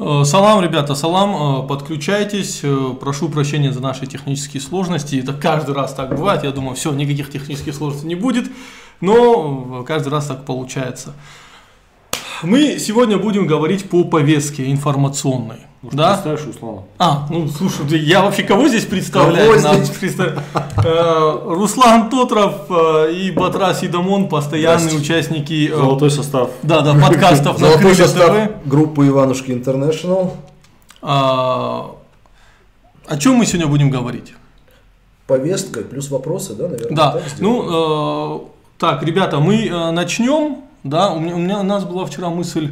Салам, ребята, салам, подключайтесь, прошу прощения за наши технические сложности, это каждый раз так бывает, я думаю, все, никаких технических сложностей не будет, но каждый раз так получается. Мы сегодня будем говорить по повестке информационной. Может, да? представишь Руслана? Слушай, я вообще кого здесь представляю? Руслан Тотров и Батрас Идамон, постоянные участники. Золотой состав. Да, подкастов на Золотой Крылья состав ТВ. группы Иванушки Интернешнл. О чем мы сегодня будем говорить? Повестка плюс вопросы, да, наверное? Да, так, ребята, мы начнем. Да, у нас была вчера мысль,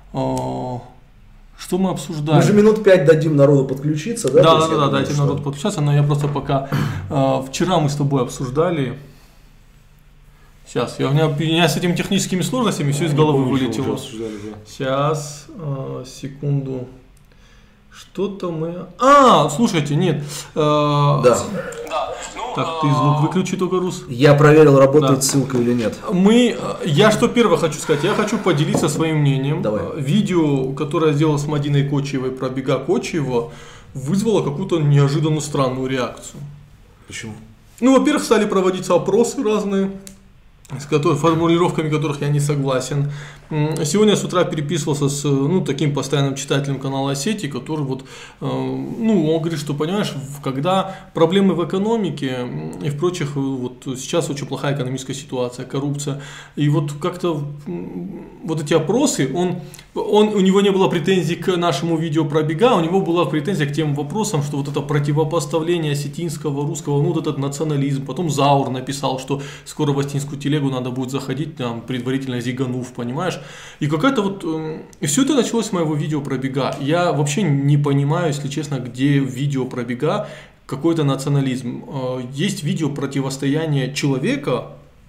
что мы обсуждали. Мы же минут 5 дадим народу подключиться, да? Да, дайте народу подключаться, но я просто пока, вчера мы с тобой обсуждали, сейчас, у меня с этими техническими сложностями все из головы вылетело. Сейчас, секунду, что-то мы, слушайте, нет. Да. Так, ты звук выключи только, Рус. Я проверил, работает ссылка или нет. Я что первое хочу сказать, я хочу поделиться своим мнением. Давай. Видео, которое я сделал с Мадиной Кочиевой про бега Кочиева, вызвало какую-то неожиданно странную реакцию. Почему? Во-первых, стали проводиться опросы разные, с формулировками которых я не согласен. Сегодня с утра переписывался с таким постоянным читателем канала Осетии, который он говорит, что, понимаешь, когда проблемы в экономике и в прочих, сейчас очень плохая экономическая ситуация, коррупция, и как-то эти опросы, у него не было претензий к нашему видео про бега, у него была претензия к тем вопросам, что это противопоставление осетинского, русского, этот национализм. Потом Заур написал, что скоро в осетинскую телегу надо будет заходить, предварительно зиганув, понимаешь? И и все это началось с моего видео про бега. Я вообще не понимаю, если честно, где в видео про бега какой-то национализм. Есть видео противостояния человека,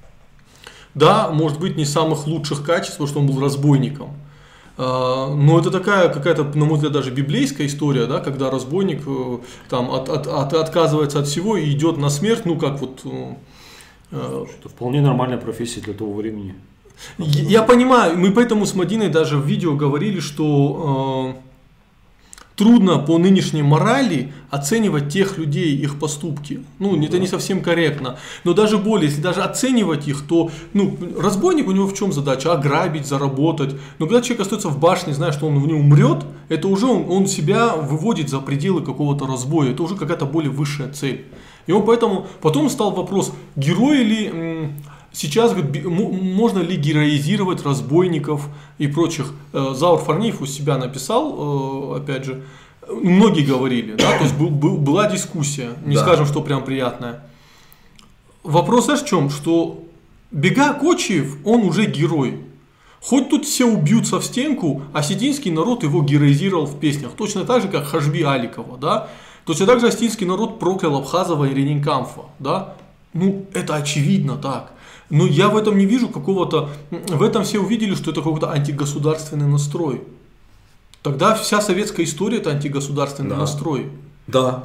да, может быть, не самых лучших качеств, потому что он был разбойником. Но это такая какая-то, на мой взгляд, даже библейская история, да, когда разбойник отказывается от всего и идет на смерть, Это вполне нормальная профессия для того времени. Я понимаю, мы поэтому с Мадиной даже в видео говорили, что трудно по нынешней морали оценивать тех людей, их поступки. Это не совсем корректно. Но даже более, если даже оценивать их, то разбойник, у него в чем задача? Ограбить, заработать. Но когда человек остается в башне, зная, что он в ней умрет, это уже он себя выводит за пределы какого-то разбоя. Это уже какая-то более высшая цель. И он поэтому потом стал вопрос, герои ли... Сейчас можно ли героизировать разбойников и прочих? Заур Фарниев у себя написал, опять же, многие говорили, да, то есть была дискуссия, не скажем, что прям приятная. Вопрос, знаешь, в чем? Что бега Кочиев, он уже герой. Хоть тут все убьются в стенку, осетинский народ его героизировал в песнях. Точно так же, как Хашби Аликова, да. Точно так же осетинский народ проклял Абхазова и Ренинкамфа, да. Это очевидно так. Но я в этом не вижу какого-то... В этом все увидели, что это какой-то антигосударственный настрой. Тогда вся советская история – это антигосударственный настрой. Да.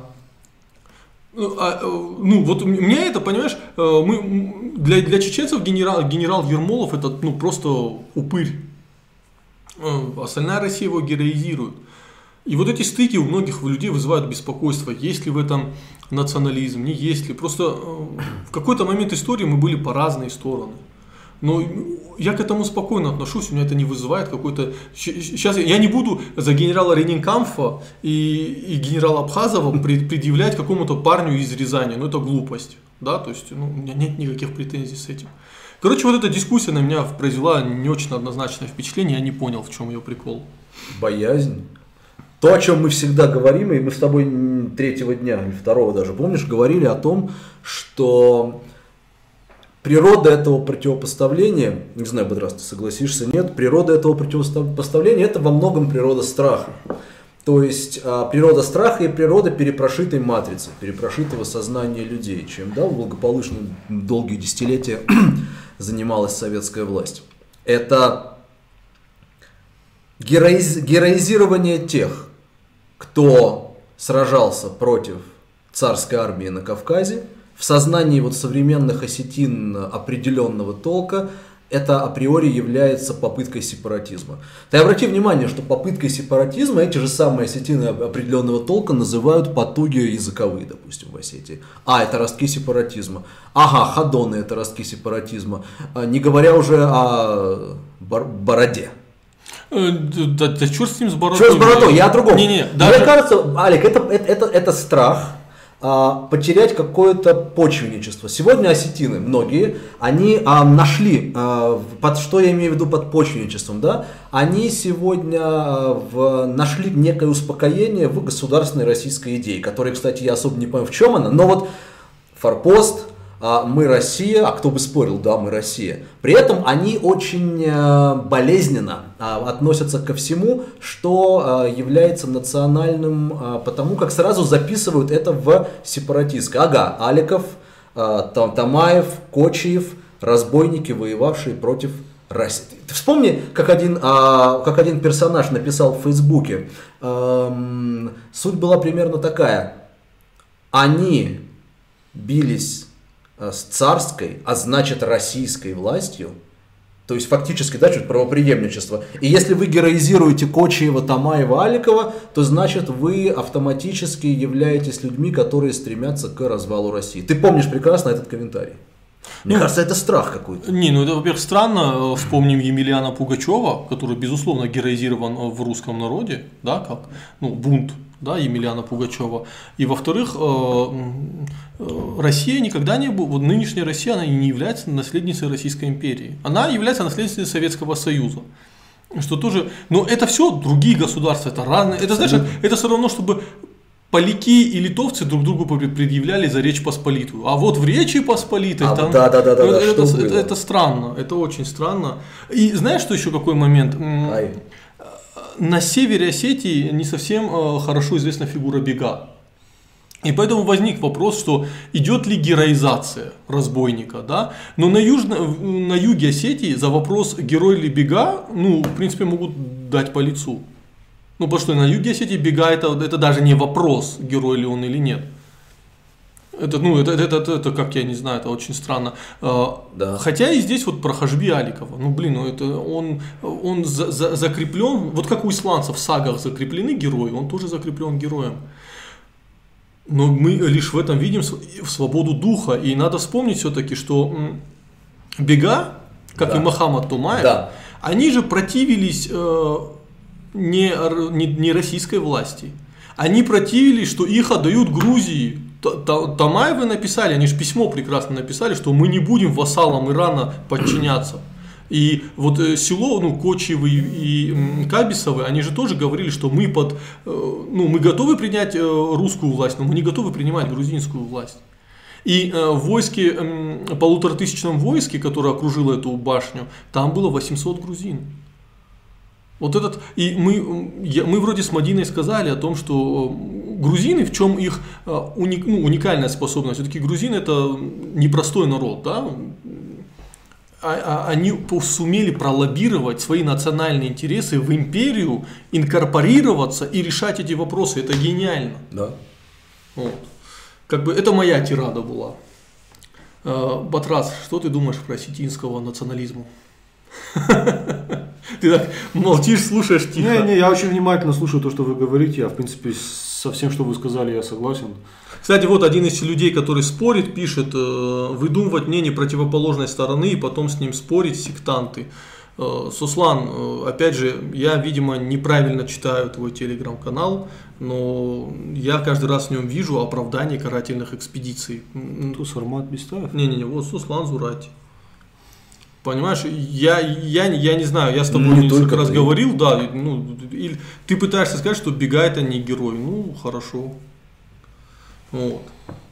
Мне это, понимаешь, для чеченцев генерал Ермолов – это просто упырь. Остальная Россия его героизирует. И эти стыки у многих людей вызывают беспокойство, есть ли в этом национализм, не есть ли. Просто в какой-то момент истории мы были по разные стороны. Но я к этому спокойно отношусь, у меня это не вызывает какой-то... Сейчас я не буду за генерала Ренинкамфа и генерала Абхазова предъявлять какому-то парню из Рязани, это глупость. Да? То есть у меня нет никаких претензий с этим. Короче, эта дискуссия на меня произвела не очень однозначное впечатление, я не понял, в чем ее прикол. Боязнь. То, о чем мы всегда говорим, и мы с тобой третьего дня или второго даже, помнишь, говорили о том, что природа этого противопоставления, не знаю, Бодрас, ты согласишься, нет, природа этого противопоставления – это во многом природа страха. То есть природа страха и природа перепрошитой матрицы, перепрошитого сознания людей, чем благополучно долгие десятилетия занималась советская власть. Это героизирование тех, кто сражался против царской армии на Кавказе, в сознании современных осетин определенного толка, это априори является попыткой сепаратизма. Ты обрати внимание, что попыткой сепаратизма эти же самые осетины определенного толка называют потуги языковые, допустим, в Осетии. Это ростки сепаратизма. Ходоны это ростки сепаратизма. Не говоря уже о бороде. Да черт с ним, с бородой. Черт с бородой, я о другом. Мне кажется, Алик, это страх потерять какое-то почвенничество. Сегодня осетины, многие, они нашли, что я имею в виду под почвенничеством, да? Они сегодня нашли некое успокоение в государственной российской идее, которая, кстати, я особо не понимаю, в чем она, но вот форпост, мы Россия, кто бы спорил, да, мы Россия. При этом они очень болезненно относятся ко всему, что является национальным, потому как сразу записывают это в сепаратистское. Аликов, Тамаев, Кочиев, разбойники, воевавшие против России. Ты вспомни, как один персонаж написал в Фейсбуке. Суть была примерно такая. Они бились с царской, а значит российской властью, то есть фактически, да, чуть правопреемничество. И если вы героизируете Кочиева, Тамаева, Аликова, то значит вы автоматически являетесь людьми, которые стремятся к развалу России. Ты помнишь прекрасно этот комментарий. Мне кажется, это страх какой-то. Это, во-первых, странно. Вспомним Емельяна Пугачева, который, безусловно, героизирован в русском народе, да, как бунт, да, Емельяна Пугачева. И, во-вторых, Россия никогда не была, нынешняя Россия, она не является наследницей Российской империи. Она является наследницей Советского Союза. Что тоже, но это все другие государства, это разные. Это, знаешь, это все равно, чтобы поляки и литовцы друг другу предъявляли за Речь Посполитую. А вот в Речи Посполитой это странно, это очень странно. И знаешь, что еще какой момент? На севере Осетии не совсем хорошо известна фигура Бега. И поэтому возник вопрос, что идет ли героизация разбойника, да? Но на юге Осетии за вопрос герой ли Бега, в принципе, могут дать по лицу. Потому что на юге Осетии Бега это даже не вопрос, герой ли он или нет. Это как я не знаю, это очень странно. Да. Хотя и здесь вот про Хашби Аликова. Он закреплен, вот как у исландцев в сагах закреплены герои, он тоже закреплен героем. Но мы лишь в этом видим свободу духа. И надо вспомнить все-таки, что Бега, как и Мохаммад Тумаев, они же противились не российской власти. Они противились, что их отдают Грузии. Тамаевы написали, они же письмо прекрасно написали, что мы не будем вассалам Ирана подчиняться. И вот село, Кочиевы и Кабисовы, они же тоже говорили, что мы готовы принять русскую власть, но мы не готовы принимать грузинскую власть. И в войске, 1500-тысячном войске, которое окружило эту башню, там было 800 грузин. И мы вроде с Мадиной сказали о том, что грузины, в чем их уникальная способность, все-таки грузины это непростой народ, да? Они сумели пролоббировать свои национальные интересы в империю, инкорпорироваться и решать эти вопросы. Это гениально. Да. Это моя тирада была. Батрас, что ты думаешь про осетинского национализма? Ты так молчишь, слушаешь тихо. Не, я очень внимательно слушаю то, что вы говорите. Я, в принципе, со всем, что вы сказали, я согласен. Кстати, вот один из людей, который спорит, пишет, выдумывать мнение противоположной стороны и потом с ним спорить, сектанты. Суслан, опять же, я, видимо, неправильно читаю твой телеграм-канал, но я каждый раз в нем вижу оправдание карательных экспедиций. Тусармат Бестаев? Не, вот Суслан Зурати. Понимаешь, я не знаю, я с тобой несколько раз говорил, да, ты пытаешься сказать, что Бега это не герой, хорошо. Вот.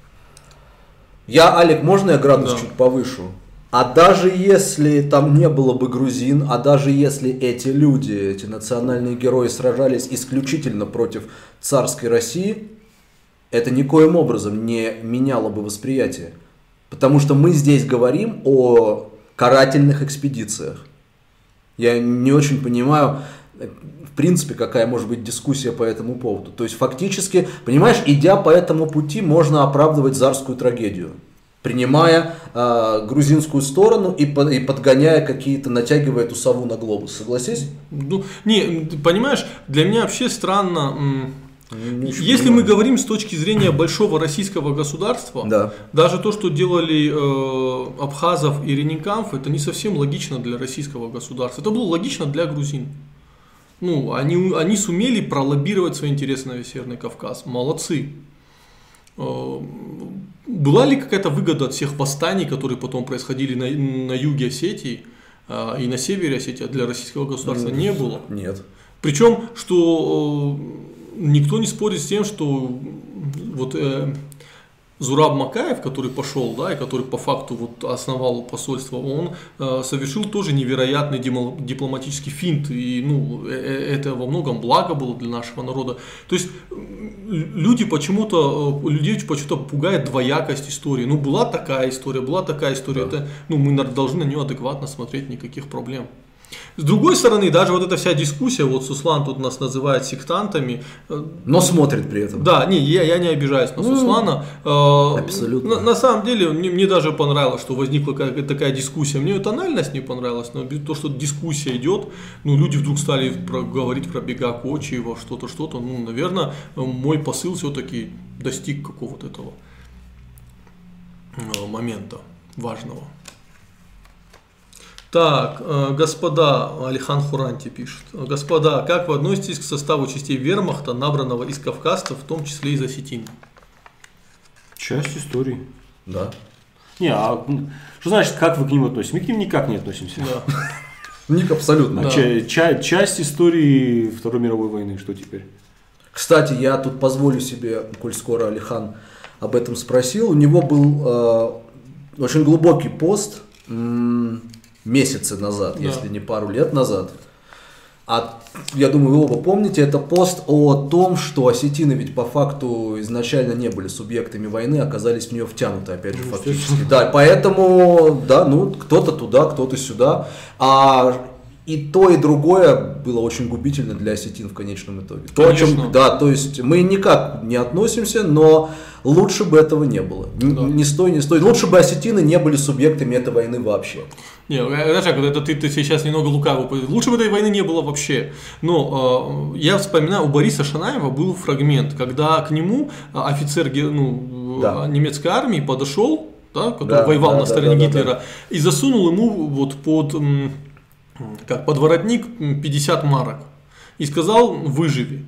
Алик, можно я градус чуть повышу? А даже если там не было бы грузин, а даже если эти люди, эти национальные герои сражались исключительно против царской России, это никоим образом не меняло бы восприятие. Потому что мы здесь говорим о карательных экспедициях. Я не очень понимаю, в принципе, какая может быть дискуссия по этому поводу. То есть, фактически, понимаешь, идя по этому пути, можно оправдывать царскую трагедию. принимая грузинскую сторону и подгоняя какие-то, натягивая эту сову на глобус. Согласись? Ну, не, понимаешь, для меня вообще странно, если мы говорим с точки зрения большого российского государства, да. Даже то, что делали Абхазов и Ренникамф, это не совсем логично для российского государства. Это было логично для грузин. Ну, они сумели пролоббировать свои интересы на весь Северный Кавказ. Молодцы. Была ли какая-то выгода от всех восстаний, которые потом происходили на юге Осетии и на севере Осетии, для российского государства? Не было. Нет. Причем, что никто не спорит с тем, что вот Зураб Макаев, который пошел, да, и который по факту вот основал посольство, он совершил тоже невероятный дипломатический финт, и ну, это во многом благо было для нашего народа. То есть людей почему-то пугает двоякость истории. Ну, была такая история, да. Это, ну, мы должны на нее адекватно смотреть, никаких проблем. С другой стороны, даже вот эта вся дискуссия, вот Суслан тут нас называет сектантами. Но смотрит при этом. Да, я не обижаюсь на Суслана. Абсолютно. На самом деле, мне даже понравилось, что возникла такая дискуссия. Мне тональность не понравилась, но то, что дискуссия идет, ну, люди вдруг стали говорить про Бега Кочиева, что-то. Ну, наверное, мой посыл все-таки достиг какого-то этого момента важного. Так, господа, Алихан Хуранти пишет. Господа, как вы относитесь к составу частей вермахта, набранного из кавказцев, в том числе из осетин? Часть истории. Да. Не, а что значит, как вы к ним относитесь? Мы к ним никак не относимся. Да. Ник абсолютно. Да. Часть истории Второй мировой войны, что теперь? Кстати, я тут позволю себе, коль скоро Алихан об этом спросил, у него был очень глубокий пост, месяцы назад, да. Если не пару лет назад. Я думаю, вы оба помните, это пост о том, что осетины ведь по факту изначально не были субъектами войны, оказались в нее втянуты, опять же, фактически. Да, поэтому, да, ну, кто-то туда, кто-то сюда. И то, и другое было очень губительно для осетин в конечном итоге. То, то есть мы никак не относимся, но лучше бы этого не было. Да. Не стоит. Лучше бы осетины не были субъектами этой войны вообще. Не, это ты сейчас немного лукаво. Лучше бы этой войны не было вообще. Но я вспоминаю, у Бориса Шанаева был фрагмент, когда к нему офицер немецкой армии подошел, да, который воевал на стороне Гитлера, и засунул ему вот под воротник 50 марок и сказал: выживи.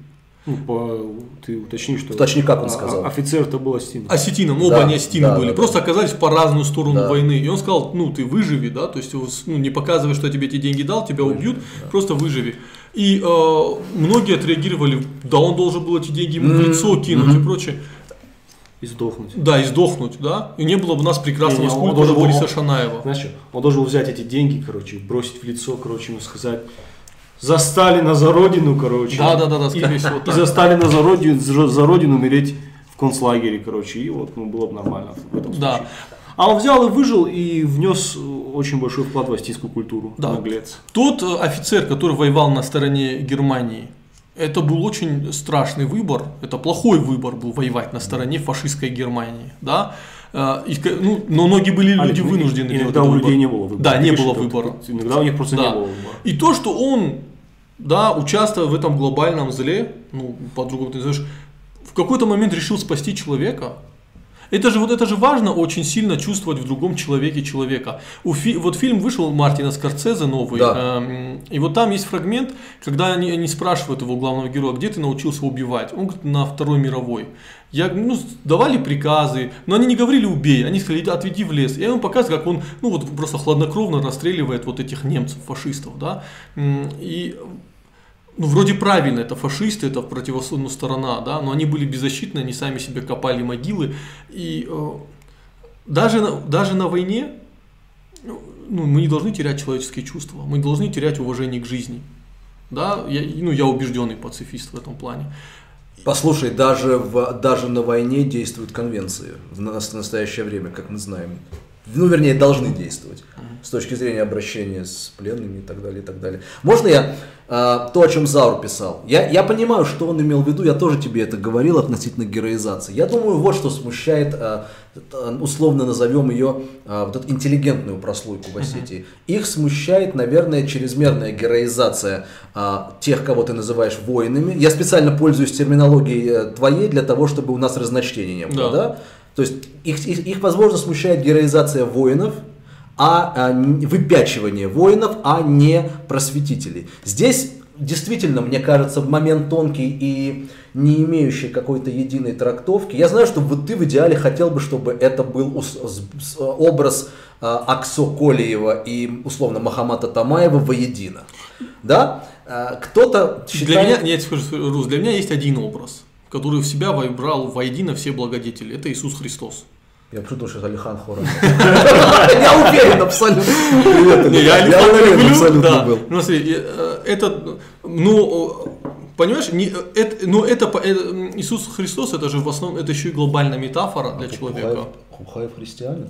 Ты уточни, что... Уточни, как он сказал. Офицер-то был осетином. Осетином, оба они осетины были. Просто оказались по разную сторону войны. И он сказал: ну, ты выживи, да, то есть, ну, не показывай, что я тебе эти деньги дал, тебя убьют, просто выживи. И многие отреагировали: да, он должен был эти деньги ему в лицо кинуть и прочее. И сдохнуть. Да, и сдохнуть, да. И не было бы у нас прекрасного скульптора Бориса Шанаева. Знаешь что, он должен был взять эти деньги, бросить в лицо, ему сказать: за Сталина, за Родину, Да, скорее всего. И за Сталина, за Родину умереть в концлагере, и вот было бы нормально в этом случае. Да. А он взял и выжил и внес очень большой вклад в осетинскую культуру. Да. Наглец. Тот офицер, который воевал на стороне Германии, это был очень страшный выбор, это плохой выбор был воевать на стороне фашистской Германии, да. Но многие были люди вынуждены. Иногда у людей не было выбора. Да, не было выбора. Иногда у них просто не было выбора. И то, что он, участвуя в этом глобальном зле, по-другому ты назовешь, в какой-то момент решил спасти человека. Это же важно очень сильно чувствовать в другом человеке человека. Вот фильм вышел Мартина Скорсезе новый, и вот там есть фрагмент, когда они спрашивают его главного героя: где ты научился убивать? Он говорит: на Второй мировой. Давали приказы, но они не говорили убей, они сказали: отведи в лес. И он показывает, как он просто хладнокровно расстреливает вот этих немцев, фашистов, да. И вроде правильно, это фашисты, это противоположная сторона, да, но они были беззащитны, они сами себе копали могилы. И даже на войне мы не должны терять человеческие чувства, мы должны терять уважение к жизни. Да? Я убежденный пацифист в этом плане. Послушай, даже на войне действуют конвенции в настоящее время, как мы знаем. Ну, вернее, должны действовать с точки зрения обращения с пленными и так далее, и так далее. Можно я то, о чем Заур писал? Я понимаю, что он имел в виду, я тоже тебе это говорил относительно героизации. Я думаю, вот что смущает, условно назовем ее, вот эту интеллигентную прослойку в Осетии. Их смущает, наверное, чрезмерная героизация тех, кого ты называешь воинами. Я специально пользуюсь терминологией твоей для того, чтобы у нас разночтения не было, да? То есть их, возможно, смущает героизация воинов, выпячивание воинов, а не просветителей. Здесь действительно, мне кажется, момент тонкий и не имеющий какой-то единой трактовки. Я знаю, что вот ты в идеале хотел бы, чтобы это был образ Аксо Колиева и, условно, Махамата Тамаева воедино. Да? Кто-то считает... Для меня есть один образ, который в себя вобрал воедино все благодетели. Это Иисус Христос. Я почему думаю, что это Алихан Хоран. Я уверен абсолютно. Я уверен абсолютно был. Ну, смотри, это, понимаешь, Иисус Христос, это же в основном, это еще и глобальная метафора для человека. Хубхаев христианин?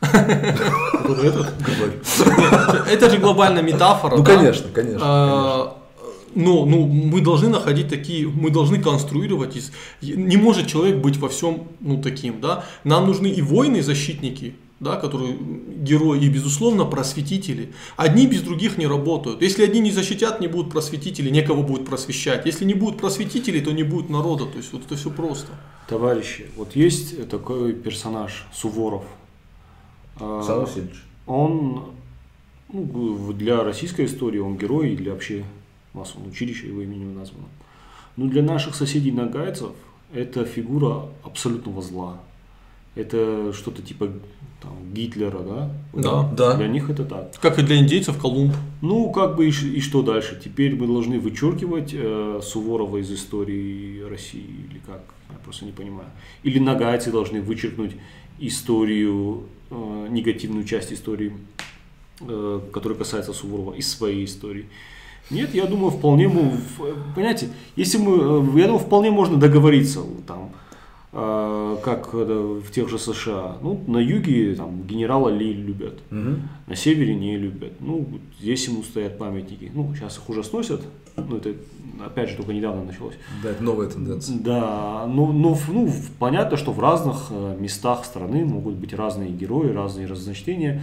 Это же глобальная метафора. Ну, конечно, конечно. Но мы должны находить такие, мы должны конструировать. Не может человек быть во всем таким. Да? Нам нужны и воины, и защитники, да, которые герои, и, безусловно, просветители. Одни без других не работают. Если одни не защитят, не будут просветителей, некого будет просвещать. Если не будет просветителей, то не будет народа. То есть вот это все просто. Товарищи, вот есть такой персонаж Суворов. Александр Васильевич. Он для российской истории он герой, и для вообще массового училища его именем названо. Но для наших соседей нагайцев это фигура абсолютного зла. Это что-то типа Гитлера, да? Да. Для них это так. Как и для индейцев Колумб. Ну, как бы и что дальше? Теперь мы должны вычеркивать Суворова из истории России или как? Я просто не понимаю. Или нагайцы должны вычеркнуть историю, негативную часть истории, которая касается Суворова, из своей истории. Нет, я думаю, вполне, понимаете, я думаю, вполне можно договориться, как в тех же США. На юге генерала Ли любят, на севере не любят. Здесь ему стоят памятники. Сейчас их уже сносят, это опять же только недавно началось. Да, это новая тенденция. Да, понятно, что в разных местах страны могут быть разные герои, разные разночтения.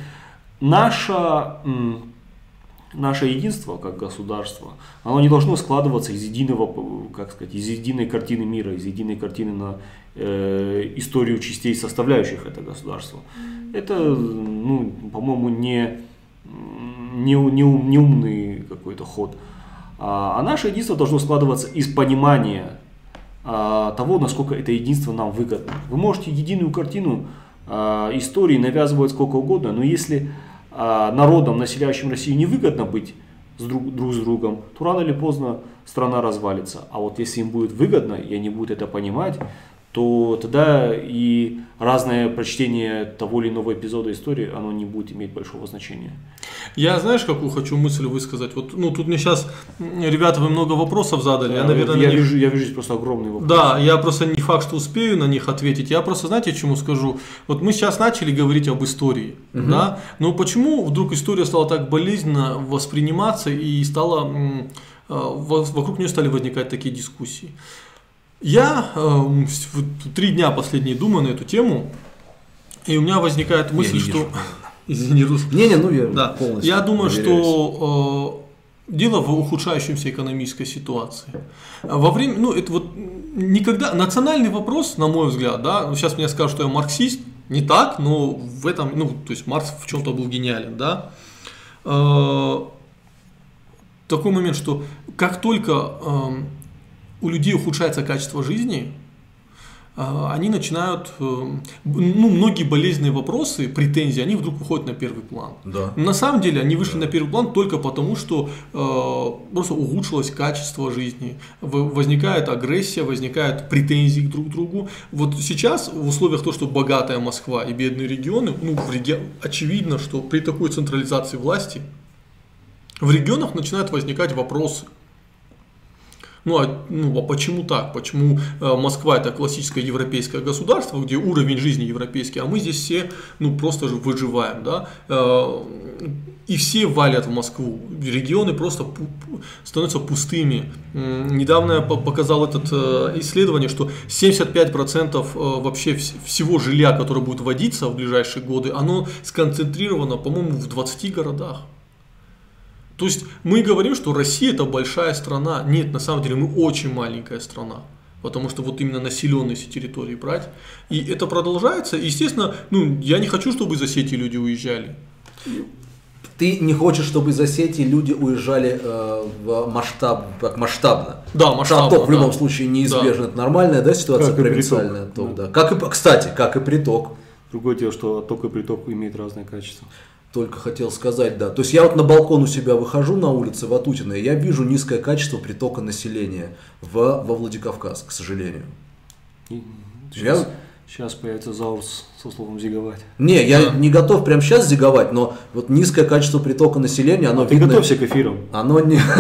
Наше единство как государство, оно не должно складываться из единого, из единой картины мира, из единой картины на историю частей, составляющих это государство. Это, по-моему, не умный какой-то ход. А наше единство должно складываться из понимания того, насколько это единство нам выгодно. Вы можете единую картину истории навязывать сколько угодно, но если народам, населяющим Россию, невыгодно быть друг с другом, то рано или поздно страна развалится. А вот если им будет выгодно, и они будут это понимать, то тогда и разное прочтение того или иного эпизода истории, оно не будет иметь большого значения. Я, знаешь, какую хочу мысль высказать? Вот, тут мне сейчас, ребята, вы много вопросов задали. Я вижу здесь просто огромные вопросы. Да, я просто не факт, что успею на них ответить. Я просто, знаете, чему скажу? Вот мы сейчас начали говорить об истории, да? Но почему вдруг история стала так болезненно восприниматься и вокруг нее стали возникать такие дискуссии? Я 3 дня последние думаю на эту тему, и у меня возникает мысль, что... Извини, Рус. Я полностью. Я думаю, что дело в ухудшающемся экономической ситуации. Во время, никогда национальный вопрос, на мой взгляд, да, сейчас мне скажут, что я марксист, не так, но в этом, то есть Маркс в чем-то был гениален, да. Такой момент, что как только у людей ухудшается качество жизни, они начинают, многие болезненные вопросы, претензии, они вдруг выходят на первый план. Да. На самом деле они вышли на первый план только потому, что просто ухудшилось качество жизни, возникает агрессия, возникают претензии друг к другу. Вот сейчас в условиях того, что богатая Москва и бедные регионы, очевидно, что при такой централизации власти в регионах начинают возникать вопросы. А почему так? Почему Москва это классическое европейское государство, где уровень жизни европейский, а мы здесь все просто же выживаем, да? И все валят в Москву, регионы просто становятся пустыми. Недавно я показал это исследование, что 75% вообще всего жилья, которое будет вводиться в ближайшие годы, оно сконцентрировано, по-моему, в 20 городах. То есть мы говорим, что Россия это большая страна. Нет, на самом деле мы очень маленькая страна. Потому что вот именно населенные все территории брать. И это продолжается. Естественно, я не хочу, чтобы из Осетии люди уезжали. Ты не хочешь, чтобы из Осетии люди уезжали масштабно? Да, масштабно. Отток в любом случае неизбежно. Это нормальная, да, ситуация провинциальная? Отток, да. Кстати, как и приток. Другое дело, что отток и приток имеют разное качество. Только хотел сказать, да. То есть я вот на балкон у себя выхожу на улице Ватутиной, и я вижу низкое качество притока населения во Владикавказ, к сожалению. Сейчас появится заурс со словом зиговать. Не, я не готов прямо сейчас зиговать, но вот низкое качество притока населения, оно видно. Ты готовься к эфирам. Оно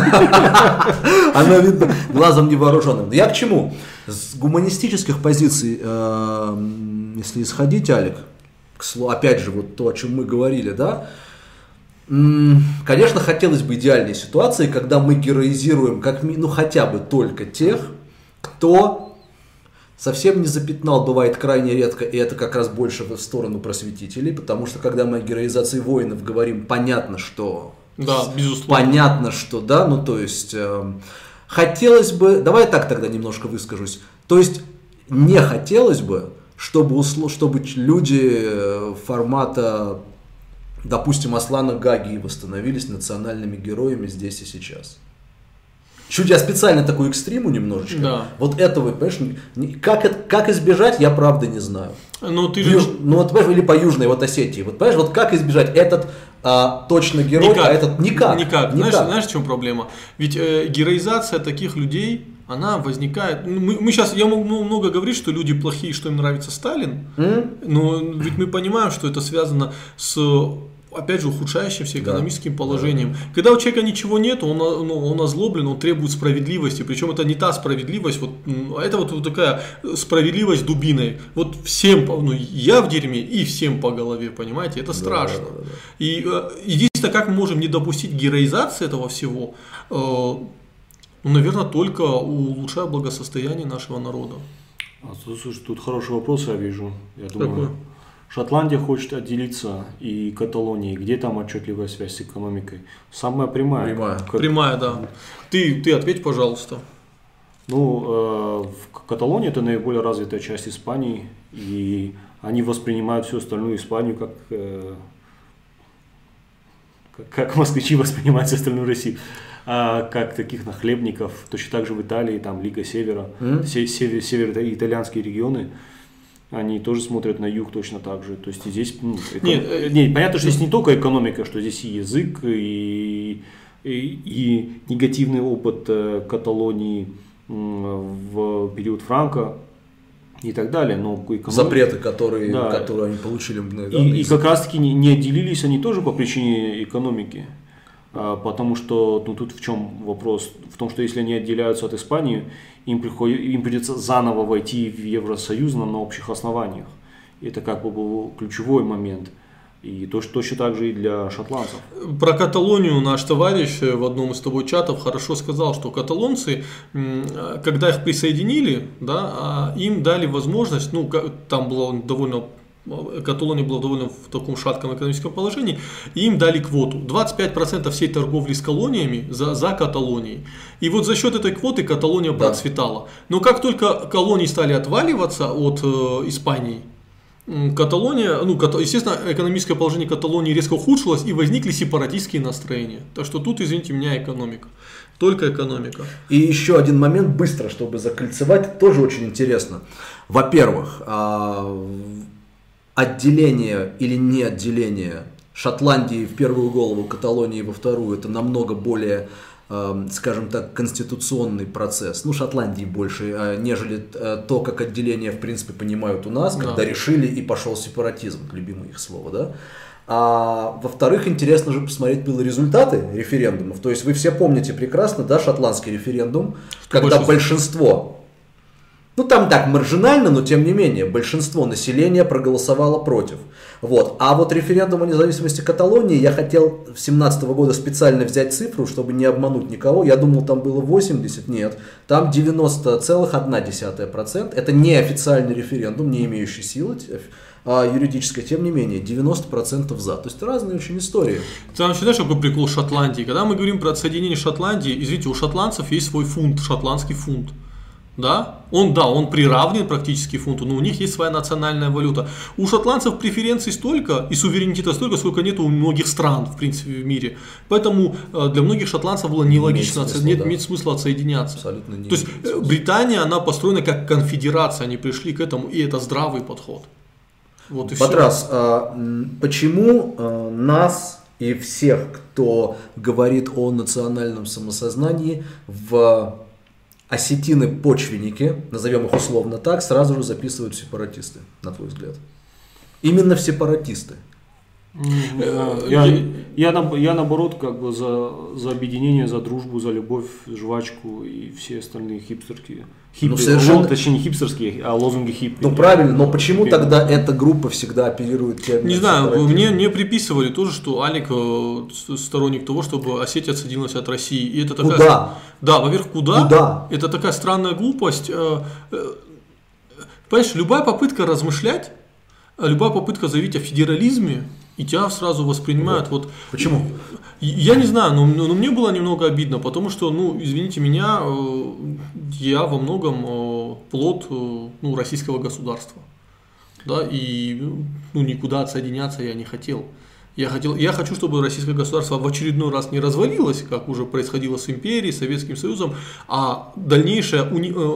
видно глазом невооруженным. Я к чему? С гуманистических позиций, если исходить, Алик, опять же, вот то, о чем мы говорили, да, конечно, хотелось бы идеальной ситуации, когда мы героизируем хотя бы только тех, кто совсем не запятнал, бывает крайне редко, и это как раз больше в сторону просветителей, потому что когда мы о героизации воинов говорим, понятно, что... Да, безусловно. Понятно, что, да, то есть, хотелось бы, давай я так тогда немножко выскажусь, то есть, не хотелось бы, чтобы люди формата, допустим, Аслана Гагиева становились национальными героями здесь и сейчас. Чуть я специально такую экстриму немножечко. Да. Вот этого, понимаешь, как избежать, я правда не знаю. Понимаешь, или по Южной Осетии. Вот понимаешь, вот как избежать этот точно герой, никак. А этот никак. Знаешь, в чем проблема? Ведь героизация таких людей, она возникает. Я могу много говорить, что люди плохие, что им нравится Сталин, но ведь мы понимаем, что это связано с, опять же, ухудшающимся экономическим положением. Когда у человека ничего нет, он озлоблен, он требует справедливости. Причем это не та справедливость, это вот такая справедливость дубиной. Вот всем, я в дерьме и всем по голове, понимаете? Это страшно. Да. И единственное, как мы можем не допустить героизации этого всего, наверное, только улучшая благосостояние нашего народа. Слушай, тут хороший вопрос я вижу. Я думаю, Шотландия хочет отделиться и Каталонии. Где там отчетливая связь с экономикой? Самая прямая. Прямая, да. Ты ответь, пожалуйста. Каталония это наиболее развитая часть Испании, и они воспринимают всю остальную Испанию как москвичи воспринимают всю остальную Россию. Как таких нахлебников, точно так же в Италии, там Лига Севера, северо-итальянские регионы, они тоже смотрят на юг точно так же. То есть здесь, понятно, что здесь не только экономика, что здесь и язык, и негативный опыт Каталонии в период Франко и так далее. Но запреты, которые они получили. И как раз таки не отделились они тоже по причине экономики. Потому что тут в чем вопрос? В том, что если они отделяются от Испании, им придется заново войти в Евросоюз на общих основаниях. Это как бы был ключевой момент. И точно так же и для шотландцев. Про Каталонию наш товарищ в одном из тобой чатов хорошо сказал, что каталонцы, когда их присоединили, им дали возможность, там было довольно... Каталония была довольно в таком шатком экономическом положении, и им дали квоту. 25% всей торговли с колониями за Каталонией. И вот за счет этой квоты Каталония процветала. Но как только колонии стали отваливаться от Испании, Каталония, естественно, экономическое положение Каталонии резко ухудшилось, и возникли сепаратистские настроения. Так что тут, извините меня, экономика. Только экономика. И еще один момент, быстро, чтобы закольцевать, тоже очень интересно. Во-первых, отделение или не отделение Шотландии в первую голову, Каталонии во вторую, это намного более, скажем так, конституционный процесс. Шотландии больше, нежели то, как отделение, в принципе, понимают у нас, когда решили и пошел сепаратизм, любимое их слово, да? А во-вторых, интересно же посмотреть было результаты референдумов. То есть вы все помните прекрасно, да, шотландский референдум, когда большинство, ну там так маржинально, но тем не менее, большинство населения проголосовало против. Вот. А вот референдум о независимости Каталонии, я хотел в 2017 года специально взять цифру, чтобы не обмануть никого. Я думал, там было 80, нет. Там 90,1%. Это не официальный референдум, не имеющий силы юридической, тем не менее, 90% за. То есть разные очень истории. Ты вообще знаешь, какой прикол Шотландии? Когда мы говорим про отсоединение Шотландии, извините, у шотландцев есть свой фунт, шотландский фунт. Да, он приравнен практически фунту, но у них есть своя национальная валюта. У шотландцев преференций столько и суверенитета столько, сколько нет у многих стран, в принципе, в мире. Поэтому для многих шотландцев было нелогично, нет смысла отсоединяться. Абсолютно не. То есть Британия, она построена как конфедерация, они пришли к этому, и это здравый подход. Вот и Батрас, почему нас и всех, кто говорит о национальном самосознании, в осетины-почвенники, назовем их условно так, сразу же записывают в сепаратисты, на твой взгляд? Именно в сепаратисты. Я наоборот как бы за объединение, за дружбу, за любовь, жвачку и все остальные хипстерские. Точнее не хипстерские, а лозунги хиппи. Ну правильно, но почему тогда эта группа всегда оперирует термином? Не знаю, мне приписывали тоже, что Алик сторонник того, чтобы Осетия отсоединилась от России. И это такая, куда? Да, во-первых, куда? Куда? Это такая странная глупость. Понимаешь, любая попытка размышлять, любая попытка заявить о федерализме, и тебя сразу воспринимают вот. Почему? Я не знаю, но мне было немного обидно, потому что, извините меня, я во многом плод российского государства. Да, и никуда отсоединяться я не хотел. Я хочу, чтобы российское государство в очередной раз не развалилось, как уже происходило с империей, Советским Союзом, а дальнейшее,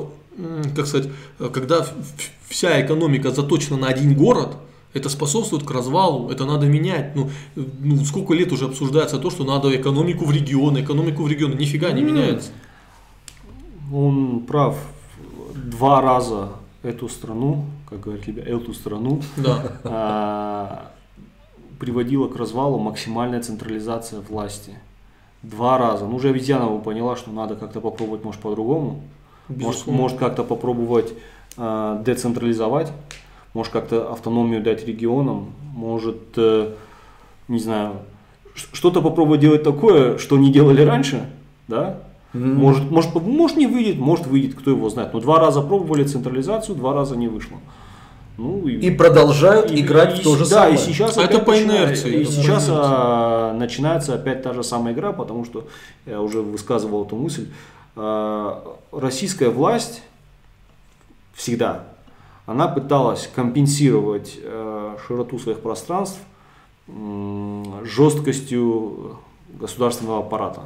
когда вся экономика заточена на один город, это способствует к развалу, это надо менять. Сколько лет уже обсуждается то, что надо экономику в регионы, нифига не меняется. Он прав. 2 раза эту страну, как говорят ребята, эту страну, да. Приводила к развалу максимальная централизация власти. 2 раза. Уже обезьяна поняла, что надо как-то попробовать, может, по-другому. Может как-то попробовать децентрализовать. Может как-то автономию дать регионам, может, не знаю, что-то попробовать делать такое, что не делали раньше, да? Может не выйдет, может выйдет, кто его знает. Но 2 раза пробовали централизацию, 2 раза не вышло. И продолжают играть в то же самое. И сейчас это по инерции. И сейчас начинается опять та же самая игра, потому что я уже высказывал эту мысль. Российская власть всегда она пыталась компенсировать широту своих пространств жесткостью государственного аппарата.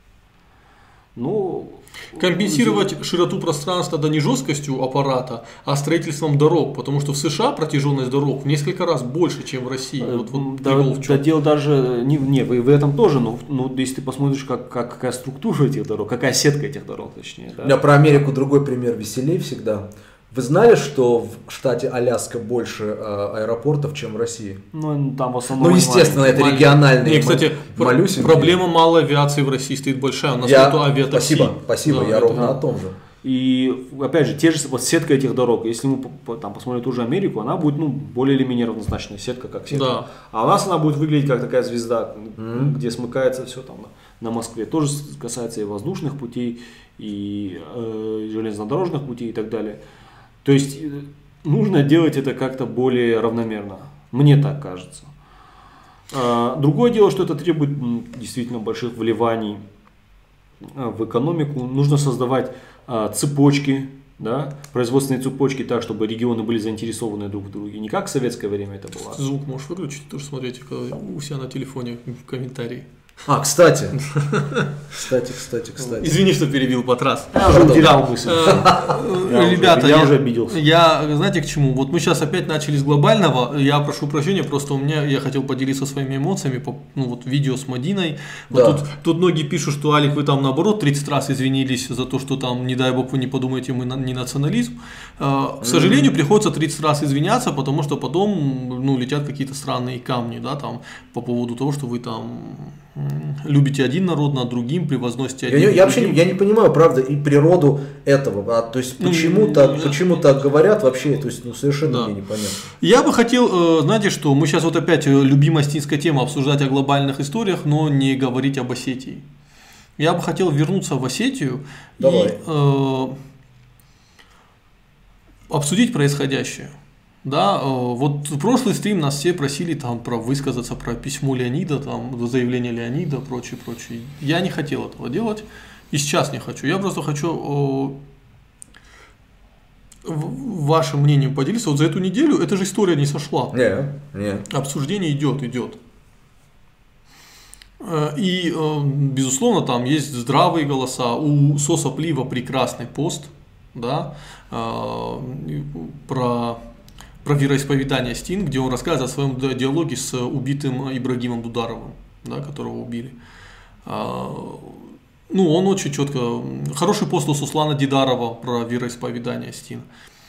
Компенсировать широту пространства да не жесткостью аппарата, а строительством дорог, потому что в США протяженность дорог в несколько раз больше, чем в России. Дело даже не в этом тоже, но если ты посмотришь, какая структура этих дорог, какая сетка этих дорог, точнее. Да? У меня про Америку другой пример веселей всегда. Вы знали, что в штате Аляска больше аэропортов, чем в России? Там в основном естественно, это региональные. Кстати, проблема малой авиации в России стоит большая. У нас нету авиатакси. Спасибо, я ровно о том же. И опять же, сетка этих дорог, если мы посмотрим ту же Америку, она будет более или менее равнозначная сетка, как сетка. Да. А у нас она будет выглядеть как такая звезда, где смыкается все там на Москве. Тоже касается и воздушных путей, и железнодорожных путей и так далее. То есть нужно делать это как-то более равномерно. Мне так кажется. Другое дело, что это требует действительно больших вливаний в экономику. Нужно создавать цепочки, да, производственные цепочки так, чтобы регионы были заинтересованы друг в друге. Не как в советское время это было. Звук можешь выключить, тоже смотрите у себя на телефоне в комментарии. Кстати. Извини, что перебил Патрас. Я уже терял мысль. Ребята, я уже обиделся. Я, знаете, к чему? Вот мы сейчас опять начали с глобального. Я прошу прощения, просто я хотел поделиться своими эмоциями. Видео с Мадиной. Да. Тут многие пишут, что Алик, вы там наоборот 30 раз извинились за то, что там, не дай бог, вы не подумаете, мы не национализм. К сожалению, приходится 30 раз извиняться, потому что потом летят какие-то странные камни, да, там, по поводу того, что вы там любите один народ над другим, превозносите один. Я вообще не понимаю, правда, и природу этого. То есть почему так говорят вообще, то есть совершенно мне непонятно. Я бы хотел, знаете что, мы сейчас вот опять любимая стинская тема обсуждать о глобальных историях, но не говорить об Осетии. Я бы хотел вернуться в Осетию и обсудить происходящее. Да, вот в прошлый стрим нас все просили там высказаться про письмо Леонида, там, заявление Леонида, прочее. Я не хотел этого делать и сейчас не хочу. Я просто хочу вашим мнением поделиться. Вот за эту неделю эта же история не сошла. Нет. Обсуждение идет. И, безусловно, там есть здравые голоса. У Соса Плива прекрасный пост, да, про вероисповедание Стин, где он рассказывает о своем диалоге с убитым Ибрагимом Дударовым, да, которого убили. Он очень четко. Хороший пост у Суслана Дидарова про вероисповедание Стин.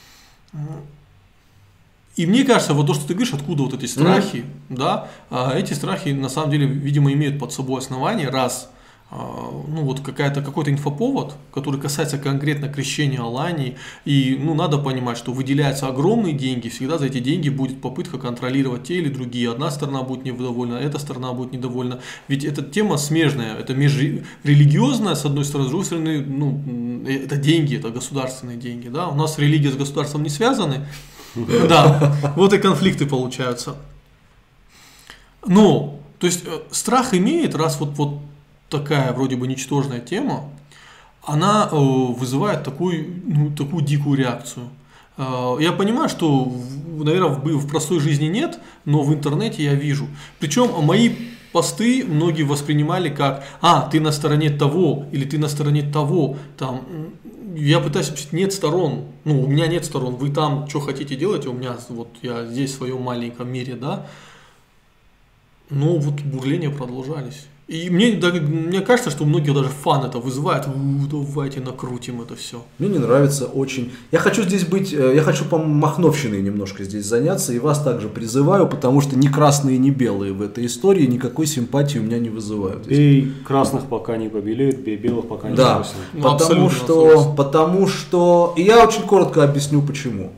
И мне кажется, вот то, что ты говоришь, откуда вот эти страхи, да, эти страхи на самом деле, видимо, имеют под собой основание, раз какой-то инфоповод, который касается конкретно крещения Алании, и надо понимать, что выделяются огромные деньги, всегда за эти деньги будет попытка контролировать те или другие, одна сторона будет недовольна, эта сторона будет недовольна, ведь эта тема смежная, это межрелигиозная с одной стороны, с другой стороны, это деньги, это государственные деньги, да, у нас религия с государством не связаны, да, вот и конфликты получаются. То есть страх имеет, раз вот такая вроде бы ничтожная тема, она вызывает такую дикую реакцию. Я понимаю, что, наверное, в простой жизни нет, но в интернете я вижу. Причем мои посты многие воспринимали как ты на стороне того, или ты на стороне того. Там, я пытаюсь объяснить, нет сторон. У меня нет сторон. Вы там что хотите делать, у меня я здесь в своем маленьком мире, да. Но бурления продолжались. И мне кажется, что у многих даже фан это вызывает. Давайте накрутим это все. Мне не нравится очень. Я хочу здесь быть, я хочу по махновщиной немножко здесь заняться, и вас также призываю, потому что ни красные, ни белые в этой истории никакой симпатии у меня не вызывают. И красных пока не побелеют, белых пока не побелеют. Потому что... И я очень коротко объясню, почему.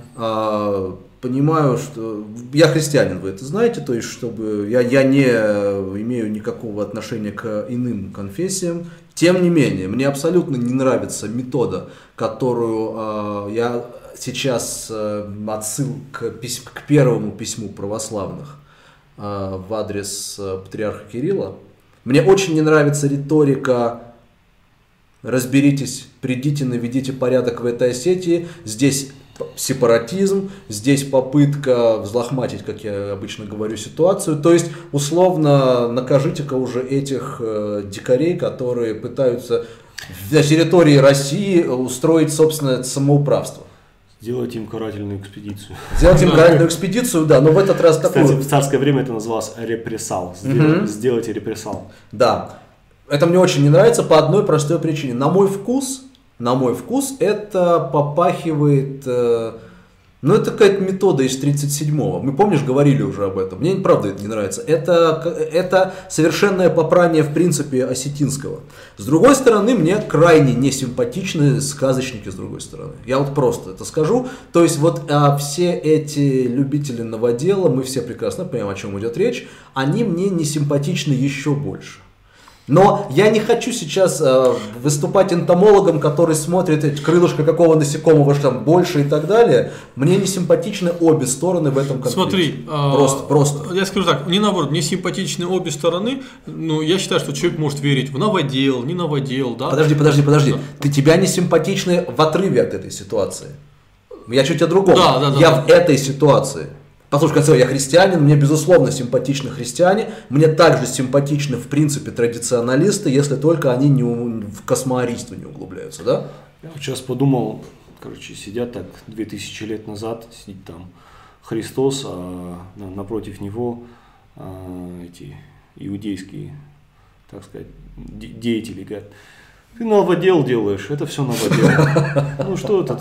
Понимаю, что я христианин, вы это знаете, то есть чтобы я не имею никакого отношения к иным конфессиям. Тем не менее, мне абсолютно не нравится метода, которую я сейчас отсыл к первому письму православных в адрес патриарха Кирилла. Мне очень не нравится риторика: разберитесь, придите, наведите порядок в этой Осетии, здесь сепаратизм, здесь попытка взлохматить, как я обычно говорю, ситуацию. То есть, условно, накажите-ка уже этих дикарей, которые пытаются на территории России устроить, собственно, самоуправство. Сделать им карательную экспедицию. Сделать им карательную экспедицию, да, но в этот раз такое... Кстати, в царское время это называлось репрессал. Сделайте репрессал. Да. Это мне очень не нравится по одной простой причине. На мой вкус, это попахивает, это какая-то метода из 37-го. Мы, помнишь, говорили уже об этом. Мне, правда, это не нравится. Это совершенное попрание, в принципе, осетинского. С другой стороны, мне крайне несимпатичны сказочники, с другой стороны. Я просто это скажу. То есть, все эти любители новодела, мы все прекрасно понимаем, о чем идет речь, они мне не симпатичны еще больше. Но я не хочу сейчас выступать энтомологом, который смотрит крылышко какого насекомого что там больше и так далее. Мне не симпатичны обе стороны в этом конфликте. Смотри, просто. Я скажу так, наоборот, не симпатичны обе стороны, но я считаю, что человек может верить в новодел, не новодел, да? Подожди. Да. Тебя не симпатичны в отрыве от этой ситуации. Я чуть о другом. Да. В этой ситуации. Послушай, в конце я христианин, мне безусловно симпатичны христиане, мне также симпатичны в принципе традиционалисты, если только они в космоарийство не углубляются, да? Я вот сейчас подумал, сидят так 2000 лет назад, сидит там Христос, а напротив него эти иудейские, так сказать, деятели говорят: ты новодел делаешь, это все новодел. Ну что это?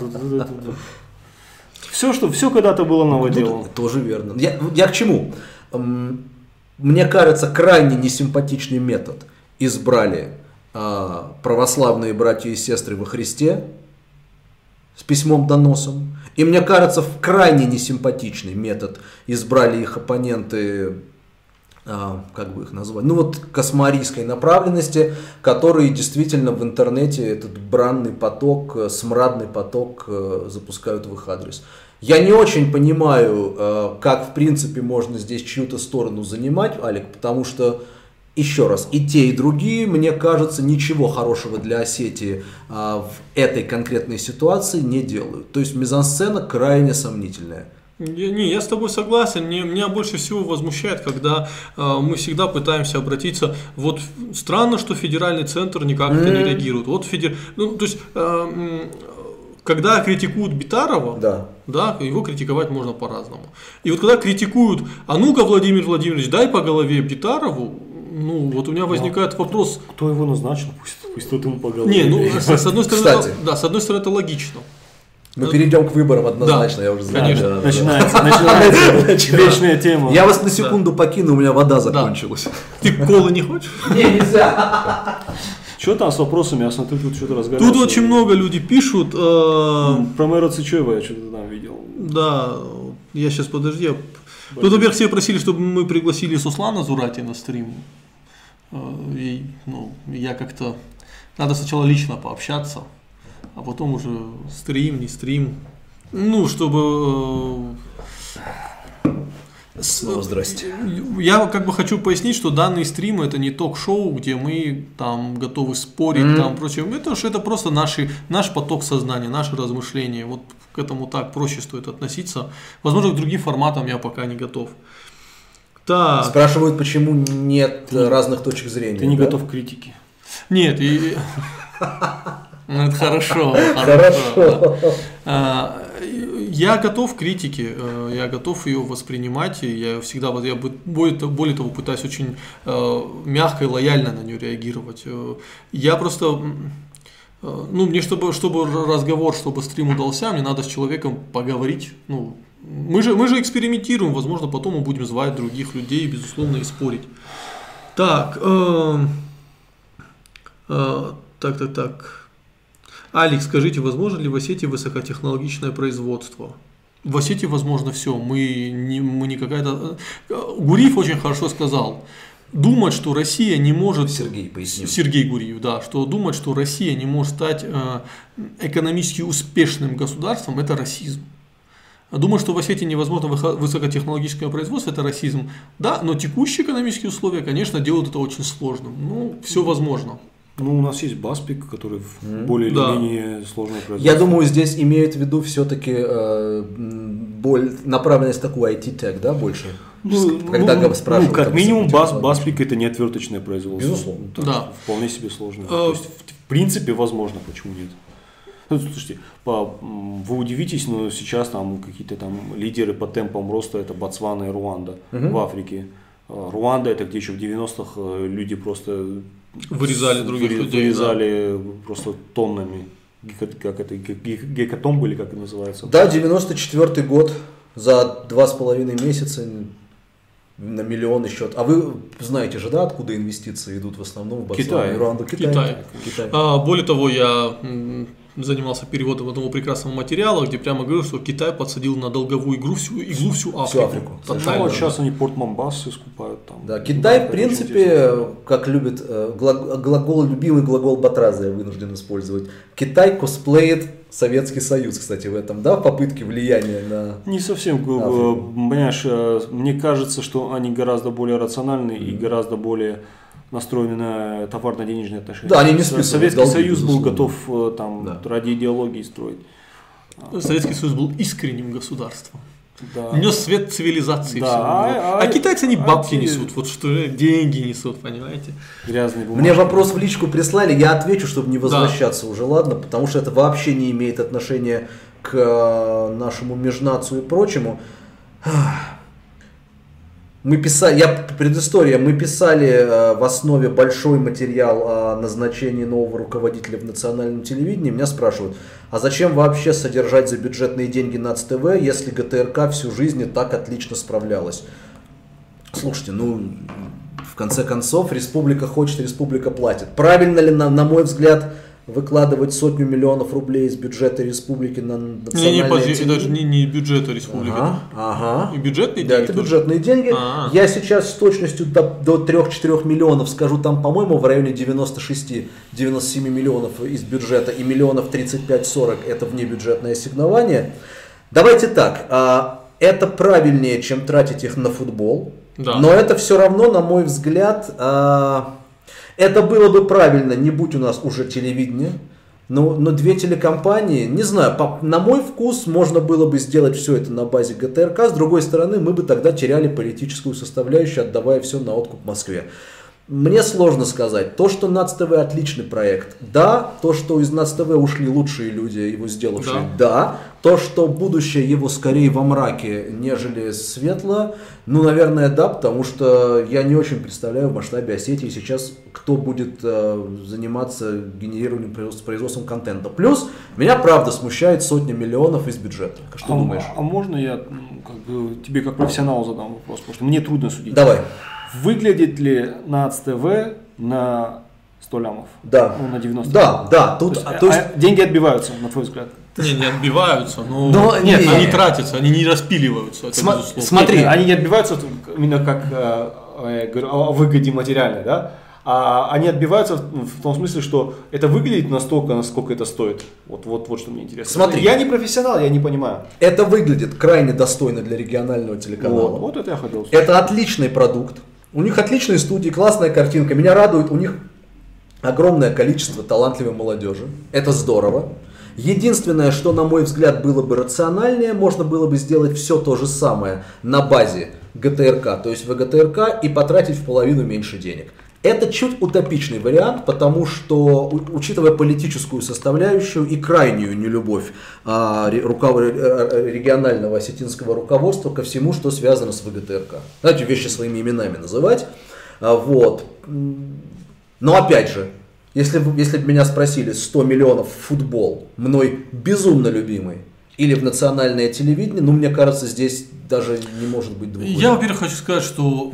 Все когда-то было новоделом. Тоже верно. Я к чему? Мне кажется, крайне несимпатичный метод избрали православные братья и сестры во Христе с письмом-доносом. И мне кажется, крайне несимпатичный метод избрали их оппоненты, как бы их назвать, космоарийской направленности, которые действительно в интернете этот бранный поток, смрадный поток запускают в их адрес. Я не очень понимаю, как в принципе можно здесь чью-то сторону занимать, Алик, потому что, еще раз, и те, и другие, мне кажется, ничего хорошего для Осетии в этой конкретной ситуации не делают. То есть мизансцена крайне сомнительная. Я с тобой согласен. Меня больше всего возмущает, когда мы всегда пытаемся обратиться. Вот странно, что федеральный центр никак это не реагирует. Когда критикуют Битарова, да, его критиковать можно по-разному. И вот когда критикуют: а ну-ка, Владимир Владимирович, дай по голове Битарову, вот у меня возникает вопрос. Кто его назначил? Пусть тот ему по голове. С одной стороны, с одной стороны, это логично. Мы перейдем к выборам однозначно, я уже знаю. Конечно. Начинается вечная тема. Я вас на секунду покину, у меня вода закончилась. Ты колы не хочешь? Не, нельзя. Что там с вопросами? Я смотрю, тут что-то разговаривается. Тут очень много людей пишут. Про мэра Цичоева я что-то там видел. Да, я сейчас, подожди. Тут, во-первых, все просили, чтобы мы пригласили Суслана Зурати на стрим. Я как-то... Надо сначала лично пообщаться, а потом уже стрим, не стрим. Чтобы... Здрасте. Я хочу пояснить, что данный стрим — это не ток-шоу, где мы там готовы спорить, там прочее. Это просто наш поток сознания, наши размышления. Вот к этому так проще стоит относиться. Возможно, к другим форматам я пока не готов. Так. Спрашивают, почему нет разных точек зрения. Ты не готов к критике? Нет, это хорошо. Я готов к критике, я готов ее воспринимать, и я всегда, более того, пытаюсь очень мягко и лояльно на нее реагировать. Я просто, мне чтобы разговор, чтобы стрим удался, мне надо с человеком поговорить. Мы же экспериментируем, возможно, потом мы будем звать других людей, безусловно, и спорить. Так. Алекс, скажите, возможно ли в Осетии высокотехнологичное производство? В Осетии возможно все. Мы не какая-то... Гуриев очень хорошо сказал. Думать, что Россия не может... Сергей Гуриев, да. Что думать, что Россия не может стать экономически успешным государством, это расизм. Думать, что в Осетии невозможно высокотехнологическое производство, это расизм. Да, но текущие экономические условия, конечно, делают это очень сложным. Все возможно. У нас есть Баспик, который более или менее сложное производство. Я думаю, здесь имеют в виду все-таки направленность такую IT-тег, да, больше? Когда спрашивают. Как минимум, Баспик это не отверточное производство. Безусловно. Да. Вполне себе сложно. То есть, в принципе, возможно, почему нет? Слушайте, вы удивитесь, но сейчас там какие-то там лидеры по темпам роста — это Ботсвана и Руанда в Африке. Руанда — это где еще в 90-х люди просто вырезали других людей. Вырезали просто тоннами. Как это, гекатомбы или как это называется? Да, 94-й год, за 2,5 месяца на миллионный счет. А вы знаете же, да, откуда инвестиции идут в основном в Ботсвану и Руанду? Китай. Более того, я занимался переводом одного прекрасного материала, где прямо говорил, что Китай подсадил на долговую иглу всю Африку. Сейчас они порт Момбасы скупают там. Да, Китай, в принципе, как любит, любимый глагол Батраза я вынужден использовать. Китай косплеит Советский Союз, кстати, в этом, да, попытки влияния на... Не совсем, понимаешь, мне кажется, что они гораздо более рациональны и гораздо более настроены на товарно-денежные отношения. Да, они не списывают. Советский Союз был готов ради идеологии строить. Советский Союз был искренним государством. Да. нес свет цивилизации. Да, всему. А китайцы они бабки эти- несут, вот что деньги несут, понимаете? Грязные бумажки. Мне вопрос в личку прислали, я отвечу, чтобы не возвращаться уже, ладно? Потому что это вообще не имеет отношения к нашему межнацию и прочему. Мы писали, предыстория, мы писали в основе большой материал о назначении нового руководителя в национальном телевидении. Меня спрашивают, а зачем вообще содержать за бюджетные деньги НАЦ-ТВ, если ГТРК всю жизнь и так отлично справлялась? Слушайте, в конце концов, республика хочет, республика платит. Правильно ли, на мой взгляд, выкладывать 100 миллионов рублей из бюджета республики на национальное Это телевидение? же не бюджета республики. Ага. И бюджетные Да, деньги это тоже? бюджетные деньги. А-а. Я сейчас с точностью до 3-4 миллионов скажу, там, по-моему, в районе 96-97 миллионов из бюджета и миллионов 35-40 это внебюджетное ассигнование. Давайте так, это правильнее, чем тратить их на футбол, Да. но это все равно, на мой взгляд, это было бы правильно, не будь у нас уже телевидения. Но две телекомпании, не знаю, на мой вкус можно было бы сделать все это на базе ГТРК. С другой стороны, мы бы тогда теряли политическую составляющую, отдавая все на откуп Москве. Мне сложно сказать. То, что НАЦ-ТВ отличный проект, да. То, что из НАЦ-ТВ ушли лучшие люди, его сделавшие, да. То, что будущее его скорее во мраке, нежели светло, наверное, да, потому что я не очень представляю в масштабе Осетии сейчас, кто будет заниматься генерированием, производством контента. Плюс, меня правда смущает 100 миллионов из бюджета. Что думаешь? А можно я тебе как профессионалу задам вопрос, потому что мне трудно судить. Давай. Выглядит ли НАЦ-ТВ на 100 лямов? Да. На 90 Да. Тут, то есть деньги отбиваются, на твой взгляд? Не отбиваются, но Нет, они тратятся, они не распиливаются. Это безусловно. Смотри. Нет, они не отбиваются именно как я говорю, о выгоде материальной, да? А они отбиваются в том смысле, что это выглядит настолько, насколько это стоит. Вот что мне интересно. Смотри. Я не профессионал, я не понимаю. Это выглядит крайне достойно для регионального телеканала. Вот это я хотел сказать. Это отличный продукт. У них отличные студии, классная картинка. Меня радует, у них огромное количество талантливой молодежи. Это здорово. Единственное, что, на мой взгляд, было бы рациональнее, можно было бы сделать все то же самое на базе ГТРК, то есть ВГТРК, и потратить в половину меньше денег. Это чуть утопичный вариант, потому что, учитывая политическую составляющую и крайнюю нелюбовь регионального осетинского руководства ко всему, что связано с ВГТРК. Знаете, вещи своими именами называть. Вот. Но опять же, если бы меня спросили 100 миллионов в футбол, мной безумно любимый, или в национальное телевидение, мне кажется, здесь даже не может быть двух. Я, во-первых, хочу сказать, что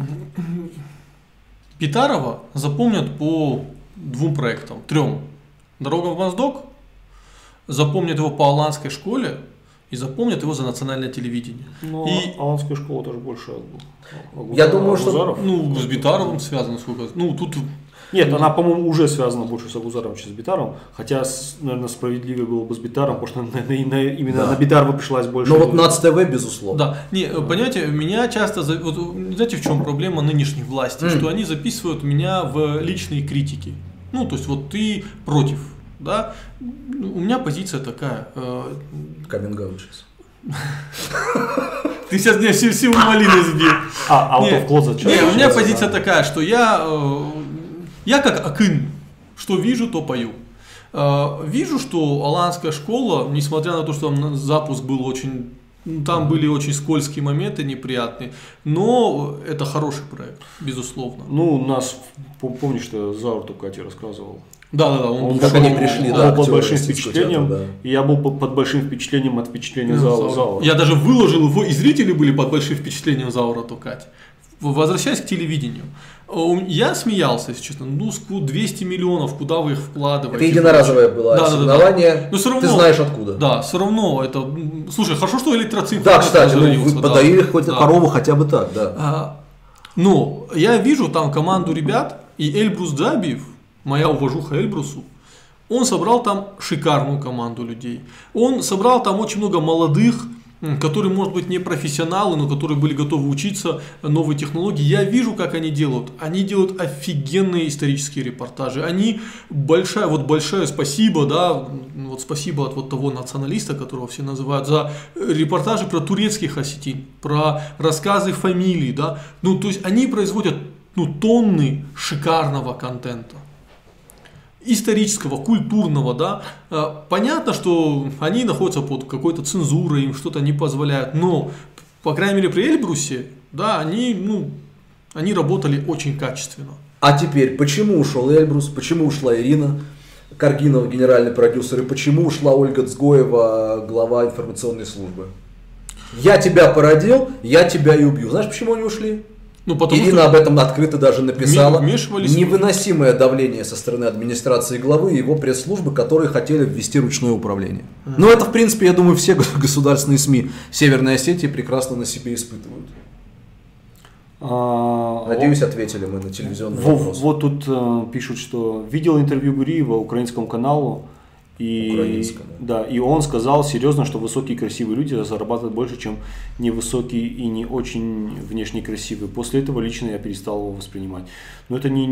Питарова запомнят по 2 проектам, 3. «Дорога в Моздок», запомнят его по Аланской школе и запомнят его за национальное телевидение. Но И Аланская школа тоже больше. Я думаю, что- Агузаров. с Битаровым связано, сколько. Тут Нет, она, по-моему, уже связана больше с Агузаром, чем с Битаром. Хотя, наверное, справедливее было бы с Битаром, потому что именно на Битарова пришлась больше. Но вот НАЦ-ТВ, безусловно. да. Понимаете, меня часто, знаете, в чем проблема нынешних властей, что они записывают меня в личные критики. То есть вот ты против, да? У меня позиция такая. Каминг-аут сейчас. Ты сейчас меня всю малину сбил. Out of closet. У меня позиция такая, что я как Акын, что вижу, то пою. Вижу, что Аланская школа, несмотря на то, что там запуск был очень, там были очень скользкие моменты, неприятные, но это хороший проект, безусловно. Помнишь, что Заур только тебе рассказывал? Да, он Как они пришли, он да, был под актеры большим Осетинского впечатлением, театра, да. и я был под большим впечатлением от впечатления Заура. Я даже выложил его, и зрители были под большим впечатлением Заура Токать. Возвращаясь к телевидению, я смеялся, если честно. 200 миллионов, куда вы их вкладываете? Это единоразовое было ассигнование. Но все равно, Ты знаешь откуда. Да, все равно это. Слушай, хорошо, что электроцифры. Да, кстати, раздаются, вы подарили хоть корову хотя бы так, да. Но я вижу там команду ребят, и Эльбрус Джабиев, моя уважуха Эльбрусу, он собрал там шикарную команду людей. Он собрал там очень много молодых, которые, может быть, не профессионалы, но которые были готовы учиться новой технологии. Я вижу, как они делают. Они делают офигенные исторические репортажи. Они большое спасибо, да, вот спасибо от вот того националиста, которого все называют, за репортажи про турецких осетин, про рассказы фамилий, да. Ну, то есть они производят тонны шикарного контента. Исторического, культурного, да. Понятно, что они находятся под какой-то цензурой, им что-то не позволяют, но, по крайней мере, при Эльбрусе, да, они работали очень качественно. А теперь, почему ушел Эльбрус, почему ушла Ирина Каргинова, генеральный продюсер, и почему ушла Ольга Цгоева, глава информационной службы? Я тебя породил, я тебя и убью. Знаешь, почему они ушли? Ирина об этом открыто даже написала. Невыносимое давление со стороны администрации главы и его пресс-службы, которые хотели ввести ручное управление. Но это, в принципе, я думаю, все государственные СМИ Северной Осетии прекрасно на себе испытывают. Надеюсь, ответили мы на телевизионный вопрос. Вот тут пишут, что видел интервью Гуриева украинскому каналу. И он сказал серьезно, что высокие и красивые люди зарабатывают больше, чем невысокие и не очень внешне красивые. После этого лично я перестал его воспринимать. Но это не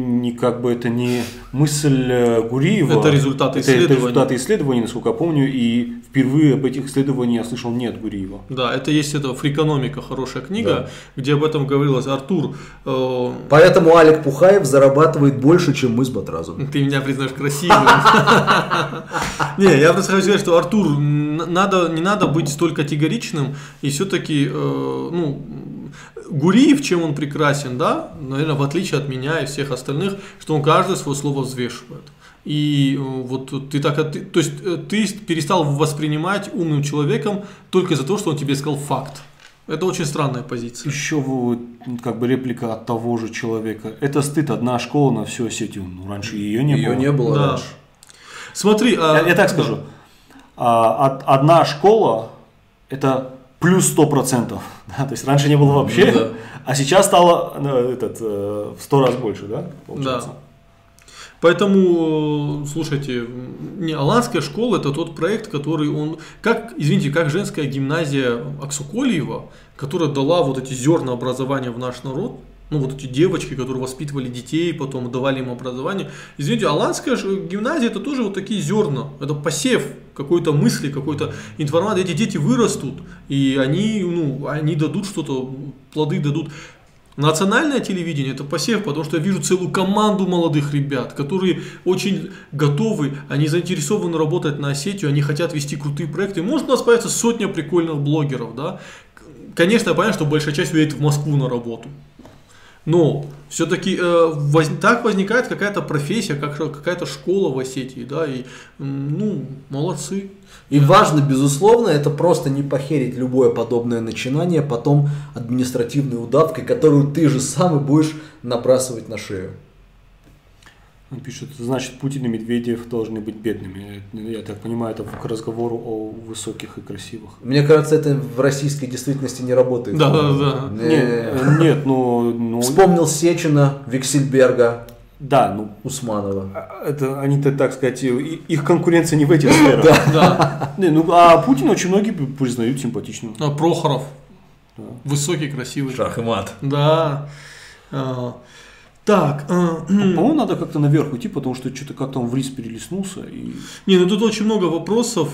мысль Гуриева. Это результаты исследований. Это результаты исследований, насколько я помню, и впервые об этих исследованиях я слышал не от Гуриева. Да, это есть «Фрикономика», хорошая книга, да, где об этом говорилось. Артур. Поэтому Алик Пухаев зарабатывает больше, чем мы с Батразом. Ты меня признаешь красивым. Не, я просто хочу сказать, что, Артур, не надо быть столь категоричным, и все-таки, Гуриев, чем он прекрасен, да, наверное, в отличие от меня и всех остальных, что он каждое свое слово взвешивает. И вот то есть ты перестал воспринимать умным человеком только из-за того, что он тебе сказал факт. Это очень странная позиция. Еще реплика от того же человека. Это стыд, одна школа на всю Осетию. Раньше ее не было. Ее не было раньше. Смотри, я так скажу. Одна школа это плюс 100%. Да? То есть раньше не было вообще, а сейчас стало в 100 раз больше, да? Получается. Да. Поэтому, слушайте, Аланская школа — это тот проект, который как женская гимназия Аксукольева, которая дала вот эти зерна образования в наш народ. Вот эти девочки, которые воспитывали детей, потом давали им образование. Извините, Аланская гимназия — это тоже вот такие зерна. Это посев какой-то мысли, какой-то информации. Эти дети вырастут, и они дадут что-то, плоды дадут. Национальное телевидение — это посев, потому что я вижу целую команду молодых ребят, которые очень готовы, они заинтересованы работать на Осетию, они хотят вести крутые проекты. Может, у нас появится сотня прикольных блогеров, да? Конечно, я понимаю, что большая часть уедет в Москву на работу. Но все-таки так возникает какая-то профессия, какая-то школа в Осетии, да, и молодцы. И важно, безусловно, это просто не похерить любое подобное начинание потом административной удавкой, которую ты же сам и будешь набрасывать на шею. Он пишет, значит, Путин и Медведев должны быть бедными. Я так понимаю, это к разговору о высоких и красивых. Мне кажется, это в российской действительности не работает. Да. Нет, Вспомнил Сечина, Виксельберга. Да, Усманова. Это они-то, так сказать, их конкуренция не в этих сферах. Да. А Путина очень многие признают симпатичным. Прохоров. Да. Высокий, красивый. Шах и мат. Да. Так. По-моему, надо как-то наверх уйти, потому что что-то как-то он в рис перелистнулся. Тут очень много вопросов.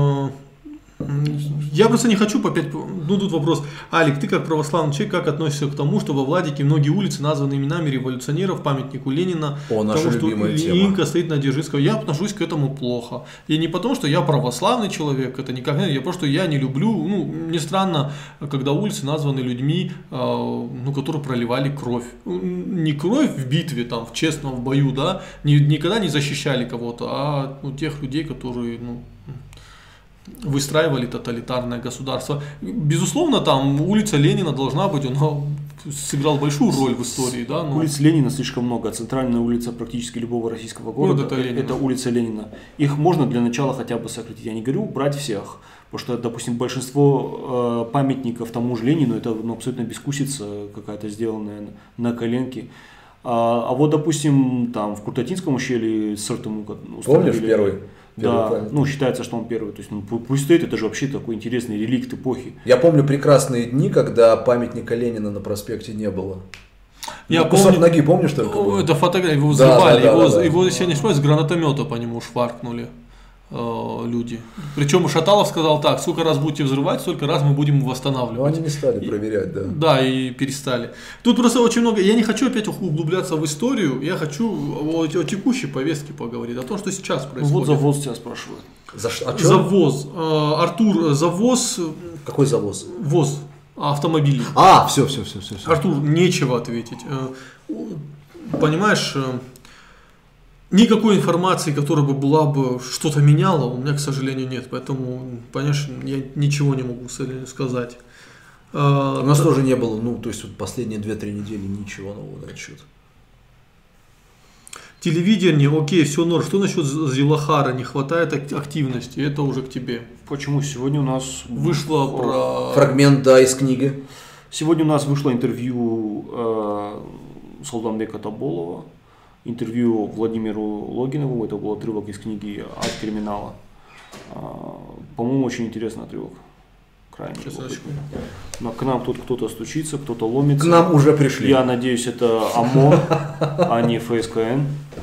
Я просто не хочу тут вопрос. Алик, ты как православный человек, как относишься к тому, что во Владике многие улицы названы именами революционеров, памятнику Ленина, наша любимая потому что Ильинка стоит на Дзержинского. Я отношусь к этому плохо. И не потому, что я православный человек, это никак не, я просто я не люблю, мне странно, когда улицы названы людьми, которые проливали кровь. Не кровь в битве, в честном в бою, да, никогда не защищали кого-то, а тех людей, которые, выстраивали тоталитарное государство. Безусловно, там улица Ленина должна быть, она сыграла большую роль в истории. Да, Улиц Ленина слишком много. Центральная улица практически любого российского города это улица Ленина. Их можно для начала хотя бы сократить. Я не говорю брать всех, потому что, допустим, большинство памятников тому же Ленину это абсолютно бескусица какая-то сделанная на коленке. А вот, допустим, там в Куртатинском ущелье Сыртому помнишь первый? Да, памятник. ну считается, что он первый. То есть, ну, пусть стоит, это же вообще такой интересный реликт эпохи. Я помню прекрасные дни, когда памятника Ленина на проспекте не было. Я Кусок помню- ноги, помнишь только? был? Это фотография, его Да, взрывали, да, его, да, да. его, если я не ошибаюсь, с гранатомета по нему шваркнули люди. Причем Шаталов сказал так: сколько раз будете взрывать, столько раз мы будем Но восстанавливать. они не стали проверять, да. Да, и перестали. Тут просто очень много. Я не хочу опять углубляться в историю, я хочу о текущей повестке поговорить, о том, что сейчас Ну, происходит. вот завоз тебя спрашивают. А чё? Завоз. Артур, завоз, Какой завоз? ВОЗ автомобилей. Все. Артур, нечего ответить. Понимаешь, никакой информации, которая бы была бы что-то меняла, у меня, к сожалению, нет. Поэтому, понимаешь, я ничего не могу сказать. У нас тоже не было, ну, то есть вот последние 2-3 недели ничего нового на этот счет. Телевидение, окей, все норм. Что насчет Зилахара? Не хватает активности, это уже к тебе. Почему? Сегодня у нас Вышло про... Фрагмент, да, из книги. Сегодня у нас вышло интервью Солтанбека Таболова, интервью Владимиру Логинову, это был отрывок из книги «Ад криминала». По-моему, очень интересный отрывок. Крайне любопытный. Но к нам тут кто-то стучится, кто-то ломится. К нам уже пришли. Я надеюсь, это ОМОН, а не ФСКН.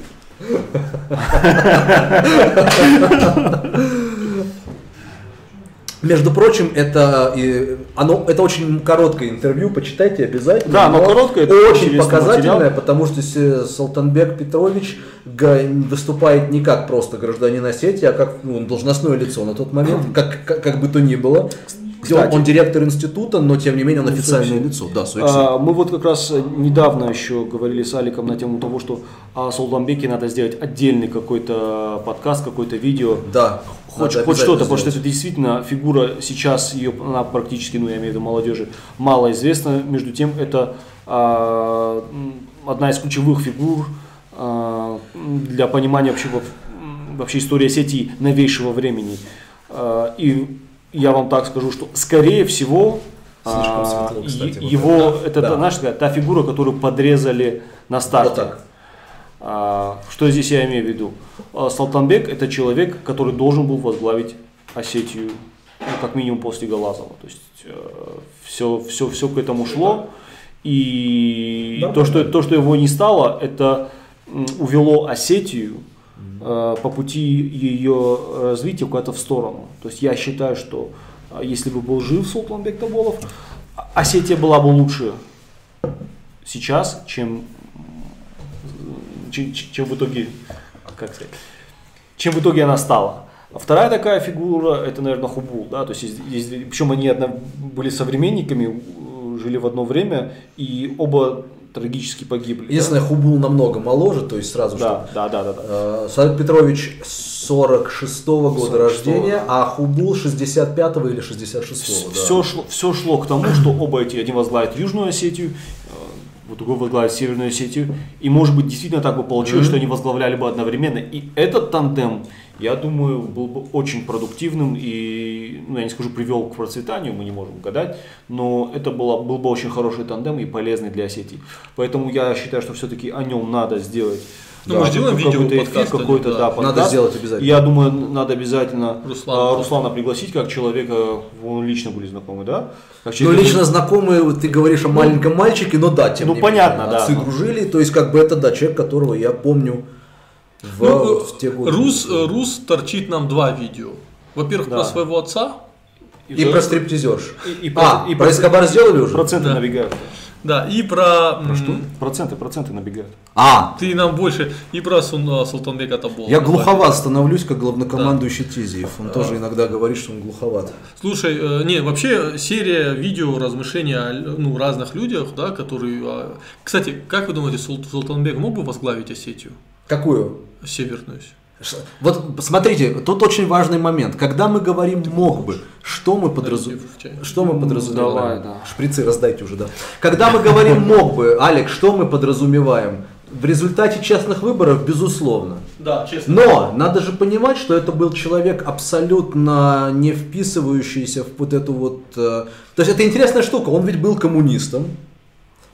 Между прочим, это очень короткое интервью, почитайте обязательно. Да, оно короткое, это очень интересный показательное, материал. потому что Солтанбек Петрович выступает не как просто гражданин Осетии, а как должностное лицо на тот момент, как бы то ни было. Кстати. Он директор института, но тем не менее он официальное лицо. Да, Мы вот как раз недавно еще говорили с Аликом на тему того, что о Солтанбеке надо сделать отдельный какой-то подкаст, какое-то видео. Да. Хоть что-то, потому что это действительно фигура, сейчас ее она практически, ну я имею в виду молодежи, мало известна. Между тем, это одна из ключевых фигур для понимания вообще истории Осетии новейшего времени. И я вам так скажу, что скорее всего Слишком светло, кстати, вот его, это. Да. знаешь, та фигура, которую подрезали на старте. Вот так. Что здесь я имею в виду? Солтанбек — это человек, который должен был возглавить Осетию, ну, как минимум после Галазова. То есть все к этому шло. И Да, то, что его не стало, это увело Осетию по пути ее развития куда-то в сторону. То есть я считаю, что если бы был жив Солтанбек Таболов, Осетия была бы лучше сейчас, чем в итоге, как сказать, чем в итоге она стала. Вторая такая фигура — это, наверное, Хубул, да, то есть причем они были современниками, жили в одно время, и оба трагически погибли. Единственное, Хубул намного моложе, то есть сразу Да. Савик Петрович 46-го года рождения, а Хубул 65-го или 66-го. Да. Все шло к тому, что оба один возглавит Южную Осетию, другой возглавит Северную Осетию. И может быть действительно так бы получилось, что они возглавляли бы одновременно. И этот тандем, я думаю, был бы очень продуктивным и, я не скажу, привел к процветанию, мы не можем угадать, но это был бы очень хороший тандем и полезный для Осетии. Поэтому я считаю, что все-таки о нем надо сделать. Ну, мы сделаем видео, подкаст, какой-то, да. подкаст. Надо сделать обязательно. Я думаю, надо обязательно Руслана. Руслана пригласить как человека, вы лично были знакомы, да? Как Ну, человек, лично знакомые, ты говоришь о маленьком мальчике, но да, тем не понятно, менее, да. отцы дружили, то есть как бы это, да, человек, которого я помню в те годы. Рус торчит нам два видео. Во-первых, Да. про своего отца. И про стриптизерш. И Про Эскобар сделали уже? проценты Да. набегают. Да, и про... Что? Проценты набегают. Ты нам больше... И про Солтанбека Таболова. Я глуховат становлюсь, как главнокомандующий Тизиев. Он тоже иногда говорит, что он глуховат. Слушай, вообще серия видео размышлений о разных людях, да, которые... Кстати, как вы думаете, Солтанбек мог бы возглавить Осетию? Какую? Северную? Вот смотрите, тут очень важный момент. Когда мы говорим «мог бы», что мы подразумеваем? Давай, да. Шприцы раздайте уже, да. Когда мы говорим «мог бы», Алек, что мы подразумеваем? В результате честных выборов, безусловно. Да, честно. Но надо же понимать, что это был человек абсолютно не вписывающийся в вот эту вот... То есть это интересная штука, он ведь был коммунистом.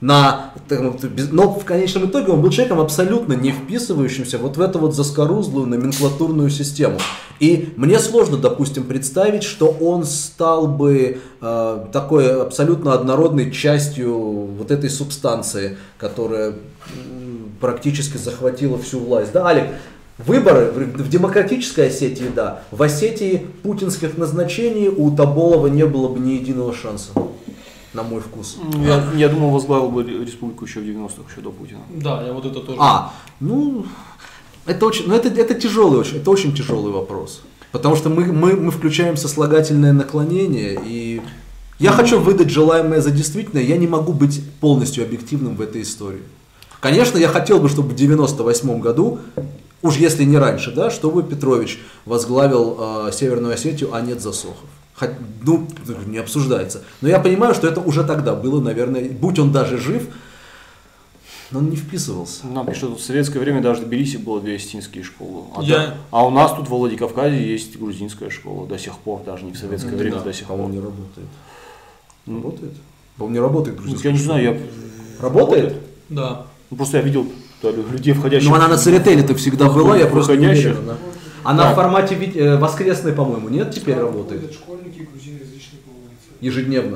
Но в конечном итоге он был человеком абсолютно не вписывающимся вот в эту вот заскорузлую номенклатурную систему. И мне сложно, допустим, представить, что он стал бы такой абсолютно однородной частью вот этой субстанции, которая практически захватила всю власть. Да, Алик, выборы в демократической Осетии, да, в Осетии путинских назначений у Тоболова не было бы ни единого шанса. На мой вкус. Я думал, возглавил бы республику еще в 90-х, еще до Путина. Да, я вот это тоже. Это очень, это тяжелый, это очень тяжелый вопрос. Потому что мы включаем сослагательное наклонение, и я хочу выдать желаемое за действительное, я не могу быть полностью объективным в этой истории. Конечно, я хотел бы, чтобы в 98 году, уж если не раньше, да, чтобы Петрович возглавил Северную Осетию, а нет Засохов. Ну, не обсуждается. Но я понимаю, что это уже тогда было, наверное, будь он даже жив, но он не вписывался. Нам пишут, в советское время даже в Тбилиси было 2 осетинские школы. А у нас тут в Владикавказе есть грузинская школа до сих пор, даже не в советское время, до сих пор. По-моему, не работает. Работает? По-моему, не работает грузинская школа. Я не знаю, Работает? Да. Просто я видел людей входящих. Ну, она на Церетели-то всегда была, я просто не уверен. Она в формате воскресной, по-моему, нет, теперь работает? Школьники грузиноязычные по улице. Ежедневно.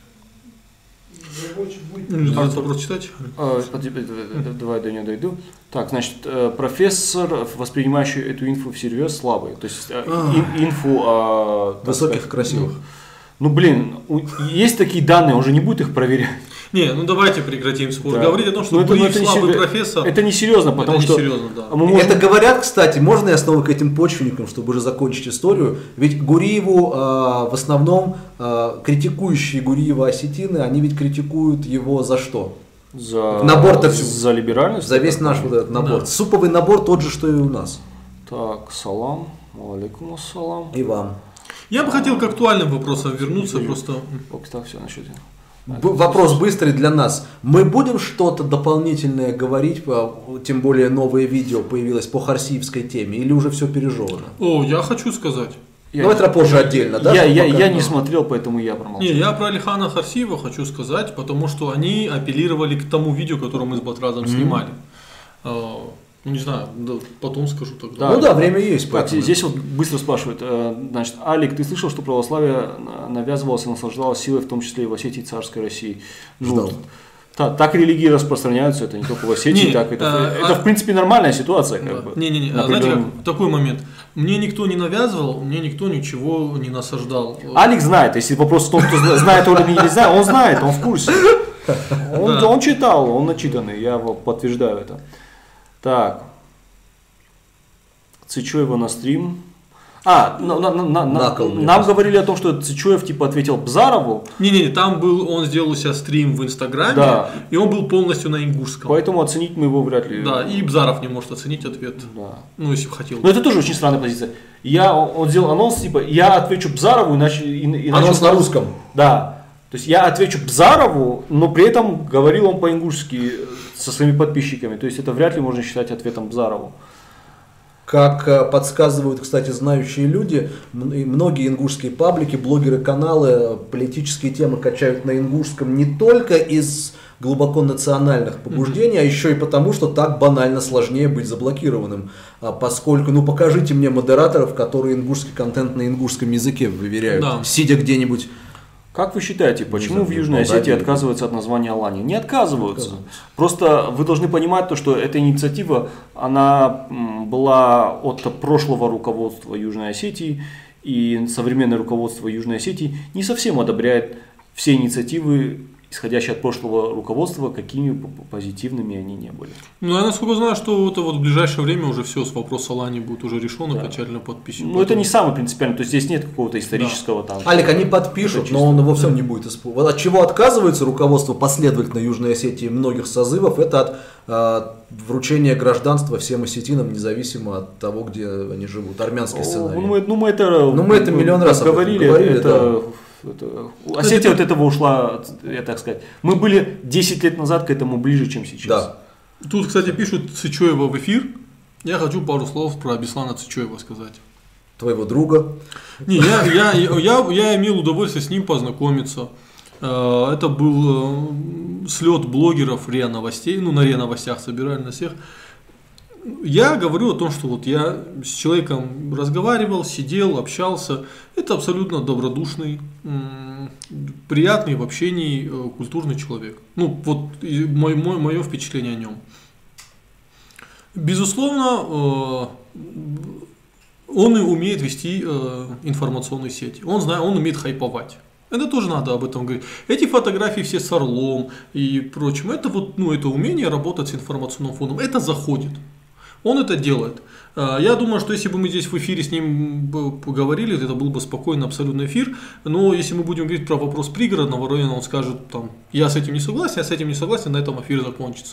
Надо вопрос читать. Давай до нее дойду. Так, значит, профессор, воспринимающий эту инфу всерьез, слабый. То есть инфу о... Высоких, красивых. Ну, блин, есть такие данные, он же не будет их проверять. Не, ну давайте прекратим спор. Да. Говорить о том, что Гуриев слабый профессор. Это несерьезно, потому что... Несерьезно, да. Это говорят, кстати, можно я снова к этим почвенникам, чтобы уже закончить историю. Ведь Гуриеву в основном критикующие Гуриева осетины, они ведь критикуют его за что? Набор-то всю. За либеральность? За весь наш вот этот набор. Да. Суповый набор тот же, что и у нас. Так, салам. Алейкум ассалам. И вам. Я бы хотел к актуальным вопросам вернуться, просто... Так, все, насчет... Вопрос быстрый для нас. Мы будем что-то дополнительное говорить, тем более новое видео появилось по харсиевской теме, или уже все пережевано? О, я хочу сказать. Ну это позже отдельно, да? Я не смотрел, поэтому я промолчал. Не, я про Алихана Харсиева хочу сказать, потому что они апеллировали к тому видео, которое мы с Батразом снимали. Ну, не знаю, потом скажу тогда. Да, ну да, время есть. Так, здесь вот быстро спрашивают, значит, Алик, ты слышал, что православие навязывалось и наслаждалось силой, в том числе и в Осетии царской России? Ну, так религии распространяются, это не только в Осетии, так это в принципе нормальная ситуация. Да. Знаете как, такой момент. Мне никто не навязывал, мне никто ничего не насаждал. Алик знает, если вопрос в том, кто знает или не знает, он знает, он в курсе. Он читал, он начитанный, я подтверждаю это. Так, Цичуева на стрим. Нам говорили о том, что Цичуев типа ответил Бзарову. Не, там был, он сделал у себя стрим в Инстаграме, да. И он был полностью на ингушском. Поэтому оценить мы его вряд ли. Да, и Бзаров не может оценить ответ. Да. Ну, если бы хотел. Но это тоже очень странная позиция. Он сделал анонс, типа, я отвечу Бзарову, иначе... Анонс на русском. Да. То есть я отвечу Бзарову, но при этом говорил он по-ингушски со своими подписчиками. То есть это вряд ли можно считать ответом Бзарову. Как подсказывают, кстати, знающие люди, многие ингушские паблики, блогеры, каналы политические темы качают на ингушском не только из глубоко национальных побуждений, а еще и потому, что так банально сложнее быть заблокированным. Поскольку, покажите мне модераторов, которые ингушский контент на ингушском языке выверяют, сидя где-нибудь. Как вы считаете, почему в Южной Осетии отказываются от названия Алании? Не отказываются. Просто вы должны понимать, что эта инициатива, она была от прошлого руководства Южной Осетии, и современное руководство Южной Осетии не совсем одобряет все инициативы, исходящие от прошлого руководства, какими позитивными они не были. Ну, я насколько знаю, что это в ближайшее время уже все с вопроса Алании будет уже решен, окончательно подписано. Ну, это не самое принципиальное, то есть здесь нет какого-то исторического там. Алик, они подпишут, но он во всем не будет исполнять. От чего отказывается руководство последовательно Южной Осетии многих созывов, это от вручения гражданства всем осетинам, независимо от того, где они живут. Армянский сценарий. Мы это миллион раз говорили. Осетия от этого ушла, я так сказать. Мы были 10 лет назад к этому ближе, чем сейчас. Да. Тут, кстати, пишут Цичуева в эфир. Я хочу пару слов про Беслана Цичуева сказать. Твоего друга. Не, я имел удовольствие с ним познакомиться. Это был слет блогеров РИА Новостей, ну на РИА Новостях собирали на всех. Я говорю о том, что вот я с человеком разговаривал, сидел, общался. Это абсолютно добродушный, приятный в общении, культурный человек. Ну вот мое впечатление о нем. Безусловно, он и умеет вести информационные сети. Он умеет хайповать. Это тоже надо об этом говорить. Эти фотографии все с орлом и прочим. Это вот, это умение работать с информационным фоном. Это заходит. Он это делает. Я думаю, что если бы мы здесь в эфире с ним поговорили, это был бы спокойный абсолютный эфир. Но если мы будем говорить про вопрос пригородного района, он скажет, там, я с этим не согласен, я с этим не согласен, на этом эфир закончится.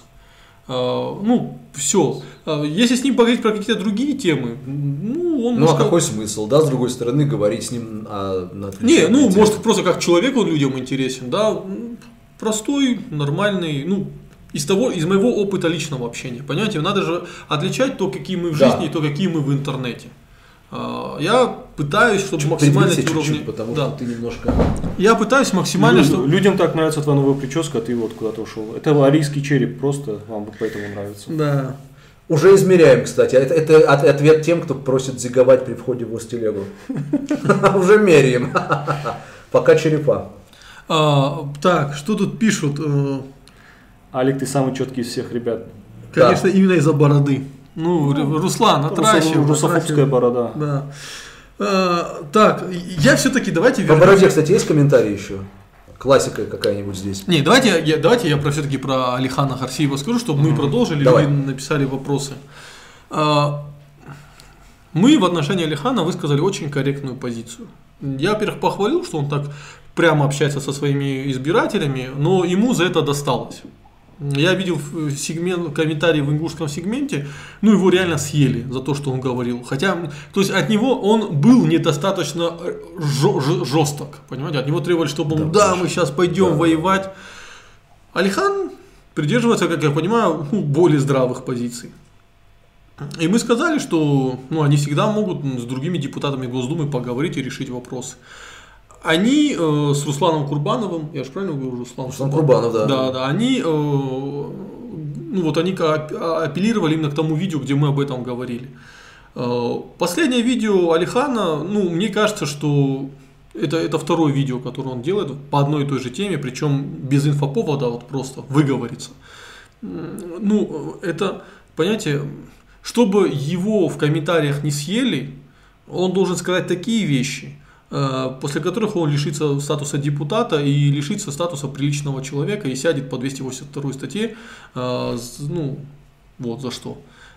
Все. Если с ним поговорить про какие-то другие темы, а какой смысл, да, с другой стороны, говорить с ним может, просто как человек он людям интересен, да, простой, нормальный, из моего опыта личного общения, понимаете, надо же отличать то, какие мы в жизни, и то, какие мы в интернете. Я пытаюсь, чтобы максимально эти уровни... потому что ты немножко... Я пытаюсь максимально, чтобы... Людям так нравится твоя новая прическа, а ты вот куда-то ушел. Это арийский череп, просто вам поэтому нравится. Да. Уже измеряем, кстати. Это ответ тем, кто просит зиговать при входе в Остелегу. Уже меряем. Пока черепа. Так, что тут пишут? Алик, ты самый четкий из всех ребят. Конечно, именно из-за бороды. Руслан, отращивай. Русофобская борода. Да. Так, я все-таки давайте вернемся. По бороде, кстати, есть комментарий еще? Классика какая-нибудь здесь. Не, давайте я все-таки про Алихана Харсиева скажу, чтобы мы продолжили, Давай. люди написали вопросы. Мы в отношении Алихана высказали очень корректную позицию. Я, во-первых, похвалил, что он так прямо общается со своими избирателями, но ему за это досталось. Я видел комментарии в ингушском сегменте, его реально съели за то, что он говорил. Хотя, то есть от него он был недостаточно жесток, понимаете? От него требовали, чтобы он, мы сейчас пойдем воевать. Алихан придерживается, как я понимаю, более здравых позиций. И мы сказали, что они всегда могут с другими депутатами Госдумы поговорить и решить вопросы. Они с Русланом Курбановым, я же правильно говорю, Руслан Курбанов, да. Да, они, они апеллировали именно к тому видео, где мы об этом говорили. Последнее видео Алихана, мне кажется, что это второе видео, которое он делает по одной и той же теме, причем без инфоповода, просто выговориться. Это, понимаете, чтобы его в комментариях не съели, он должен сказать такие вещи, после которых он лишится статуса депутата и лишится статуса приличного человека и сядет по 282 статье, за что.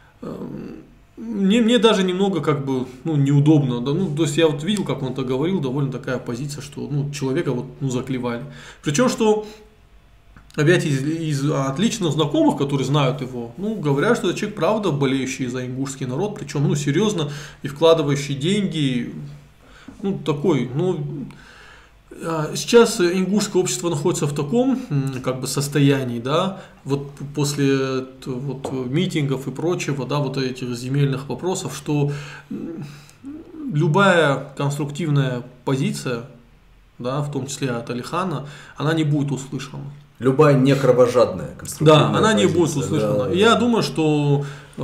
Мне даже немного неудобно, то есть я видел, как он это говорил, довольно такая позиция, что человека заклевали. Причем, что опять из отлично знакомых, которые знают его, говорят, что это человек, правда, болеющий за ингушский народ, причем, серьезно и вкладывающий деньги. Сейчас ингушское общество находится в таком состоянии, да, после митингов и прочего, да, этих земельных вопросов, что любая конструктивная позиция, да, в том числе от Алихана, она не будет услышана. Любая не кровожадная конструктивная позиция. Да, она не будет услышана. Да. Я думаю, что,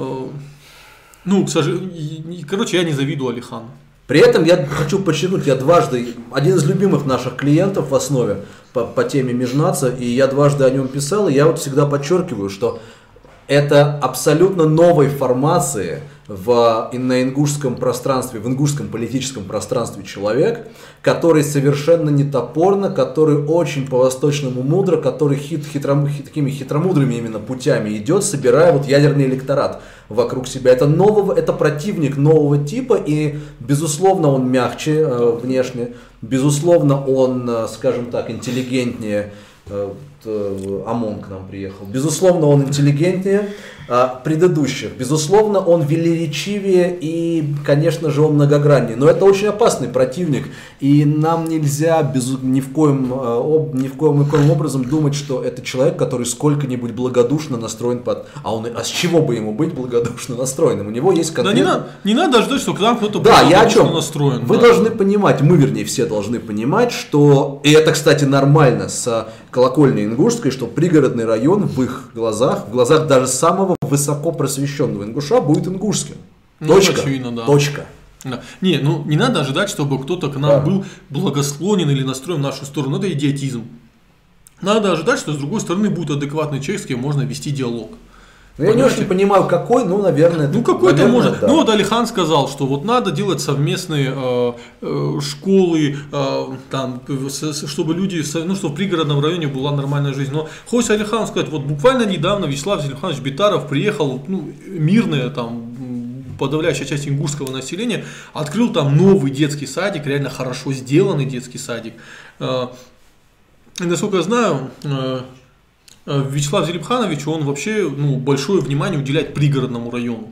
к сожалению, я не завидую Алихану. При этом я хочу подчеркнуть, я дважды, один из любимых наших клиентов в основе по теме межнация, и я дважды о нем писал, и я всегда подчеркиваю, что это абсолютно новой формации на ингушском пространстве, в ингушском политическом пространстве человек, который совершенно не топорно, который очень по-восточному мудро, который такими хитромудрыми именно путями идет, собирая ядерный электорат вокруг себя. Это противник нового типа, и безусловно он мягче внешне, безусловно он, скажем так, интеллигентнее, ОМОН к нам приехал. Безусловно, он интеллигентнее предыдущих. Безусловно, он велеречивее и, конечно же, он многограннее. Но это очень опасный противник. И нам нельзя ни в коем образом думать, что это человек, который сколько-нибудь благодушно настроен А с чего бы ему быть благодушно настроенным? У него есть конкретно... Да не надо ждать, что к нам кто-то Да, я о благодушно чем? настроен. Вы должны понимать, мы, вернее, все должны понимать, что, и это, кстати, нормально с колокольни Ингушской, что пригородный район в их глазах, в глазах даже самого высоко просвещенного ингуша будет ингушским. Точка. Очевидно, да. Точка. Да. Не надо ожидать, чтобы кто-то к нам был благосклонен или настроен в нашу сторону. Это идиотизм. Надо ожидать, что с другой стороны будет адекватный человек, с кем можно вести диалог. Я не очень понимаю, какой, наверное... Какой-то может. Да. Вот Алихан сказал, что вот надо делать совместные школы, чтобы люди, чтобы в пригородном районе была нормальная жизнь. Но хочется Алихан сказать, вот буквально недавно Вячеслав Зелимханович Битаров приехал, мирное подавляющая часть ингушского населения, открыл там новый детский садик, реально хорошо сделанный детский садик. И, насколько я знаю, Вячеслав Зелимханович, он вообще большое внимание уделяет пригородному району.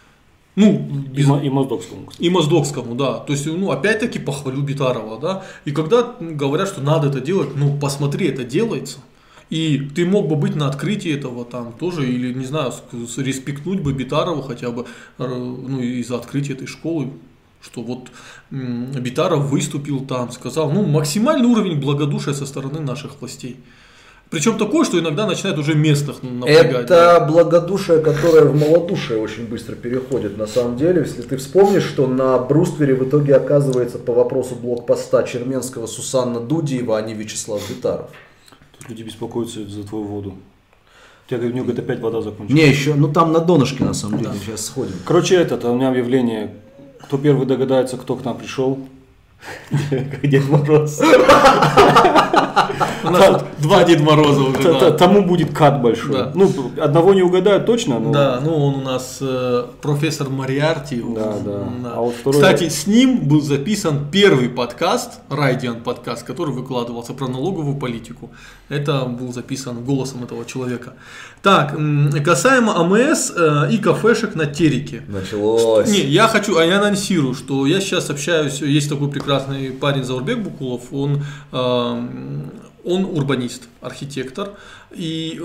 И Моздокскому. И Моздокскому, да. То есть, опять-таки похвалю Битарова, да. И когда говорят, что надо это делать, посмотри, это делается. И ты мог бы быть на открытии этого там тоже, или, не знаю, респектнуть бы Битарову хотя бы, из-за открытия этой школы. Что вот Битаров выступил там, сказал, максимальный уровень благодушия со стороны наших властей. Причем такое, что иногда начинает уже местных напрягать. Это благодушие, которое в малодушие очень быстро переходит. На самом деле, если ты вспомнишь, что на бруствере в итоге оказывается по вопросу блокпоста Черменского Сусанна Дудиева, а не Вячеслав Битаров. Тут люди беспокоятся за твою воду. У тебя, говорит, опять вода закончилась. Не, еще, там на донышке на самом деле, сейчас сходим. Короче, у меня объявление. Кто первый догадается, кто к нам пришел? Дед Мороз. У нас 2 Дед Мороза уже. Тому будет кат большой. Да. Одного не угадают точно. Но... Да, он у нас профессор Мариарти. Да. А вот второй... Кстати, с ним был записан первый подкаст, Райдиан подкаст, который выкладывался про налоговую политику. Это был записан голосом этого человека. Так, касаемо АМС и кафешек на Тереке. Началось. Я анонсирую, что я сейчас общаюсь, есть такой прекрасный парень Заурбек Букулов, он урбанист, архитектор, и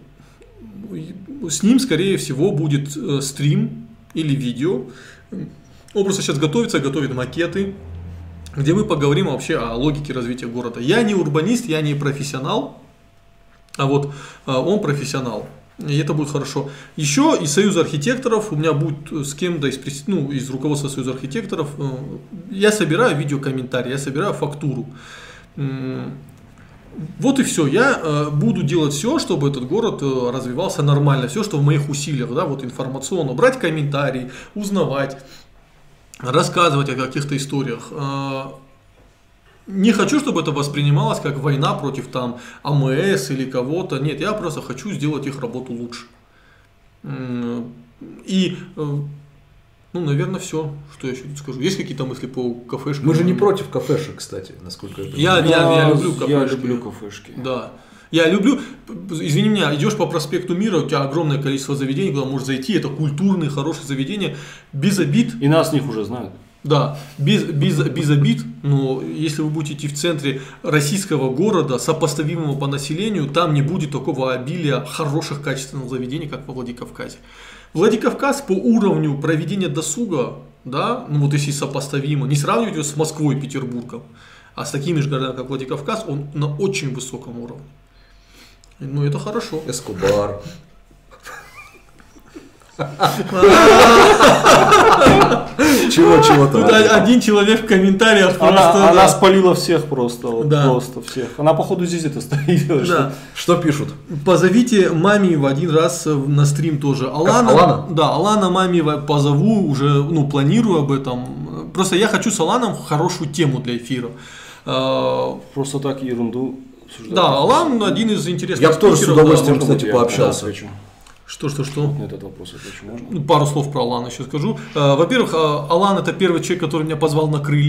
с ним, скорее всего, будет стрим или видео. Он просто сейчас готовит макеты, где мы поговорим вообще о логике развития города. Я не урбанист, я не профессионал, а вот он профессионал. И это будет хорошо. Еще из Союза архитекторов у меня будет с кем-то из руководства Союза архитекторов. Я собираю видеокомментарии, я собираю фактуру. Вот и все. Я буду делать все, чтобы этот город развивался нормально. Все, что в моих усилиях, информационно. Брать комментарии, узнавать, рассказывать о каких-то историях. Не хочу, чтобы это воспринималось как война против АМС или кого-то. Нет, я просто хочу сделать их работу лучше. И, наверное, все, что я еще тут скажу. Есть какие-то мысли по кафешкам? Мы же не против кафешек, кстати, насколько я понимаю. Я люблю кафешки. Я люблю кафешки. Да. Я люблю, извини меня, идешь по проспекту Мира, у тебя огромное количество заведений, куда можешь зайти, это культурные, хорошие заведения, без обид. И нас с них уже знают. Да, без обид, но если вы будете идти в центре российского города, сопоставимого по населению, там не будет такого обилия хороших качественных заведений, как во Владикавказе. Владикавказ по уровню проведения досуга, если сопоставимо, не сравнивать его с Москвой и Петербургом, а с такими же городами, как Владикавказ, он на очень высоком уровне. Это хорошо. Эскобар. Чего-чего-то. Тут один человек в комментариях просто... Она спалила всех просто. Да. Просто всех. Она, походу, здесь это стоит. Да. Что пишут? Позовите Мамиева один раз на стрим тоже. Алана? Да, Алана Мамиева позову, уже планирую об этом. Просто я хочу с Аланом хорошую тему для эфира. Просто так ерунду обсуждать. Да, Алан один из интересных Я тоже с удовольствием, кстати, пообщался. Что? На этот вопрос отвечу, можно? Пару слов про Алана еще скажу. Во-первых, Алан это первый человек, который меня позвал на крылья.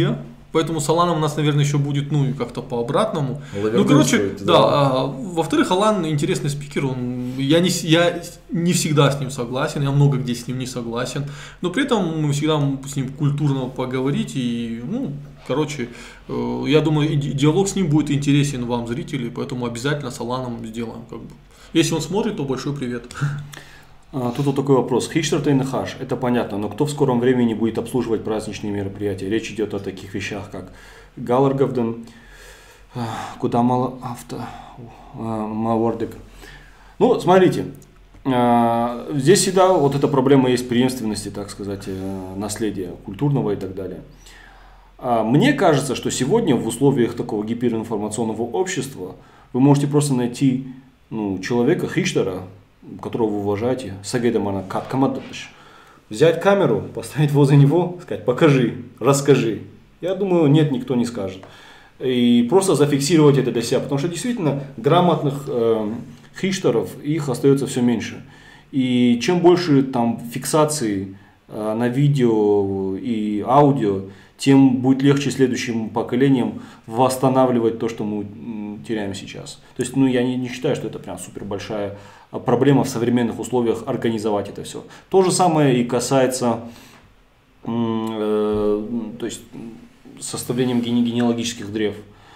Поэтому с Аланом у нас, наверное, еще будет, ну, и как-то по-обратному. Лавердин Ну, короче, стоит, да. Во-вторых, Алан интересный спикер. Я не всегда с ним согласен, я много где с ним не согласен. Но при этом мы всегда с ним культурно поговорить. И, ну, короче, я думаю, диалог с ним будет интересен вам, зрители. Поэтому обязательно с Аланом сделаем. Как бы. Если он смотрит, то большой привет. Тут вот такой вопрос. Хичтарт и Нахаш, это понятно, но кто в скором времени будет обслуживать праздничные мероприятия? Речь идет о таких вещах, как Галларгавден, куда мало авто, Мавордик. Ну, смотрите, здесь всегда вот эта проблема есть преемственности, так сказать, наследия культурного и так далее. Мне кажется, что сегодня в условиях такого гиперинформационного общества вы можете просто найти человека, Хичтара, которого вы уважаете, Сагедамана Камадыш, взять камеру, поставить возле него, сказать, покажи, расскажи. Я думаю, нет, никто не скажет. И просто зафиксировать это для себя, потому что действительно грамотных хичтаров, их остается все меньше. И чем больше там фиксации на видео и аудио, тем будет легче следующим поколениям восстанавливать то, что мы теряем сейчас. То есть, я не считаю, что это прям супер большая проблема в современных условиях организовать это все. То же самое и касается то есть, составлением генеалогических древ.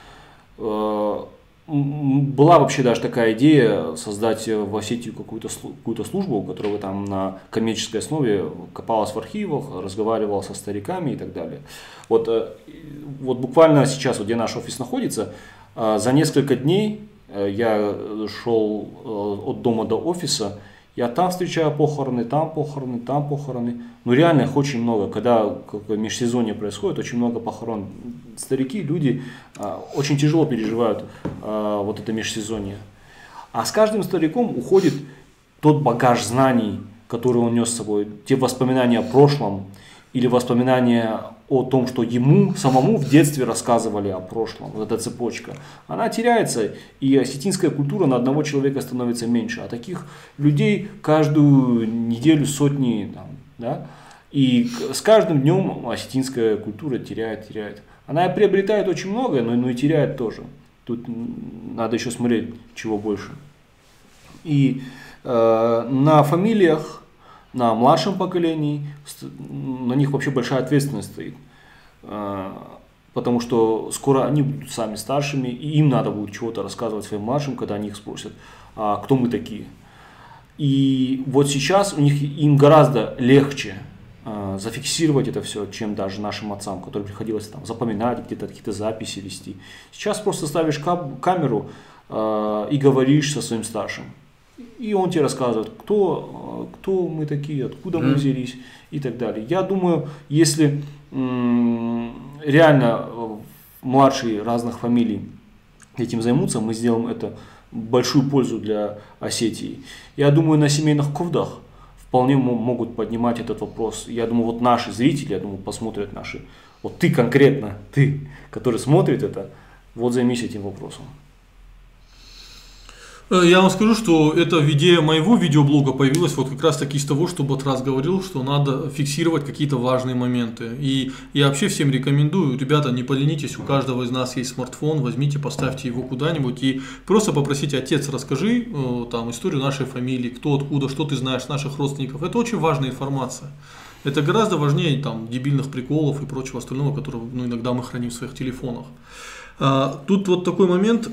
Была вообще даже такая идея создать в Осетии какую-то службу, которая там на коммерческой основе копалась в архивах, разговаривала со стариками и так далее. Вот буквально сейчас, вот где наш офис находится, за несколько дней я шел от дома до офиса, я там встречаю похороны, там похороны, там похороны. Ну реально их очень много. Когда межсезонье происходит, очень много похорон. Старики, люди очень тяжело переживают вот это межсезонье. А с каждым стариком уходит тот багаж знаний, который он нес с собой, те воспоминания о прошлом или воспоминания о том, что ему самому в детстве рассказывали о прошлом. Вот эта цепочка, она теряется, и осетинская культура на одного человека становится меньше. А таких людей каждую неделю сотни. Да? И с каждым днем осетинская культура теряет. Она приобретает очень многое, но и теряет тоже. Тут надо еще смотреть, чего больше. И на фамилиях, на младшем поколении, на них вообще большая ответственность стоит. Потому что скоро они будут сами старшими, и им надо будет чего-то рассказывать своим младшим, когда они их спросят, а кто мы такие. И вот сейчас им гораздо легче зафиксировать это все, чем даже нашим отцам, которым приходилось там запоминать, где-то какие-то записи вести. Сейчас просто ставишь камеру и говоришь со своим старшим. И он тебе рассказывает, кто мы такие, откуда мы взялись и так далее. Я думаю, если реально младшие разных фамилий этим займутся, мы сделаем это большую пользу для Осетии. Я думаю, на семейных ковдах вполне могут поднимать этот вопрос. Я думаю, вот наши зрители, посмотрят наши, вот ты конкретно, ты, который смотрит это, вот займись этим вопросом. Я вам скажу, что эта идея моего видеоблога появилась вот как раз таки из того, что Батрас говорил, что надо фиксировать какие-то важные моменты. И я вообще всем рекомендую, ребята, не поленитесь, у каждого из нас есть смартфон, возьмите, поставьте его куда-нибудь и просто попросите: отец, расскажи там историю нашей фамилии, кто, откуда, что ты знаешь наших родственников. Это очень важная информация. Это гораздо важнее там дебильных приколов и прочего остального, которые иногда мы храним в своих телефонах. Тут вот такой момент.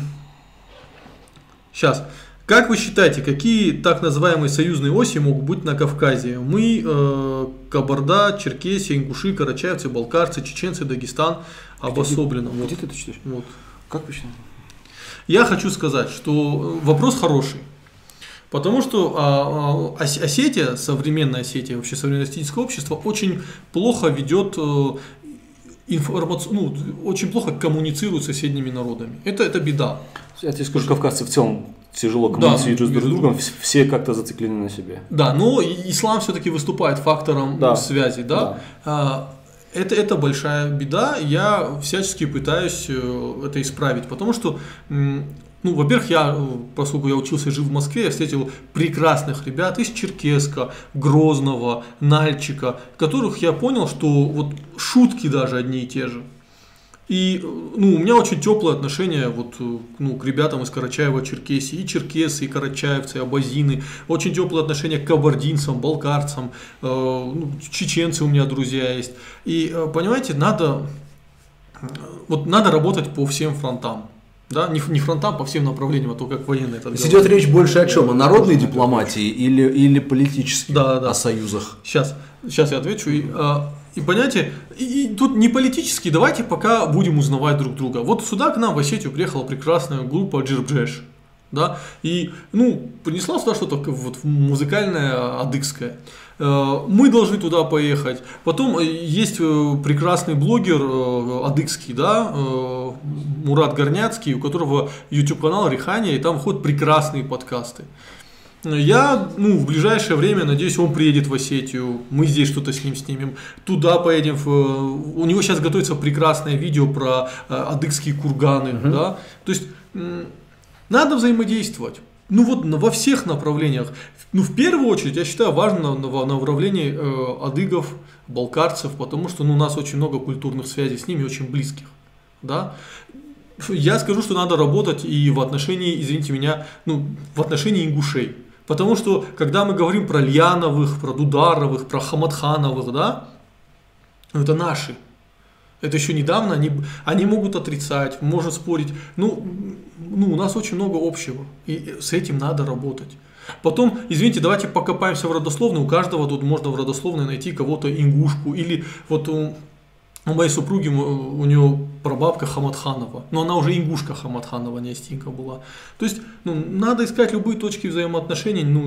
Сейчас. Как вы считаете, какие так называемые союзные оси могут быть на Кавказе? Мы, Кабарда, Черкесия, ингуши, карачаевцы, балкарцы, чеченцы, Дагестан обособленно. Где ты это читаешь? Вот. Как вы считаете? Я хочу сказать, что вопрос хороший. Потому что Осетия, современная Осетия, вообще современное осетинское общество очень плохо ведет очень плохо коммуницирует с соседними народами. Это беда. Я тебе скажу, кавказцы в целом тяжело коммуницируют друг с другом, все как-то зациклены на себе. Да, но ислам все-таки выступает фактором связи. Да? Это большая беда, я всячески пытаюсь это исправить, потому что, во-первых, поскольку я учился и жил в Москве, я встретил прекрасных ребят из Черкесска, Грозного, Нальчика, которых я понял, что вот шутки даже одни и те же. И ну, у меня очень теплое отношение вот, ну, к ребятам из Карачаева-Черкесии, и черкесы, и карачаевцы, и абазины. Очень теплое отношение к кабардинцам, балкарцам, ну, чеченцы у меня друзья есть. И понимаете, надо работать по всем фронтам. Да? Не фронтам, по всем направлениям, а то как военные это делают. Идет речь больше о чем? О народной дипломатии или политической? Да. О союзах? Сейчас я отвечу. И понимаете, и тут не политически, давайте пока будем узнавать друг друга. Вот сюда к нам в Осетию приехала прекрасная группа Джирбжеш, да, и, ну, принесла сюда что-то вот музыкальное, адыгское. Мы должны туда поехать. Потом есть прекрасный блогер адыгский, да, Мурат Горняцкий, у которого YouTube-канал Рихания, и там ходят прекрасные подкасты. Я, ну, в ближайшее время, надеюсь, он приедет в Осетию, мы здесь что-то с ним снимем, туда поедем, у него сейчас готовится прекрасное видео про адыгские курганы, да, то есть надо взаимодействовать, ну вот во всех направлениях, ну в первую очередь, я считаю, важно на направлении адыгов, балкарцев, потому что, ну, у нас очень много культурных связей с ними, очень близких, да. Я скажу, что надо работать и в отношении, извините меня, ну, в отношении ингушей. Потому что, когда мы говорим про Льяновых, про Дударовых, про Хамадхановых, да, это наши. Это еще недавно, они могут отрицать, можно спорить. Ну, у нас очень много общего, и с этим надо работать. Потом, извините, давайте покопаемся в родословной. У каждого тут можно в родословной найти кого-то ингушку. Или вот у моей супруги, у нее прабабка Хамадханова, но она уже ингушка Хамадханова, не Остинка была. То есть, ну, надо искать любые точки взаимоотношений, ну,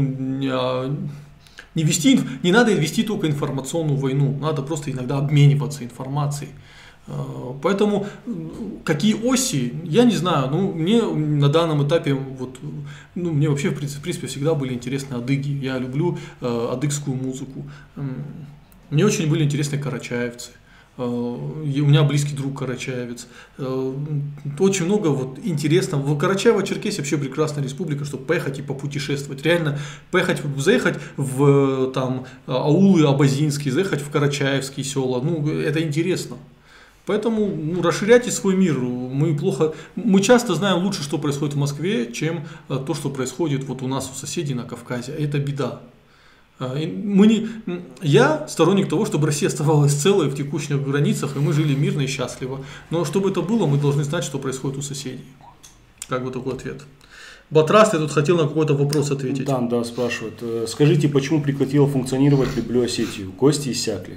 не надо вести только информационную войну, надо просто иногда обмениваться информацией. Поэтому какие оси, я не знаю, ну, мне на данном этапе, вот, ну, мне вообще в принципе всегда были интересны адыги, я люблю адыгскую музыку, мне очень были интересны карачаевцы. У меня близкий друг карачаевец. Очень много вот интересного. В Карачаево-Черкесии вообще прекрасная республика, чтобы поехать и попутешествовать. Реально заехать в там аулы абазинские, заехать в карачаевские села. Ну, это интересно. Поэтому, ну, расширяйте свой мир. Мы часто знаем лучше, что происходит в Москве, чем то, что происходит вот у нас у соседей на Кавказе. Это беда. Я сторонник того, чтобы Россия оставалась целой в текущих границах, и мы жили мирно и счастливо. Но чтобы это было, мы должны знать, что происходит у соседей. Как бы такой ответ. Батрас, я тут хотел на какой-то вопрос ответить. Да, спрашивают. Скажите, почему прекратила функционировать «Люблю Осетию»? Гости иссякли.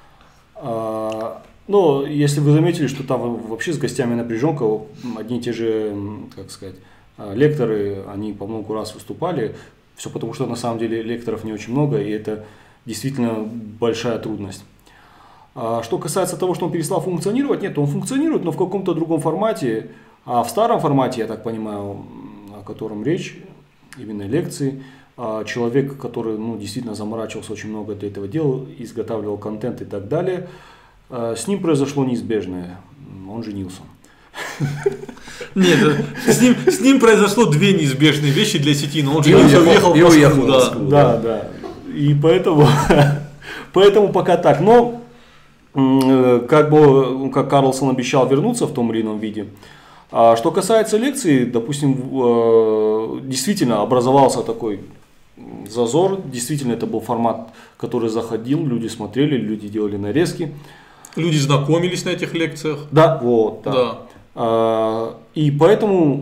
Но если вы заметили, что там вообще с гостями напряженка, одни и те же, как сказать, лекторы, они по много раз выступали. Все потому, что на самом деле лекторов не очень много, и это действительно большая трудность. Что касается того, что он перестал функционировать, нет, он функционирует, но в каком-то другом формате. А в старом формате, я так понимаю, о котором речь, именно лекции, человек, который, ну, действительно заморачивался очень много для этого дела, изготавливал контент и так далее, с ним произошло неизбежное. Он женился. Нет, с ним произошло две неизбежные вещи для сети, но он же уехал в Москву. Да. И поэтому пока так. Но, как Карлсон обещал вернуться в том или ином виде. Что касается лекций, допустим, действительно образовался такой зазор. Действительно, это был формат, который заходил, люди смотрели, люди делали нарезки. Люди знакомились на этих лекциях. Да, вот. Да. И поэтому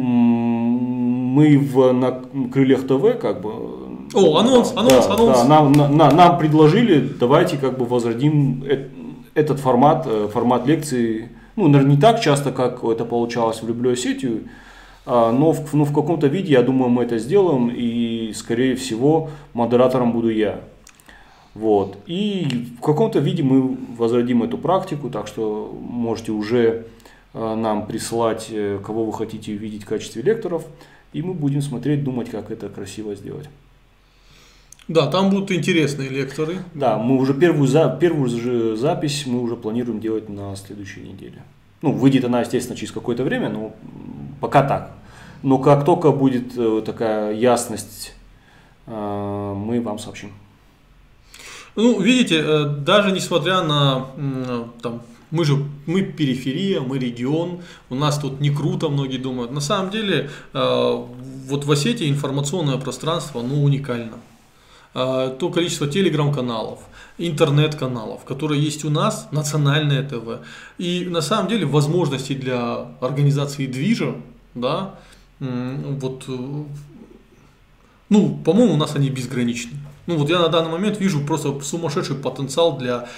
мы на Крыльях ТВ как бы... Анонс. Да, нам предложили, давайте как бы возродим этот формат лекции. Ну, наверное, не так часто, как это получалось в «Люблю Осетию», но в каком-то виде, я думаю, мы это сделаем, и, скорее всего, модератором буду я. Вот. И в каком-то виде мы возродим эту практику, так что можете уже нам присылать, кого вы хотите увидеть в качестве лекторов, и мы будем смотреть, думать, как это красиво сделать. Да, там будут интересные лекторы. Да, мы уже первую же запись мы уже планируем делать на следующей неделе. Ну, выйдет она, естественно, через какое-то время, но пока так. Но как только будет такая ясность, мы вам сообщим. Ну, видите, даже несмотря на там, Мы периферия, мы регион, у нас тут не круто, многие думают. На самом деле, вот в Осетии информационное пространство, уникально. То количество телеграм-каналов, интернет-каналов, которые есть у нас, национальное ТВ. И на самом деле возможностей для организации движа, да, по-моему, у нас они безграничны. Я на данный момент вижу просто сумасшедший потенциал для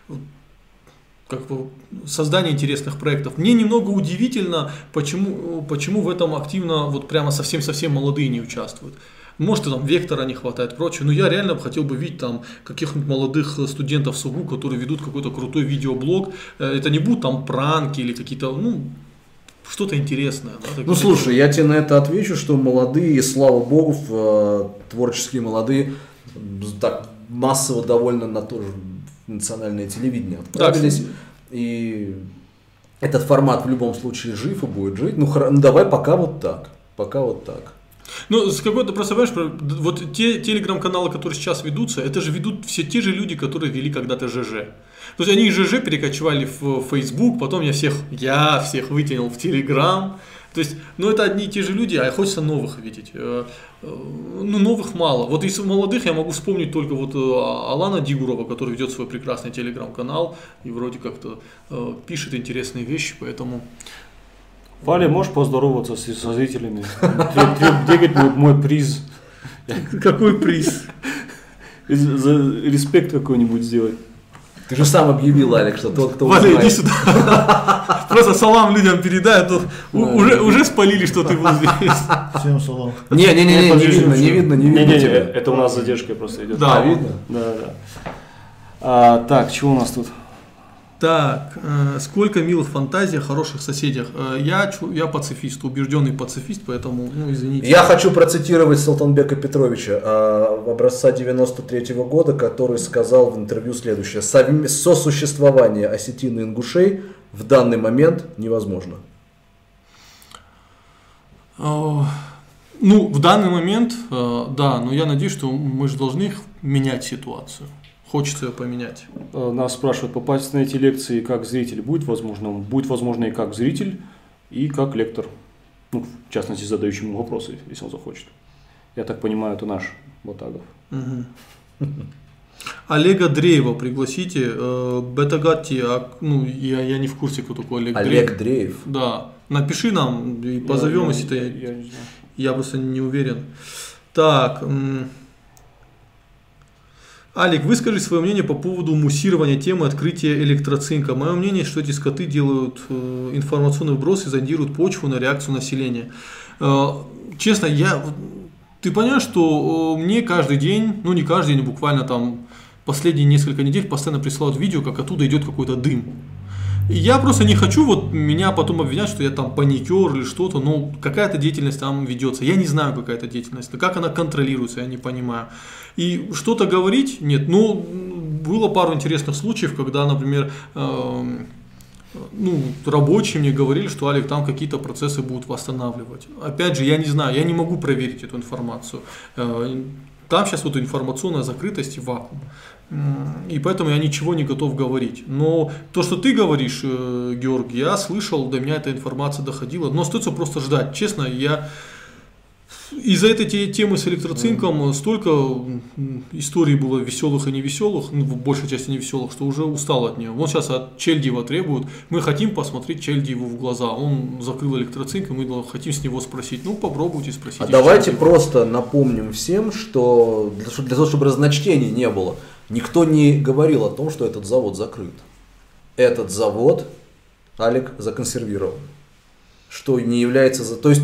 создания интересных проектов. Мне немного удивительно, почему в этом активно прямо совсем-совсем молодые не участвуют. Может, там вектора не хватает и прочее, но я реально хотел бы видеть там каких-нибудь молодых студентов СУГУ, которые ведут какой-то крутой видеоблог. Это не будут там пранки или какие-то, что-то интересное. Да, слушай, я тебе на это отвечу, что молодые, слава богу, творческие молодые, так массово довольно на то же национальное телевидение отправились. Так. И этот формат в любом случае жив и будет жить. Давай пока вот так. С какой-то, просто понимаешь, вот те телеграм-каналы, которые сейчас ведутся, это же ведут все те же люди, которые вели когда-то ЖЖ. То есть они из ЖЖ перекочевали в Facebook, потом я всех вытянул в Телеграм. То есть, это одни и те же люди, а хочется новых видеть. Новых мало. Вот из молодых я могу вспомнить только Алана Дигурова, который ведет свой прекрасный телеграм-канал и вроде как-то пишет интересные вещи, поэтому... Валя, можешь поздороваться со зрителями? Где мой приз? Какой приз? Респект какой-нибудь сделать. Ты же сам объявил, Алик, что тот, кто Валя, иди сюда. Просто салам людям передай, а то уже спалили, что ты был здесь. Всем салам. Не видно тебя. Это у нас задержка просто идет. Да, видно? Да. Так, что у нас тут? Так, сколько милых фантазий о хороших соседях. Я пацифист, убежденный пацифист, поэтому, извините. Я хочу процитировать Султанбека Петровича, образца 93-го года, который сказал в интервью следующее. Сосуществование осетин и ингушей в данный момент невозможно. В данный момент, да, но я надеюсь, что мы же должны менять ситуацию. Хочется ее поменять. Нас спрашивают, попасть на эти лекции как зритель будет возможно? Будет возможно и как зритель, и как лектор. В частности, задающий ему вопросы, если он захочет. Я так понимаю, это наш Ботагов. Угу. Олега Дреева пригласите. Бетагатти, я не в курсе, кто такой Олег Дреев. Олег Дреев? Да. Напиши нам и позовем, если ты... Я не знаю. Я просто не уверен. Так... Алик, выскажи свое мнение по поводу муссирования темы открытия электроцинка. Мое мнение, что эти скоты делают информационный вброс и зондируют почву на реакцию населения. Честно, ты понимаешь, что мне каждый день, не каждый день, буквально там последние несколько недель постоянно присылают видео, как оттуда идет какой-то дым. И я просто не хочу меня потом обвинять, что я там паникер или что-то, какая-то деятельность там ведется. Я не знаю, какая это деятельность, как она контролируется, я не понимаю. И что-то говорить нет. Было пару интересных случаев, когда, например, рабочие мне говорили, что Алик, там какие-то процессы будут восстанавливать. Опять же, я не знаю, я не могу проверить эту информацию. Там сейчас информационная закрытость и вакуум. И поэтому я ничего не готов говорить. Но то, что ты говоришь, Георгий, я слышал, до меня эта информация доходила. Но остается просто ждать. Честно, я из-за этой темы с электроцинком столько историй было веселых и невеселых, в большей части невеселых, что уже устал от нее. Вот сейчас от Чельдиева требуют. Мы хотим посмотреть Чельдиеву в глаза. Он закрыл электроцинк, и мы хотим с него спросить. Попробуйте спросить. А давайте просто напомним всем, что для того, чтобы разночтений не было, никто не говорил о том, что этот завод закрыт. Этот завод Алик законсервирован. Что не является... То есть,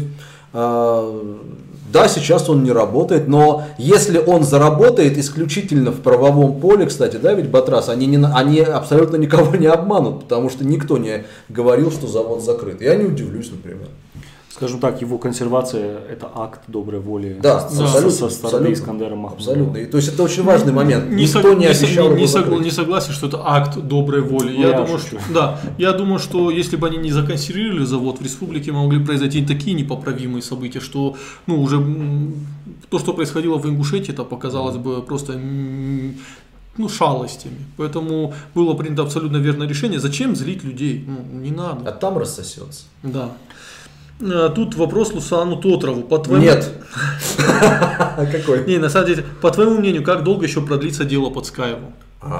да, сейчас он не работает, но если он заработает исключительно в правовом поле, кстати, да, ведь Батрас, они абсолютно никого не обманут, потому что никто не говорил, что завод закрыт. Я не удивлюсь, например. Скажем так, его консервация – это акт доброй воли, да, со стороны Искандера Махмудова. Абсолютно. И, то есть это очень важный момент. Никто не обещал его закрыть. Не согласен, что это акт доброй воли. Я думаю, что если бы они не законсервировали завод, в республике могли произойти такие непоправимые события, что уже то, что происходило в Ингушетии, это показалось бы просто шалостями. Поэтому было принято абсолютно верное решение. Зачем злить людей? Не надо. А там рассосется. Да. Тут вопрос Лусану Тотрову. По твоему... Нет. Какой? Не, на самом деле, по твоему мнению, как долго еще продлится дело под Скаеву?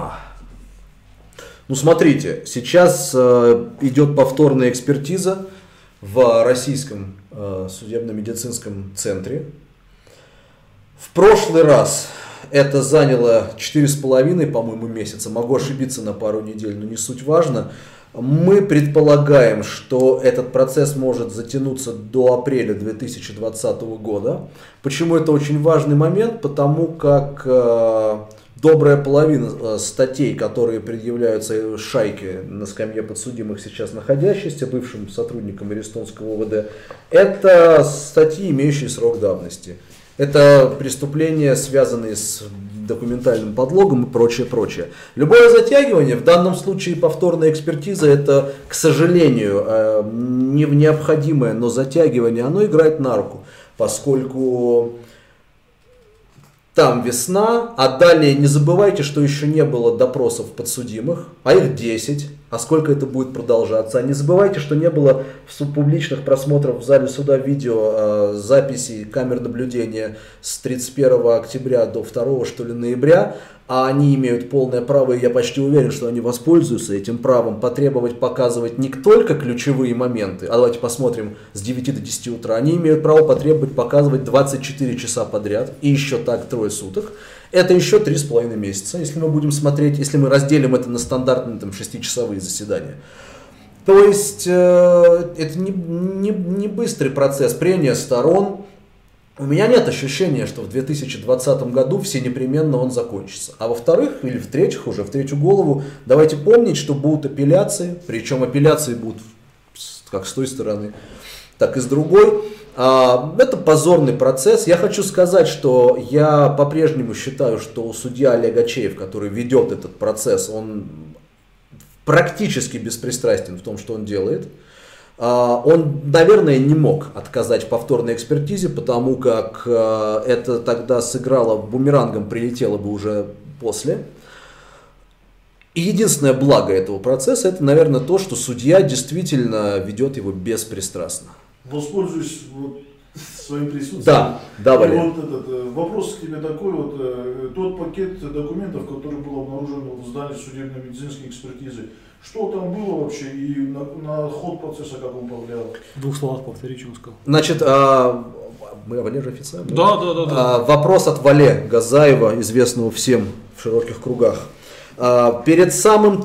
Ну, смотрите, сейчас идет повторная экспертиза в Российском судебно-медицинском центре. В прошлый раз это заняло 4,5, по-моему, месяца. Могу ошибиться на пару недель, но не суть важно. Мы предполагаем, что этот процесс может затянуться до апреля 2020 года. Почему это очень важный момент? Потому как добрая половина статей, которые предъявляются шайке на скамье подсудимых, сейчас находящихся, бывшим сотрудникам Эстонского ОВД, это статьи, имеющие срок давности. Это преступления, связанные с документальным подлогом и прочее, прочее. Любое затягивание, в данном случае повторная экспертиза, это, к сожалению, не необходимое, но затягивание, оно играет на руку, поскольку там весна, а далее не забывайте, что еще не было допросов подсудимых, а их 10, а сколько это будет продолжаться. А не забывайте, что не было публичных просмотров в зале суда видео записей камер наблюдения с 31 октября до 2 что ли, ноября, а они имеют полное право, и я почти уверен, что они воспользуются этим правом, потребовать показывать не только ключевые моменты, а давайте посмотрим с 9 до 10 утра, они имеют право потребовать показывать 24 часа подряд, и еще так 3 суток. Это еще 3,5 месяца, если мы будем смотреть, если мы разделим это на стандартные 6-часовые заседания. То есть это не быстрый процесс прения сторон. У меня нет ощущения, что в 2020 году все непременно он закончится. А во-вторых, или в-третьих, уже в третью голову, давайте помнить, что будут апелляции, причем апелляции будут как с той стороны, так и с другой. Это позорный процесс. Я хочу сказать, что я по-прежнему считаю, что судья Олег Ачеев, который ведет этот процесс, он практически беспристрастен в том, что он делает. Он, наверное, не мог отказать в повторной экспертизе, потому как это тогда сыграло, бумерангом прилетело бы уже после. И единственное благо этого процесса, это, наверное, то, что судья действительно ведет его беспристрастно. Воспользуюсь своим присутствием. Да, Валерий. Вопрос к тебе такой, тот пакет документов, который был обнаружен в здании судебно-медицинской экспертизы, что там было вообще и на ход процесса как он повлиял? В 2 словах повтори, что он сказал. Значит, мы о Вале же официально? Да. Вопрос от Вале Газаева, известного всем в широких кругах. Перед самым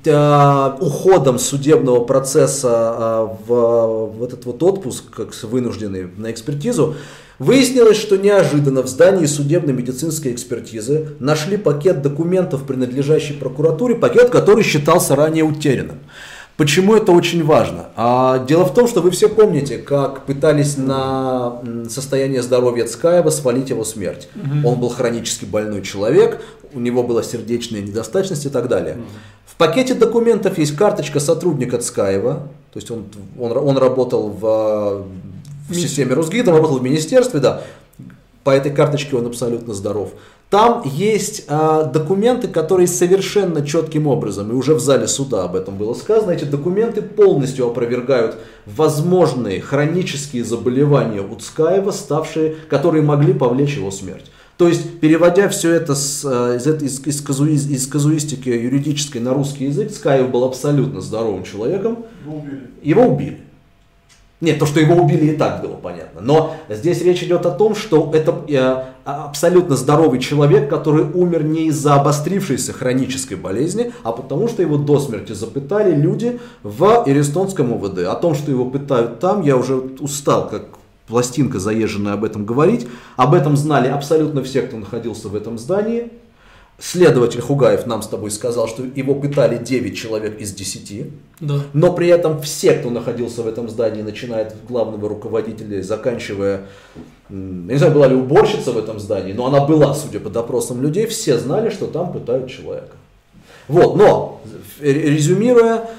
уходом судебного процесса в этот отпуск, как вынужденный на экспертизу, выяснилось, что неожиданно в здании судебно-медицинской экспертизы нашли пакет документов, принадлежащий прокуратуре, пакет, который считался ранее утерянным. Почему это очень важно? Дело в том, что вы все помните, как пытались на состояние здоровья Цкаева свалить его смерть. Он был хронически больной человек, у него была сердечная недостаточность и так далее. В пакете документов есть карточка сотрудника Цкаева, то есть он работал в системе Росгида, работал в министерстве, да. По этой карточке он абсолютно здоров. Там есть документы, которые совершенно четким образом, и уже в зале суда об этом было сказано, эти документы полностью опровергают возможные хронические заболевания у Цкаева, которые могли повлечь его смерть. То есть, переводя все это из казуистики юридической на русский язык, Цкаев был абсолютно здоровым человеком. Его убили. Нет, то, что его убили, и так было понятно. Но здесь речь идет о том, что это абсолютно здоровый человек, который умер не из-за обострившейся хронической болезни, а потому что его до смерти запытали люди в Эстонском ОВД. О том, что его пытают там, я уже устал, как пластинка заезженная, об этом говорить. Об этом знали абсолютно все, кто находился в этом здании. Следователь Хугаев нам с тобой сказал, что его пытали 9 человек из 10, Да. но при этом все, кто находился в этом здании, начиная от главного руководителя, заканчивая, я не знаю, была ли уборщица в этом здании, но она была, судя по допросам людей, все знали, что там пытают человека. Вот, но, резюмируя,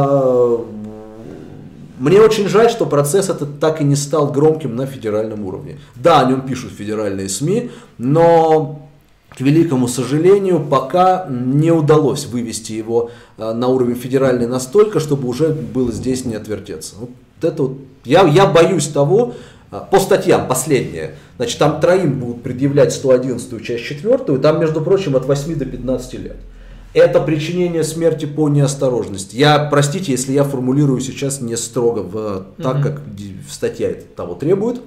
мне очень жаль, что процесс этот так и не стал громким на федеральном уровне. Да, о нем пишут федеральные СМИ, но к великому сожалению, пока не удалось вывести его на уровень федеральный настолько, чтобы уже было здесь не отвертеться. Вот это вот, я боюсь того, по статьям, последнее, значит, там троим будут предъявлять 111 часть 4, и там, между прочим, от 8 до 15 лет. Это причинение смерти по неосторожности. Простите, если я формулирую сейчас не строго так, как статья того требует.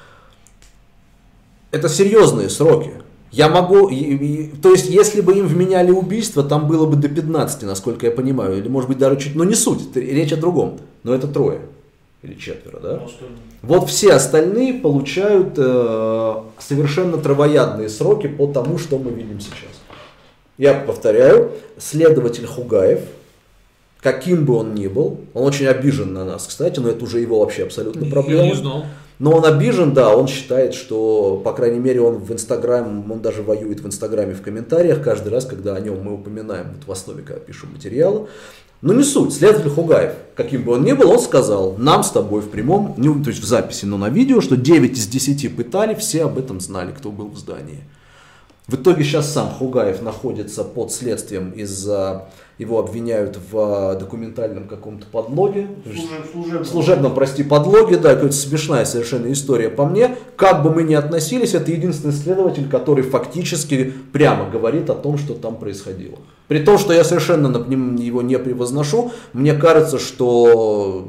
Это серьезные сроки. Я могу, то есть, если бы им вменяли убийство, там было бы до 15, насколько я понимаю, или может быть даже чуть, но не суть, речь о другом. Но это 3 или 4, да? Вот все остальные получают совершенно травоядные сроки по тому, что мы видим сейчас. Я повторяю, следователь Хугаев, каким бы он ни был, он очень обижен на нас, кстати, но это уже его вообще абсолютно проблема. Я не знал. Но он обижен, да, он считает, что, по крайней мере, он в Инстаграме, он даже воюет в Инстаграме в комментариях каждый раз, когда о нем мы упоминаем, вот в основе, когда пишем материалы. Но не суть, следователь Хугаев, каким бы он ни был, он сказал нам с тобой в прямом, то есть в записи, но на видео, что 9 из 10 пытали, все об этом знали, кто был в здании. В итоге сейчас сам Хугаев находится под следствием из-за, его обвиняют в документальном каком-то подлоге. Служебном, подлоге, да, какая-то смешная совершенно история по мне. Как бы мы ни относились, это единственный следователь, который фактически прямо говорит о том, что там происходило. При том, что я совершенно его не превозношу, мне кажется, что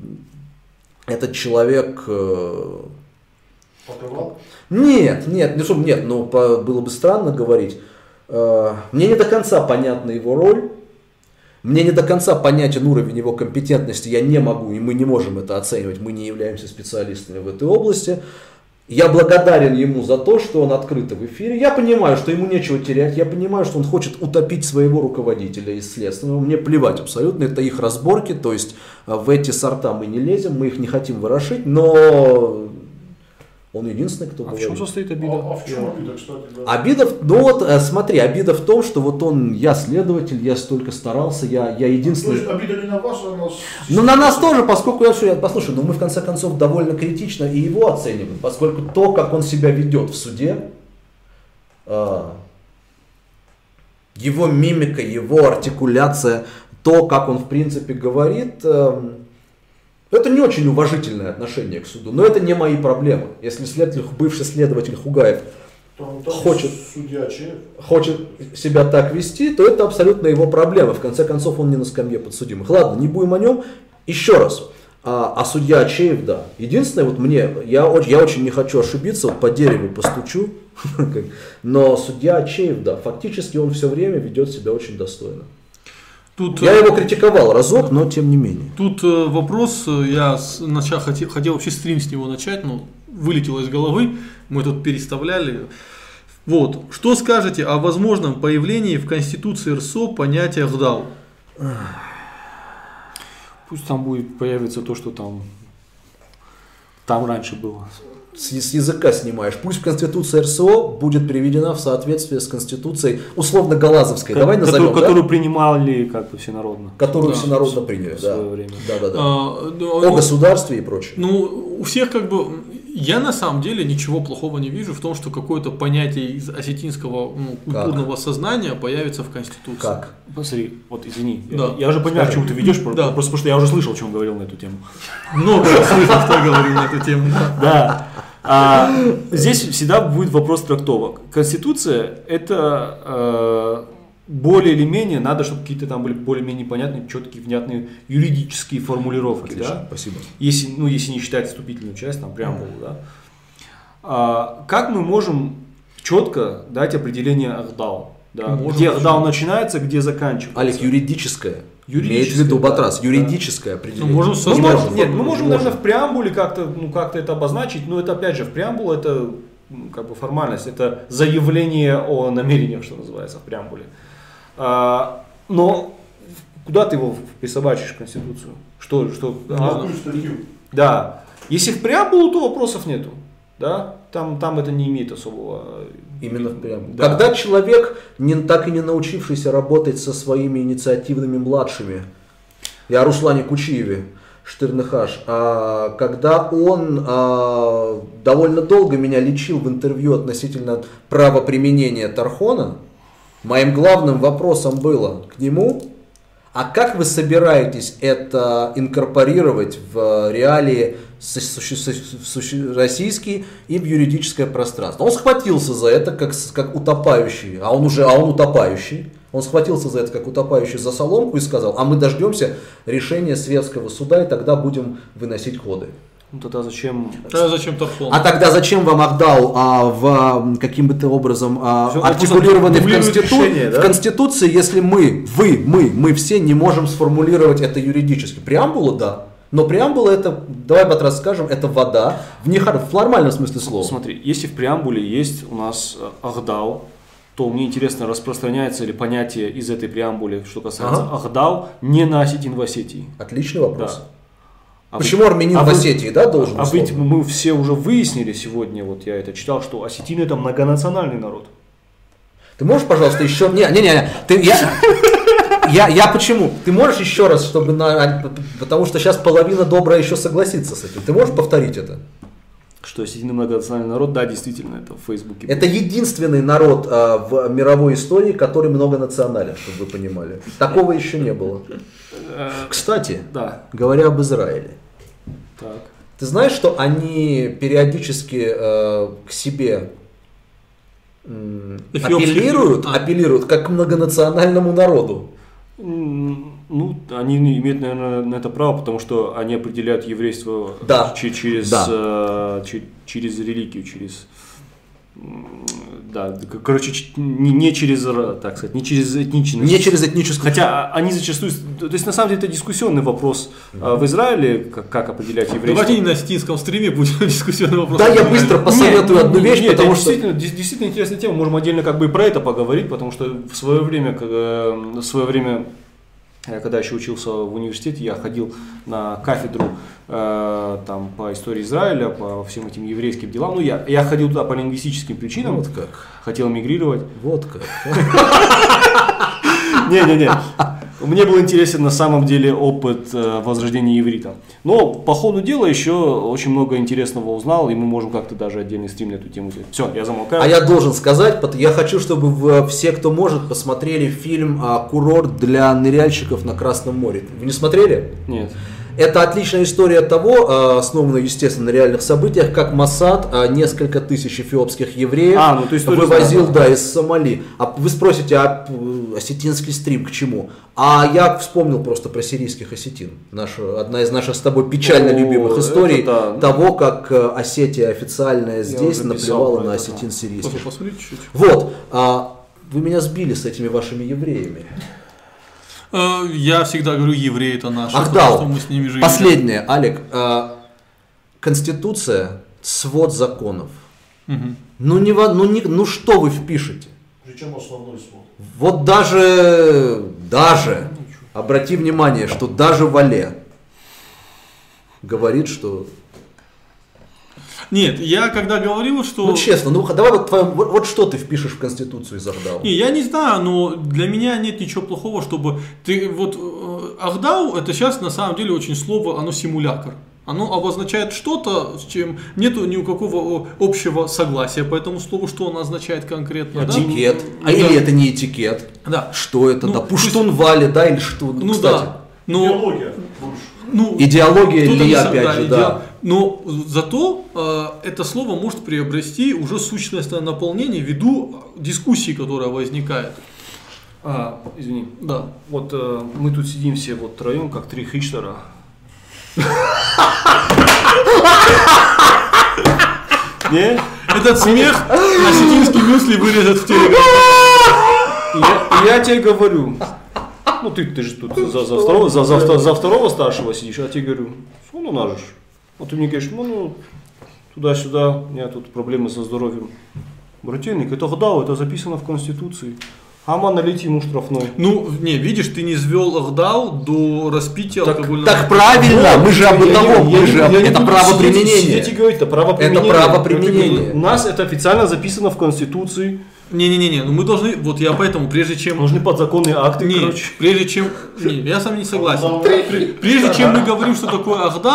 этот человек... Покрывал? Нет, ну было бы странно говорить. Мне не до конца понятна его роль, мне не до конца понятен уровень его компетентности, я не могу и мы не можем это оценивать, мы не являемся специалистами в этой области. Я благодарен ему за то, что он открыто в эфире. Я понимаю, что ему нечего терять, я понимаю, что он хочет утопить своего руководителя из следственного. Мне плевать абсолютно, это их разборки, то есть в эти сорта мы не лезем, мы их не хотим ворошить, но... Он единственный, кто говорит. В чем состоит обида? А в чем обида, кстати? Да? Обида, смотри, обида в том, что я следователь, я столько старался, я единственный. То есть обида не на вас, а на нас? Ну на нас тоже, поскольку послушай, мы в конце концов довольно критично и его оцениваем, поскольку то, как он себя ведет в суде, его мимика, его артикуляция, то, как он в принципе говорит... Это не очень уважительное отношение к суду, но это не мои проблемы. Если бывший следователь Хугаев хочет себя так вести, то это абсолютно его проблема. В конце концов, он не на скамье подсудимых. Ладно, не будем о нем. Еще раз. А судья Ачеев, да. Единственное, я очень не хочу ошибиться, по дереву постучу, но судья Ачеев, да, фактически он все время ведет себя очень достойно. Я его критиковал разок, но тем не менее. Тут вопрос, я хотел вообще стрим с него начать, но вылетело из головы, мы тут переставляли. Вот, что скажете о возможном появлении в Конституции РСО понятия ГДАУ? Пусть там появится то, что там раньше было. С языка снимаешь. Пусть в Конституции РСО будет приведена в соответствие с Конституцией условно Галазовской. Давай назовем, которую принимали всенародно. Которую всенародно приняли, в свое время. Да. О государстве и прочее. Ну, у всех я на самом деле ничего плохого не вижу в том, что какое-то понятие из осетинского культурного сознания появится в Конституции. Как? Посмотри, вот извини, да. я уже понимаю, к чему ты ведешь, да. Просто потому что я уже слышал, о чем говорил на эту тему. Много слышал, что говорил на эту тему. Да. Здесь всегда будет вопрос трактовок. Конституция это более или менее, надо, чтобы какие-то там были более-менее понятные, четкие, внятные юридические формулировки. Отлично, да? Спасибо. Если не считать вступительную часть, там преамбулу, да? Как мы можем четко дать определение ГДАУ? Да? Где ГДАУ начинается, где заканчивается? Олег, юридическое. Имеет в виду Батрас, юридическое определение. Мы можем, наверное, в преамбуле как-то это обозначить, но это опять же, в преамбуле это формальность, это заявление о намерениях, что называется, в преамбуле. Но куда ты его присобачишь в Конституцию? Какую статью? Да. Если в преамбулу, то вопросов нету. Да? Там это не имеет особого... Именно в преамбуле. Да. Когда человек, так и не научившийся работать со своими инициативными младшими, я о Руслане Кучиеве, Штырных Аш, когда он довольно долго меня лечил в интервью относительно правоприменения Тархона, моим главным вопросом было к нему: а как вы собираетесь это инкорпорировать в реалии российские и в юридическое пространство? Он схватился за это как утопающий, а он утопающий. Он схватился за это как утопающий за соломку и сказал: а мы дождемся решения светского суда и тогда будем выносить ходы. Ну тогда зачем? Тогда зачем Тархон? А тогда зачем вам Ахдау каким-то образом артикулированный в Конституции, если мы все не можем сформулировать это юридически? Преамбула, да. Но преамбула это, давай вот раз скажем, это вода в формальном смысле слова. Смотри, если в преамбуле есть у нас Ахдау, то мне интересно, распространяется ли понятие из этой преамбулы, что касается Ахдау, не на осетин в Осетии. Отличный вопрос. Да. Почему армянин в Осетии, должен? А ведь мы все уже выяснили сегодня, вот я это читал, что осетины это многонациональный народ. Ты можешь, пожалуйста, еще... Я почему? Ты можешь еще раз, потому что сейчас половина добрая еще согласится с этим. Ты можешь повторить это? Что осетины многонациональный народ, да, действительно, это в Фейсбуке. Это единственный народ в мировой истории, который многонационален, чтобы вы понимали. Такого еще не было. Кстати, говоря об Израиле. Так. Ты знаешь, что они периодически к себе апеллируют как к многонациональному народу? Ну, они имеют, наверное, на это право, потому что они определяют еврейство через религию, короче, не через, так сказать, не через этничность. Не через этническую. Хотя они зачастую, то есть на самом деле это дискуссионный вопрос в Израиле, как определять еврейство. Давайте не на осетинском стриме будет дискуссионный вопрос. Да, я быстро посоветую одну вещь, потому что... Действительно интересная тема, можем отдельно и про это поговорить, потому что в свое время, когда еще учился в университете, я ходил на кафедру там, по истории Израиля, по всем этим еврейским делам. Ну, я ходил туда по лингвистическим причинам. Вот как. Хотел мигрировать. Вот как. Не. Мне был интересен на самом деле опыт возрождения иврита. Но по ходу дела еще очень много интересного узнал, и мы можем как-то даже отдельный стрим на эту тему сделать. Все, я замолкаю. А я должен сказать, я хочу, чтобы все, кто может, посмотрели фильм «Курорт для ныряльщиков на Красном море». Вы не смотрели? Нет. Это отличная история того, основанная, естественно, на реальных событиях, как Моссад несколько тысяч эфиопских евреев вывозил из Сомали. А вы спросите, осетинский стрим к чему? А я вспомнил просто про сирийских осетин. Одна из наших с тобой печально любимых историй того, как Осетия официальная здесь наплевала на осетин сирийских. Посмотрите чуть-чуть. Вот, вы меня сбили с этими вашими евреями. Я всегда говорю, евреи это наши, Ахдау. что мы с ними живем. Последнее, Алик. Конституция, свод законов. Угу. Ну что вы впишете? Причем основной свод. Вот даже, обрати внимание, что даже Вале говорит, что... Нет, я когда говорил, что... Ну честно, давай вот что ты впишешь в Конституцию из Ахдау? Не, я не знаю, но для меня нет ничего плохого, чтобы... Ахдау это сейчас на самом деле очень слово, оно симулятор. Оно обозначает что-то, с чем нету ни у какого общего согласия по этому слову, что оно означает конкретно. Этикет. Или это не этикет? Да. Что это? Пуштун-Вали, или что? Ну кстати. да. Идеология. Идеология ли, опять же, да. Но зато это слово может приобрести уже сущностное наполнение ввиду дискуссии, которая возникает. Извини. Да. Вот мы тут сидим все троем, как три Хичлера. Не? Этот смех осетинский мюсли вырежет в телеграме. Я тебе говорю, ну ты же тут за второго старшего сидишь, а я тебе говорю, надо же. Вот ты мне говоришь, туда-сюда, у меня тут проблемы со здоровьем. Брательник, это Ахдау, это записано в Конституции. Ама налить ему штрафной. Видишь, ты не свел Ахдау до распития алкогольного. Так правильно, мы же об этом, это правоприменение. Это правоприменение. Это правоприменение. У нас это официально записано в Конституции. Не, мы должны, я поэтому, прежде чем... Нужны подзаконные акты, прежде чем... я с вами не согласен. Прежде чем мы говорим, что такое Ахдау,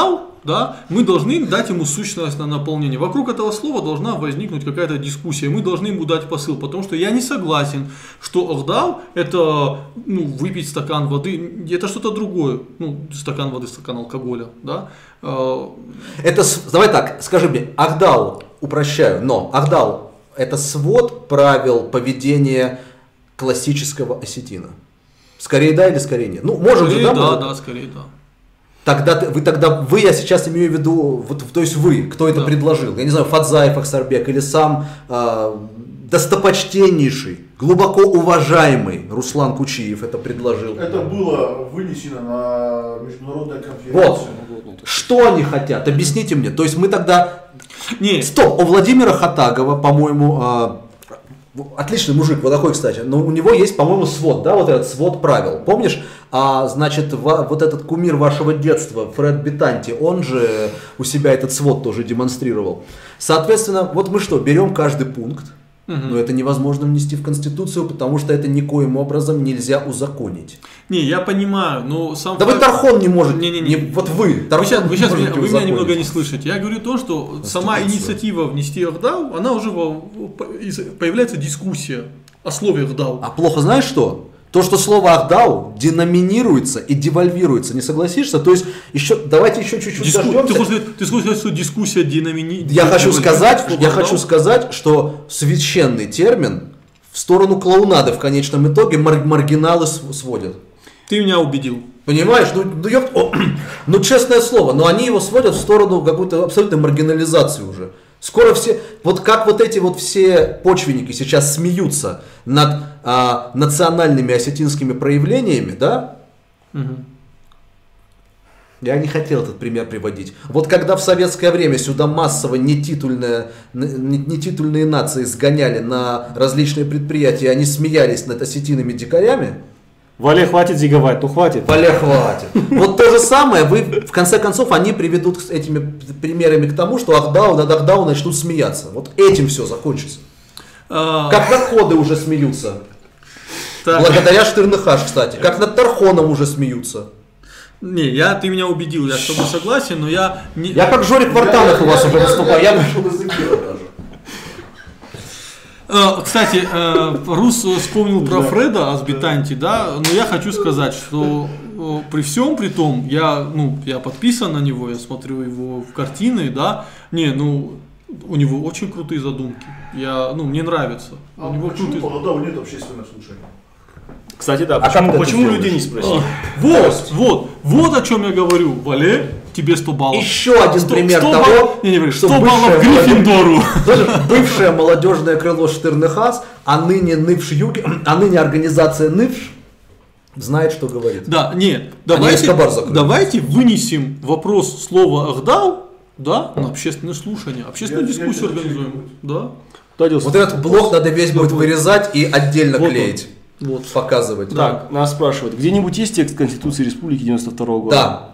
да, мы должны дать ему сущностное наполнение. Вокруг этого слова должна возникнуть какая-то дискуссия. Мы должны ему дать посыл, потому что я не согласен, что Ахдау это выпить стакан воды, это что-то другое. Стакан воды, стакан алкоголя. Да? Это, давай так, скажи мне, Ахдау, упрощаю, но Ахдау это свод правил поведения классического осетина. Скорее да или скорее нет? Можем скорее же, да? Да, скорее да. Вы, я сейчас имею в виду, то есть вы, кто это предложил? Я не знаю, Фадзаев Ахсарбек или сам достопочтеннейший, глубоко уважаемый Руслан Кучиев это предложил. Это было вынесено на международной конференции. Вот. Что они хотят? Объясните мне. То есть мы тогда... Не. Стоп, у Владимира Хатагова, по-моему, отличный мужик, вот такой, кстати, но у него есть, по-моему, свод, да, вот этот свод правил. Помнишь? Значит, вот этот кумир вашего детства, Фред Бетанти, он же у себя этот свод тоже демонстрировал. Соответственно, вот мы что, берем каждый пункт, но это невозможно внести в Конституцию, потому что это никоим образом нельзя узаконить. Не, я понимаю, но сам... Да вы Тархон не можете, Не. вот вы, Тархон Вы меня узаконить. немного не слышите. Я говорю то, что сама инициатива внести Ахдау, она уже появляется дискуссия о слове Ахдау. А плохо знаешь что? То, что слово Ахдау деноминируется и девальвируется, не согласишься? То есть, давайте еще чуть-чуть дождемся. Ты хочешь сказать, что дискуссия деноминируется? Я хочу сказать, что священный термин в сторону клоунады в конечном итоге маргиналы сводят. Ты меня убедил. Понимаешь? Честное слово, но они его сводят в сторону какой-то абсолютной маргинализации уже. Скоро все, вот как вот эти вот все почвенники сейчас смеются над национальными осетинскими проявлениями, да? Я не хотел этот пример приводить. Вот когда в советское время сюда массово нетитульные нации сгоняли на различные предприятия, они смеялись над осетинами-дикарями. Вале, хватит зиговать, хватит. Вале, хватит. Вот то же самое, в конце концов, они приведут с этими примерами к тому, что над Ахдау начнут смеяться. Вот этим все закончится. Как надходы уже смеются. Благодаря Штырныхаш, кстати. Как над Тархоном уже смеются. Не, ты меня убедил, я с тобой согласен, но я... Я как Жорик Вартанов у вас уже выступаю. Я нашел языке даже. Кстати, Рус вспомнил про Фреда Азбитанти, да, но я хочу сказать, что при всем при том, я подписан на него, я смотрю его картины, да, у него очень крутые задумки, мне нравится. У него почему по Ахдау нет общественных слушаний? Кстати, да, почему людей не спросили? Вот о чем я говорю, Вале. Тебе 100 баллов. Еще один пример того, что 100 баллов Гриффиндору. Бывшее молодежное крыло Штырныхас, а ныне организация НИФШ знает, что говорит. Да, нет, давайте вынесем вопрос слова Ахдау, да, на общественное слушание, общественную дискуссию организуем. Да. Вот этот блок надо весь будет вырезать и отдельно клеить. Показывать. Так, нас спрашивают, где-нибудь есть текст Конституции Республики 92 года? Да.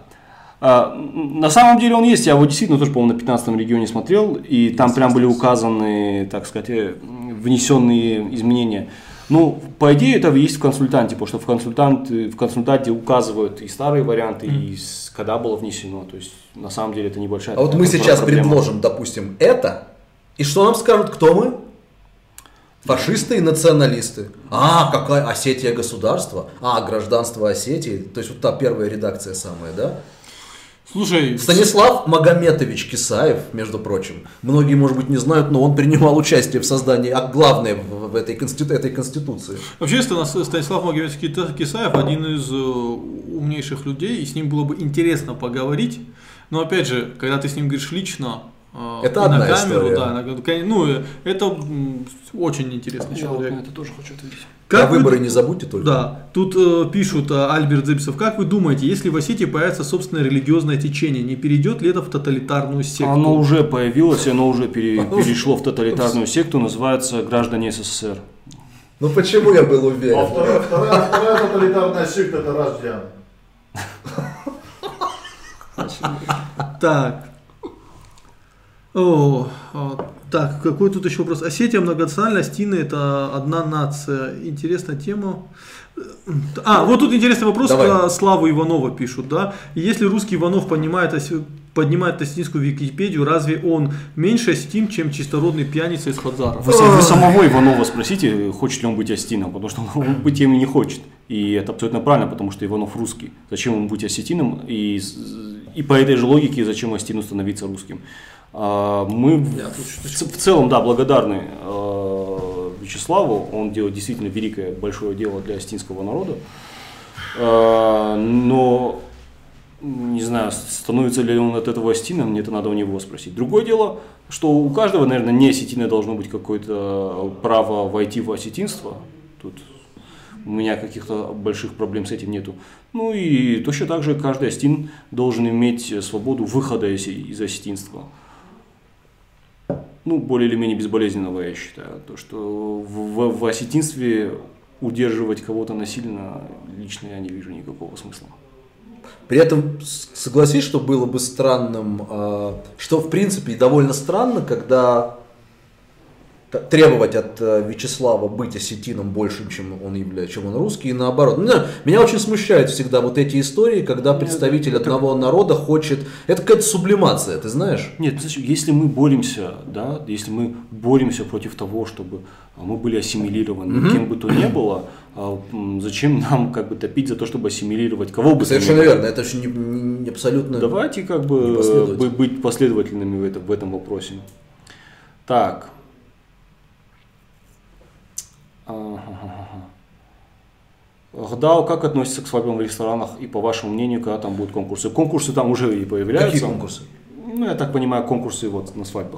На самом деле он есть, я его действительно тоже, по-моему, на 15-м регионе смотрел, и там прям были указаны, так сказать, внесенные изменения. По идее, это есть в консультанте, потому что в консультанте указывают и старые варианты, и когда было внесено, то есть на самом деле это небольшая. А вот мы сейчас предложим, допустим, это, и что нам скажут, кто мы? Фашисты и националисты. Какая Осетия государство? Гражданство Осетии. То есть вот та первая редакция самая, да? Слушай, Станислав Магометович Кисаев, между прочим, многие, может быть, не знают, но он принимал участие в создании, главное, в этой конституции. Вообще, Станислав Магометович Кисаев один из умнейших людей, и с ним было бы интересно поговорить. Но опять же, когда ты с ним говоришь лично, это одна на камеру, история. Это очень интересный человек. Это тоже хочу ответить. Выборы не забудьте только. Да, тут пишут Альберт Зипсов, как вы думаете, если в Осетии появится собственное религиозное течение, не перейдет ли это в тоталитарную секту? Оно уже появилось, оно уже перешло в тоталитарную секту, называется «Граждане СССР». Почему я был уверен? Вторая тоталитарная секта — это Раздян. Так. Так, какой тут еще вопрос? Осетия многонациональная, Остины это одна нация. Интересная тема. Вот тут интересный вопрос, про Славу Иванова пишут, да. Если русский Иванов понимает поднимает осетинскую Википедию, разве он меньше осетин, чем чистородный пьяница из Хадзара? Вы самого Иванова спросите, хочет ли он быть осетином, потому что он быть ими не хочет. И это абсолютно правильно, потому что Иванов русский. Зачем ему быть осетином? И по этой же логике, зачем осетину становиться русским? Мы в целом, да, благодарны Вячеславу. Он делает действительно великое, большое дело для осетинского народа. Но не знаю, становится ли он от этого осетином, мне это надо у него спросить. Другое дело, что у каждого, наверное, не осетина должно быть какое-то право войти в осетинство. Тут у меня каких-то больших проблем с этим нету. Ну и точно так же каждый осетин должен иметь свободу выхода из осетинства. Ну, более или менее безболезненного, я считаю. То, что в осетинстве удерживать кого-то насильно, лично я не вижу никакого смысла. При этом согласись, что было бы странным, что в принципе довольно странно, когда требовать от Вячеслава быть осетином больше, чем он является, чем он русский, и наоборот. Меня очень смущают всегда вот эти истории, когда представитель одного народа хочет... Это какая-то сублимация, ты знаешь? Нет, если мы боремся, да, если мы боремся против того, чтобы мы были ассимилированы, кем бы то ни было, зачем нам как бы топить за то, чтобы ассимилировать кого бы то ни было? Совершенно верно, это же не абсолютно... Давайте как бы быть последовательными в этом вопросе. Так. Гдау как относится к свадьбам в ресторанах и, по вашему мнению, когда там будут конкурсы? Конкурсы там уже и появляются. Какие конкурсы? Ну, я так понимаю, конкурсы вот на свадьбах.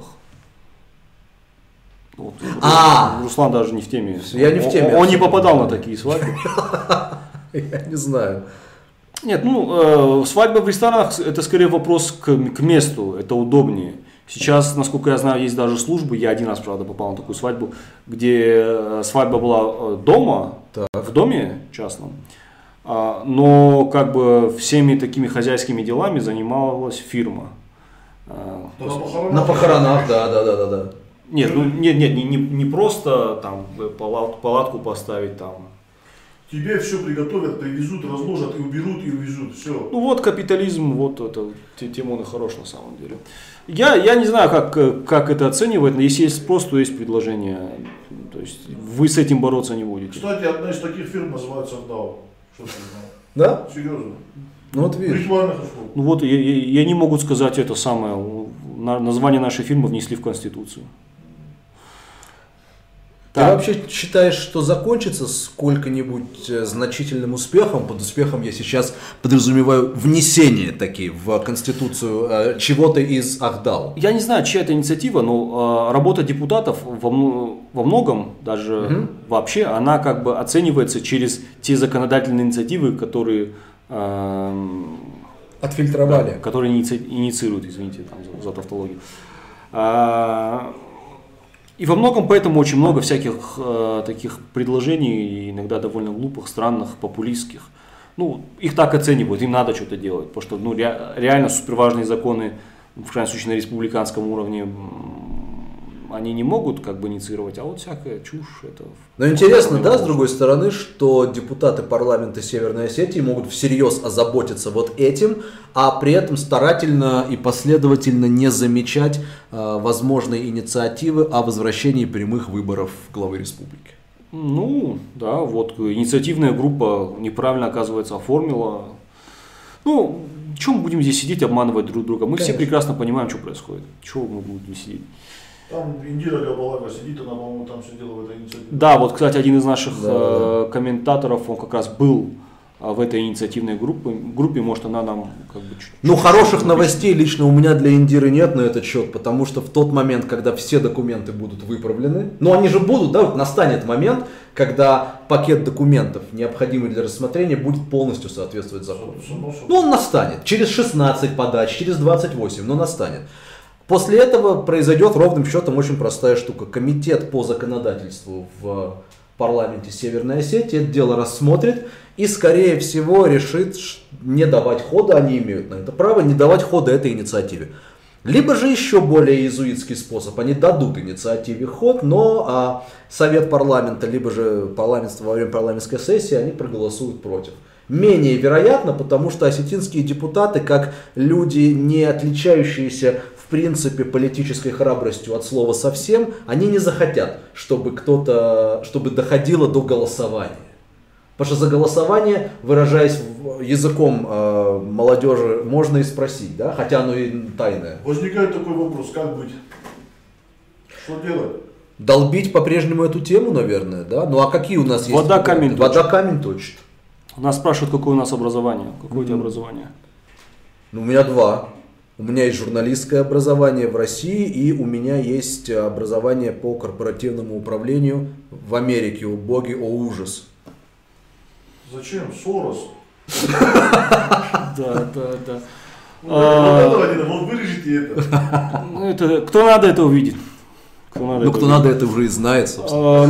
Вот. Руслан даже не в теме. Я не в теме. Он не попадал на такие свадьбы. Я не знаю. Нет, свадьба в ресторанах это скорее вопрос к месту, это удобнее. Сейчас, насколько я знаю, есть даже службы, я один раз, правда, попал на такую свадьбу, где свадьба была дома, в доме частном, но как бы всеми такими хозяйскими делами занималась фирма. На похоронах, да. Нет, не просто там палатку поставить там. Тебе все приготовят, привезут, разложат и уберут и увезут. Все. Ну вот капитализм, вот это тем он и хорош на самом деле. Я не знаю, как это оценивать, но если есть спрос, то есть предложение. То есть вы с этим бороться не будете. Кстати, одна из таких фирм называется Гдау. Что ты знал? Да? Серьезно. Ну вот видишь. Ритуально хорошо. Ну вот, я не могу сказать это самое. Название нашей фирмы внесли в Конституцию. Ты вообще считаешь, что закончится сколько-нибудь значительным успехом? Под успехом я сейчас подразумеваю внесение таки в Конституцию чего-то из Ахдау. Я не знаю, чья это инициатива, но работа депутатов во многом, даже вообще, она как бы оценивается через те законодательные инициативы, которые... Отфильтровали. Да, которые инициируют, извините там, за тавтологию. И во многом поэтому очень много всяких таких предложений, иногда довольно глупых, странных, популистских. Ну, их так оценивают, им надо что-то делать, потому что реально суперважные законы, в крайнем случае на республиканском уровне, они не могут как бы инициировать, а вот всякая чушь это... Но интересно, да, с другой стороны, что депутаты парламента Северной Осетии могут всерьез озаботиться вот этим, а при этом старательно и последовательно не замечать возможные инициативы о возвращении прямых выборов главы республики. Ну, да, вот инициативная группа неправильно, оказывается, оформила. Ну, чем мы будем здесь сидеть, обманывать друг друга? Мы все прекрасно понимаем, что происходит. Чего мы будем сидеть? Там Индира Габалаева сидит, она, по-моему, там сидела в этой инициативе. Да, вот, кстати, один из наших комментаторов, он как раз был в этой инициативной группе, может, она нам как бы чуть-чуть... Ну, хороших новостей лично у меня для Индиры нет на этот счет, потому что в тот момент, когда все документы будут выправлены, но они же будут, да, вот настанет момент, когда пакет документов, необходимый для рассмотрения, будет полностью соответствовать закону. Ну, он настанет. Через 16 подач, через 28, но настанет. После этого произойдет ровным счетом очень простая штука. Комитет по законодательству в парламенте Северной Осетии это дело рассмотрит и, скорее всего, решит не давать хода, они имеют на это право, не давать хода этой инициативе. Либо же еще более иезуитский способ, они дадут инициативе ход, но Совет парламента, либо же парламентство во время парламентской сессии, они проголосуют против. Менее вероятно, потому что осетинские депутаты, как люди, не отличающиеся в принципе политической храбростью от слова совсем, они не захотят, чтобы доходило до голосования. Потому что за голосование, выражаясь языком молодежи, можно и спросить, да? Хотя оно и тайное. Возникает такой вопрос, как быть? Что делать? Долбить по-прежнему эту тему, наверное, да? Ну а какие у нас есть? Вода камень точит. Вода камень точит. Нас спрашивают, какое у нас образование. Какое у тебя образование? Ну, у меня 2. У меня есть журналистское образование в России, и у меня есть образование по корпоративному управлению в Америке. О боги, о ужас. Зачем? Сорос. Да. Вот вырежите это. Это кто надо, это увидит. Кто надо, это уже и знает, собственно.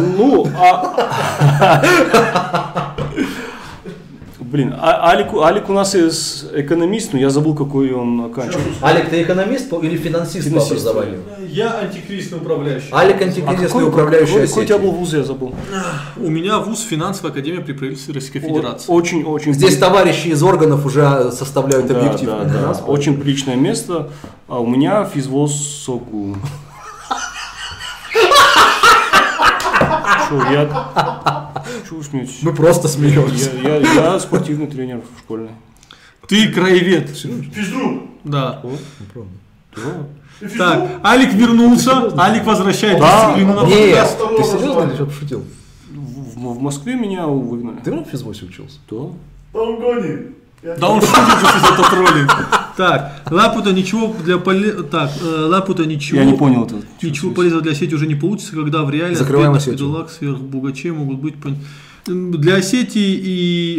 Блин, Алик у нас экономист, но я забыл, какой он оканчивал. Алик, ты экономист или финансист по образованию? Я антикризисный управляющий. Алик антикризисный управляющий. Какой у тебя был вуз, я забыл? У меня вуз финансовая академия при правительстве Российской Федерации. Очень. Здесь товарищи из органов уже составляют объектив. Да. Очень приличное место. А у меня физвоз СОГУ. Чего вы смеетесь? Мы просто смеемся. Я спортивный тренер школьный. Ты краевед. Физрук. Да. Ты физрук? Так, Алик вернулся, Алик возвращает дисциплину на Нет, второе ты серьезно образование. или что пошутил? В Москве меня выгнали. Ты в физвозе учился? Да. Там гони. Да он шутит, что это троллинг. Так, Лапута ничего Лапута ничего. Я не понял это. Ничего полезного для сети уже не получится, когда в реале Закрываем от бедных Осетию. бедолаг сверхбогачей могут быть... Для Осетии и...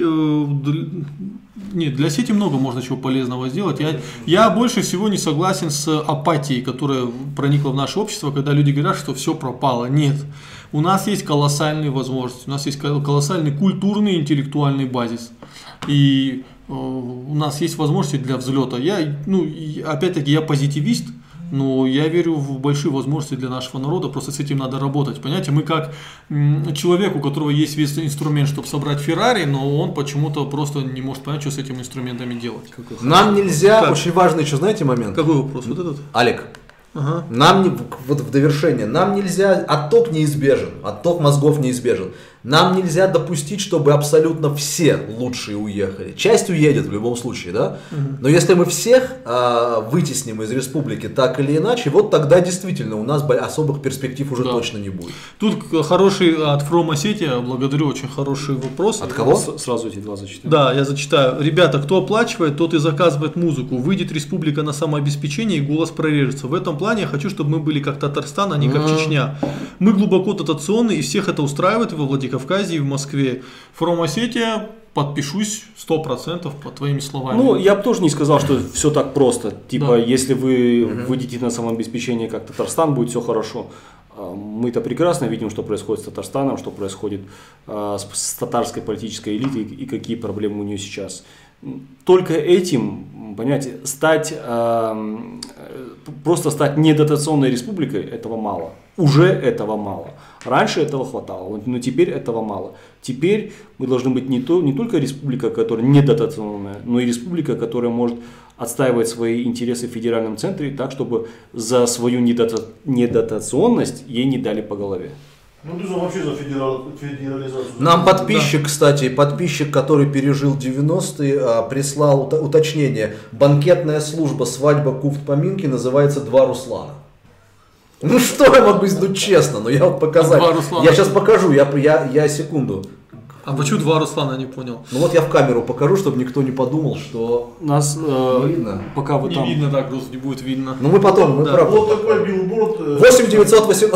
Нет, для Осетии много можно чего полезного сделать. Я больше всего не согласен с апатией, которая проникла в наше общество, когда люди говорят, что все пропало. Нет. У нас есть колоссальные возможности, у нас есть колоссальный культурный и интеллектуальный базис. И у нас есть возможности для взлета. Опять-таки, я позитивист, но я верю в большие возможности для нашего народа, просто с этим надо работать. Понимаете, мы как человек, у которого есть весь инструмент, чтобы собрать Феррари, но он почему-то просто не может понять, что с этими инструментами делать. Нам нельзя, Так. очень важный еще, знаете, момент? Какой вопрос? Вот этот? Алик, Ага. нам вот в довершение, нам нельзя, отток неизбежен, отток мозгов неизбежен. Нам нельзя допустить, чтобы абсолютно все лучшие уехали. Часть уедет в любом случае, да? Но если мы всех вытесним из республики так или иначе, вот тогда действительно у нас особых перспектив уже Да. точно не будет. Тут хороший от From Осетия, благодарю, очень хороший вопрос. От кого? Сразу эти два зачитаю. Да, я зачитаю. Ребята, кто оплачивает, тот и заказывает музыку. Выйдет республика на самообеспечение и голос прорежется. В этом плане я хочу, чтобы мы были как Татарстан, а не как Чечня. Мы глубоко дотационны, и всех это устраивает и во Владикавказе, и в Москве. From Осетия, подпишусь 100% по твоими словами. Ну, я бы тоже не сказал, что все так просто. Типа, если вы выйдете на самообеспечение, как Татарстан, будет все хорошо. Мы-то прекрасно видим, что происходит с Татарстаном, что происходит с татарской политической элитой и какие проблемы у нее сейчас. Только этим, понимаете, просто стать недотационной республикой, этого мало. Уже этого мало. Раньше этого хватало, но теперь этого мало. Теперь мы должны быть не только республика, которая недотационная, но и республика, которая может отстаивать свои интересы в федеральном центре так, чтобы за свою недотационность ей не дали по голове. Ну ты вообще за федерализацию. Нам подписчик, кстати, который пережил 90-е, прислал уточнение. Банкетная служба «Свадьба, куфт, поминки» называется «Два Руслана». Ну что я могу сделать честно, но я вот показать. «Два Руслана». Я сейчас покажу, я секунду. А почему два Руслана, не понял? Ну вот я в камеру покажу, чтобы никто не подумал, что Нас, не видно. пока вы Не там... видно так, просто не будет видно. Ну мы потом, мы Да. правда. Вот такой билборд. 8918.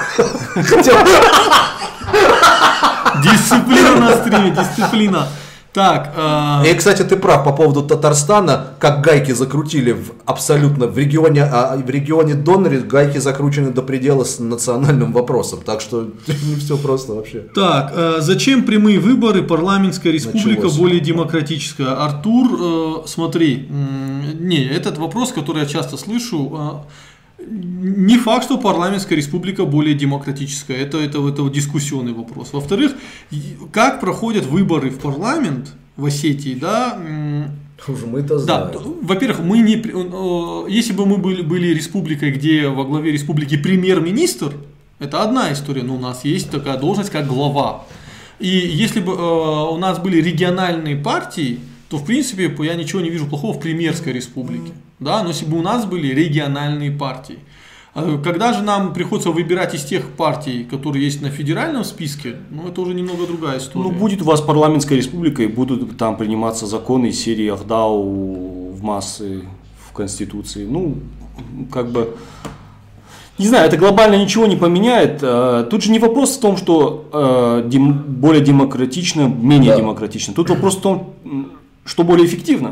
Дисциплина на стриме, дисциплина. Так, И, кстати, ты прав по поводу Татарстана, как гайки закрутили в регионе Доннери, гайки закручены до предела с национальным вопросом, так что не все просто вообще. Так, зачем прямые выборы, парламентская республика Началось. более демократическая? Артур, смотри, не, этот вопрос, который я часто слышу, не факт, что парламентская республика более демократическая, это дискуссионный вопрос. Во-вторых, как проходят выборы в парламент, в Осетии, да, Уже мы это да, знаем. во-первых, мы не, если бы мы были республикой, где во главе республики премьер-министр, это одна история, но у нас есть такая должность, как глава. И если бы у нас были региональные партии, то в принципе я ничего не вижу плохого в премьерской республике. Да? Но если бы у нас были региональные партии. Когда же нам приходится выбирать из тех партий, которые есть на федеральном списке, ну это уже немного другая история. Ну, будет у вас парламентская республика, и будут там приниматься законы из серии Ахдау в массы в Конституции. Ну, как бы, не знаю, это глобально ничего не поменяет. Тут же не вопрос в том, что более демократично, менее демократично. Тут вопрос в том, что более эффективно.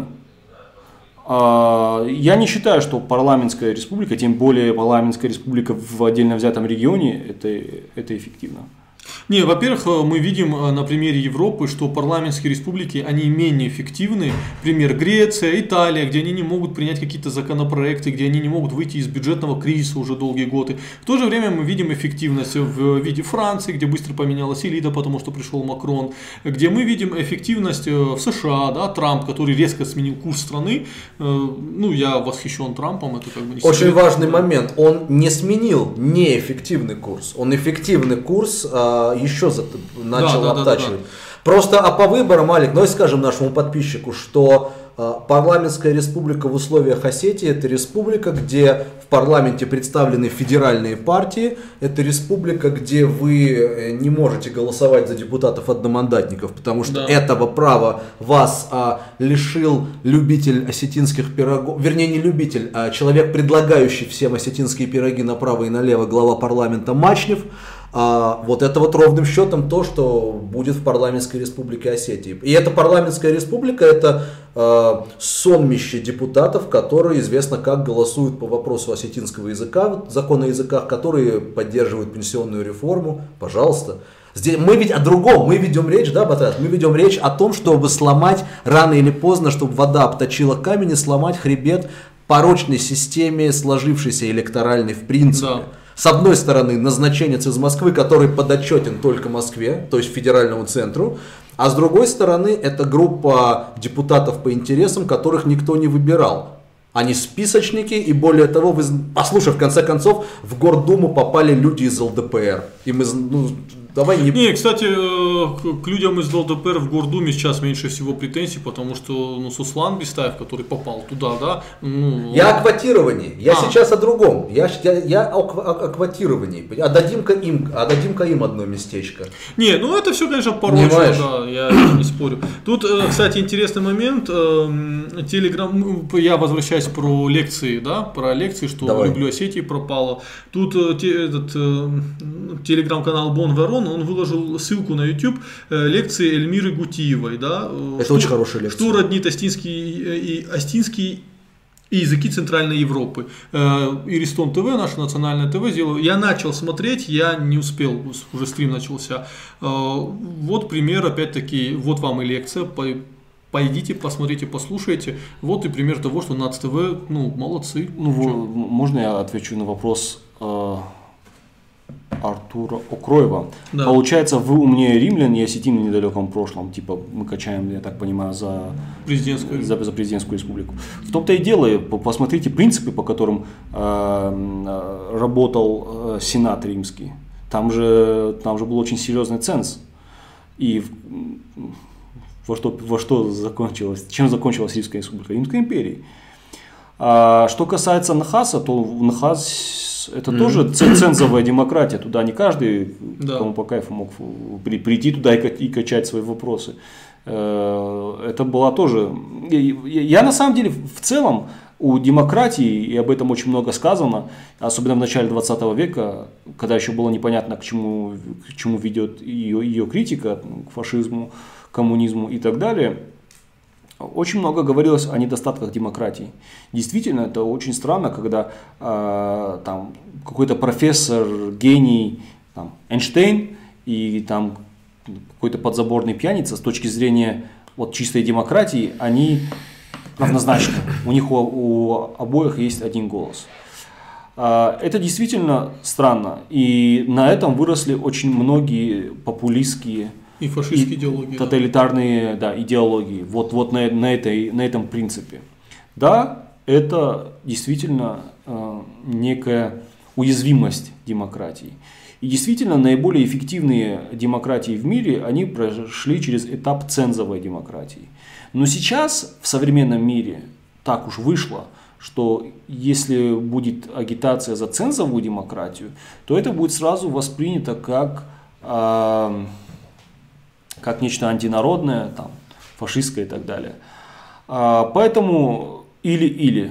Я не считаю, что парламентская республика, тем более парламентская республика в отдельно взятом регионе, это эффективно. Не, во-первых, мы видим на примере Европы, что парламентские республики, они менее эффективны. Пример Греция, Италия, где они не могут принять какие-то законопроекты, где они не могут выйти из бюджетного кризиса уже долгие годы. В то же время мы видим эффективность в виде Франции, где быстро поменялась элита, потому что пришел Макрон, где мы видим эффективность в США, да, Трамп, который резко сменил курс страны. Ну, я восхищен Трампом, это как бы не секрет. Очень важный момент. Он не сменил неэффективный курс. Он эффективный курс еще начал оттачивать. Просто по выборам, Алик, давай скажем нашему подписчику, что парламентская республика в условиях Осетии — это республика, где в парламенте представлены федеральные партии, это республика, где вы не можете голосовать за депутатов-одномандатников, потому что этого права вас лишил любитель осетинских пирогов, вернее не любитель, а человек, предлагающий всем осетинские пироги направо и налево, глава парламента Мачнев. Вот это вот ровным счетом то, что будет в парламентской республике Осетии. И эта парламентская республика — это сонмище депутатов, которые известно как голосуют по вопросу осетинского языка, закона о языках, которые поддерживают пенсионную реформу. Пожалуйста. Здесь мы ведь о другом, мы ведем речь, да, Батрас? Мы ведем речь о том, чтобы сломать рано или поздно, чтобы вода обточила камень, и сломать хребет порочной системе, сложившейся электоральной в принципе. Да. С одной стороны, назначенец из Москвы, который подотчетен только Москве, то есть федеральному центру, а с другой стороны, это группа депутатов по интересам, которых никто не выбирал. Они списочники, и более того, послушай, в конце концов, в Гордуму попали люди из ЛДПР. И мы, давай не... Не, кстати, к людям из ЛДПР в Гордуме сейчас меньше всего претензий, потому что Суслан Бестаев, который попал туда, да. Я о квотировании. Я сейчас о другом. Я о квотировании. Отдадим-ка им одно местечко. Не, это все, конечно, порочно, да, я не спорю. Тут, кстати, интересный момент. Телеграм, я возвращаюсь про лекции, да, что Давай. «Люблю Осетии» пропало. Тут телеграм-канал Бон Верон, он выложил ссылку на YouTube лекции Эльмиры Гутиевой, да. Это очень хорошая лекция. Что роднит остинский и языки Центральной Европы. Иристон ТВ, наше национальное ТВ, сделал. Я начал смотреть, я не успел, уже стрим начался. Вот пример, опять-таки, вот вам и лекция. Пойдите, посмотрите, послушайте. Вот и пример того, что НАЦ-ТВ, молодцы. Можно я отвечу на вопрос Артура Окроева? Да. Получается, вы умнее римлян и осетин в недалеком прошлом. Типа мы качаем, я так понимаю, за президентскую республику. В том-то и дело, посмотрите принципы, по которым работал Сенат римский. Там же был очень серьезный ценз. И чем закончилась Римская республика? Римской империей. Что касается Нхаса, то Нхас это тоже цензовая демократия. Туда не каждый, кому по кайфу, мог прийти туда и качать свои вопросы. Это была тоже... Я на самом деле в целом у демократии, и об этом очень много сказано, особенно в начале 20 века, когда еще было непонятно, к чему ведет ее критика, к фашизму, коммунизму и так далее, очень много говорилось о недостатках демократии. Действительно, это очень странно, когда там какой-то профессор, гений, там, Эйнштейн и там какой-то подзаборный пьяница с точки зрения чистой демократии, они равнозначны. У них у обоих есть один голос. Это действительно странно. И на этом выросли очень многие популистские И фашистские идеологии. Тоталитарные идеологии. Вот на этом принципе. Да, это действительно некая уязвимость демократии. И действительно, наиболее эффективные демократии в мире, они прошли через этап цензовой демократии. Но сейчас в современном мире так уж вышло, что если будет агитация за цензовую демократию, то это будет сразу воспринято как нечто антинародное, там, фашистское и так далее. Поэтому или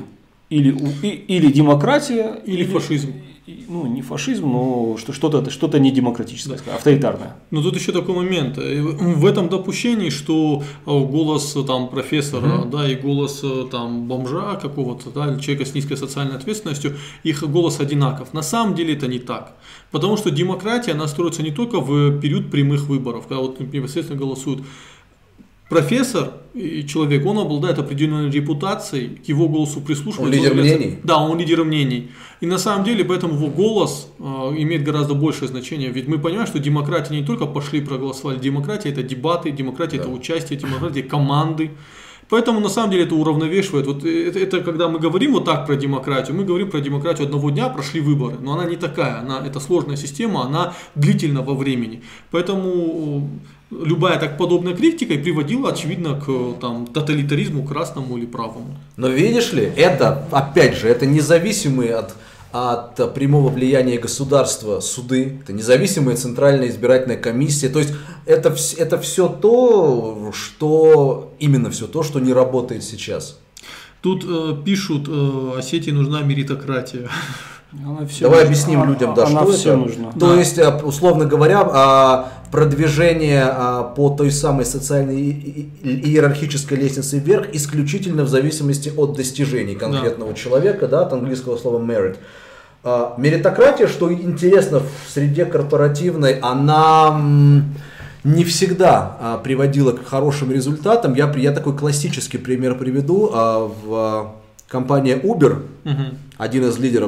демократия, или фашизм. Ну, не фашизм, но что-то не демократическое, авторитарное. Но тут еще такой момент. В этом допущении, что голос там профессора, да, и голос там бомжа какого-то, да, или человека с низкой социальной ответственностью, их голос одинаков. На самом деле это не так. Потому что демократия, она строится не только в период прямых выборов, когда вот непосредственно голосуют. Профессор и человек, он обладает определенной репутацией, к его голосу прислушиваются. Он лидер мнений? Да, он лидер мнений. И на самом деле, поэтому его голос имеет гораздо большее значение. Ведь мы понимаем, что демократия не только пошли и проголосовали. Демократия – это дебаты, демократия – это участие, демократия – команды. Поэтому на самом деле это уравновешивает. Вот это когда мы говорим вот так про демократию, мы говорим про демократию одного дня, прошли выборы. Но она не такая, это сложная система, она длительна во времени. Поэтому любая так подобная критика и приводила, очевидно, к тоталитаризму красному или правому. Но видишь ли, это, опять же, это независимые от прямого влияния государства суды, это независимая центральная избирательная комиссия. То есть это все то, что не работает сейчас. Тут пишут, Осетии нужна меритократия. Давай объясним людям, что это. Нужна. То есть, условно говоря, продвижение по той самой социальной иерархической лестнице вверх исключительно в зависимости от достижений конкретного человека, от английского слова merit. Меритократия, что интересно, в среде корпоративной, она не всегда приводила к хорошим результатам. Я такой классический пример приведу. В компания Uber, один из лидеров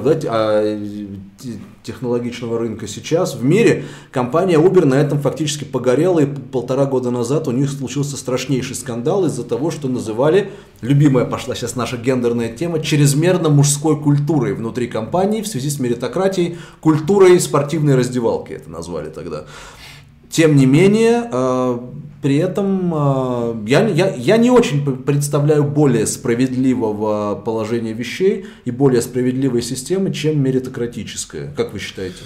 технологичного рынка сейчас в мире, компания Uber на этом фактически погорела, и 1,5 года назад у них случился страшнейший скандал из-за того, что называли, любимая пошла сейчас наша гендерная тема, чрезмерно мужской культурой внутри компании в связи с меритократией, культурой спортивной раздевалки это назвали тогда. Тем не менее, при этом я не очень представляю более справедливого положения вещей и более справедливой системы, чем меритократическая. Как вы считаете?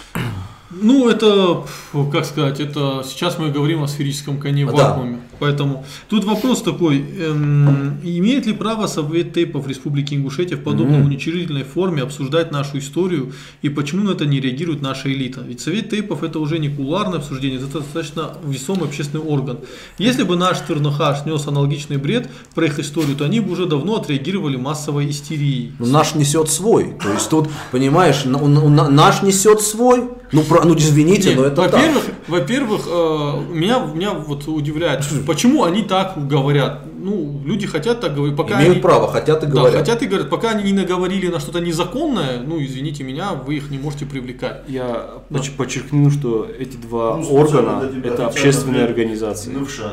Ну, это, как сказать, это сейчас мы говорим о сферическом коне в вакууме. Поэтому тут вопрос такой, имеет ли право Совет Тейпов Республики Ингушетия в подобной уничижительной форме обсуждать нашу историю и почему на это не реагирует наша элита? Ведь Совет Тейпов это уже не кулуарное обсуждение, это достаточно весомый общественный орган. Если бы наш Тырнахаш нес аналогичный бред про их историю, то они бы уже давно отреагировали массовой истерией. Наш несет свой, то есть тут, понимаешь, наш несет свой. Ну извините, но это во-первых, меня вот удивляет, почему они так говорят. Ну, люди хотят так говорить. Имеют право, хотят и говорят. Да, хотят и говорят, пока они не наговорили на что-то незаконное, ну, извините меня, вы их не можете привлекать. Я подчеркну, что эти два органа – это общественные организации.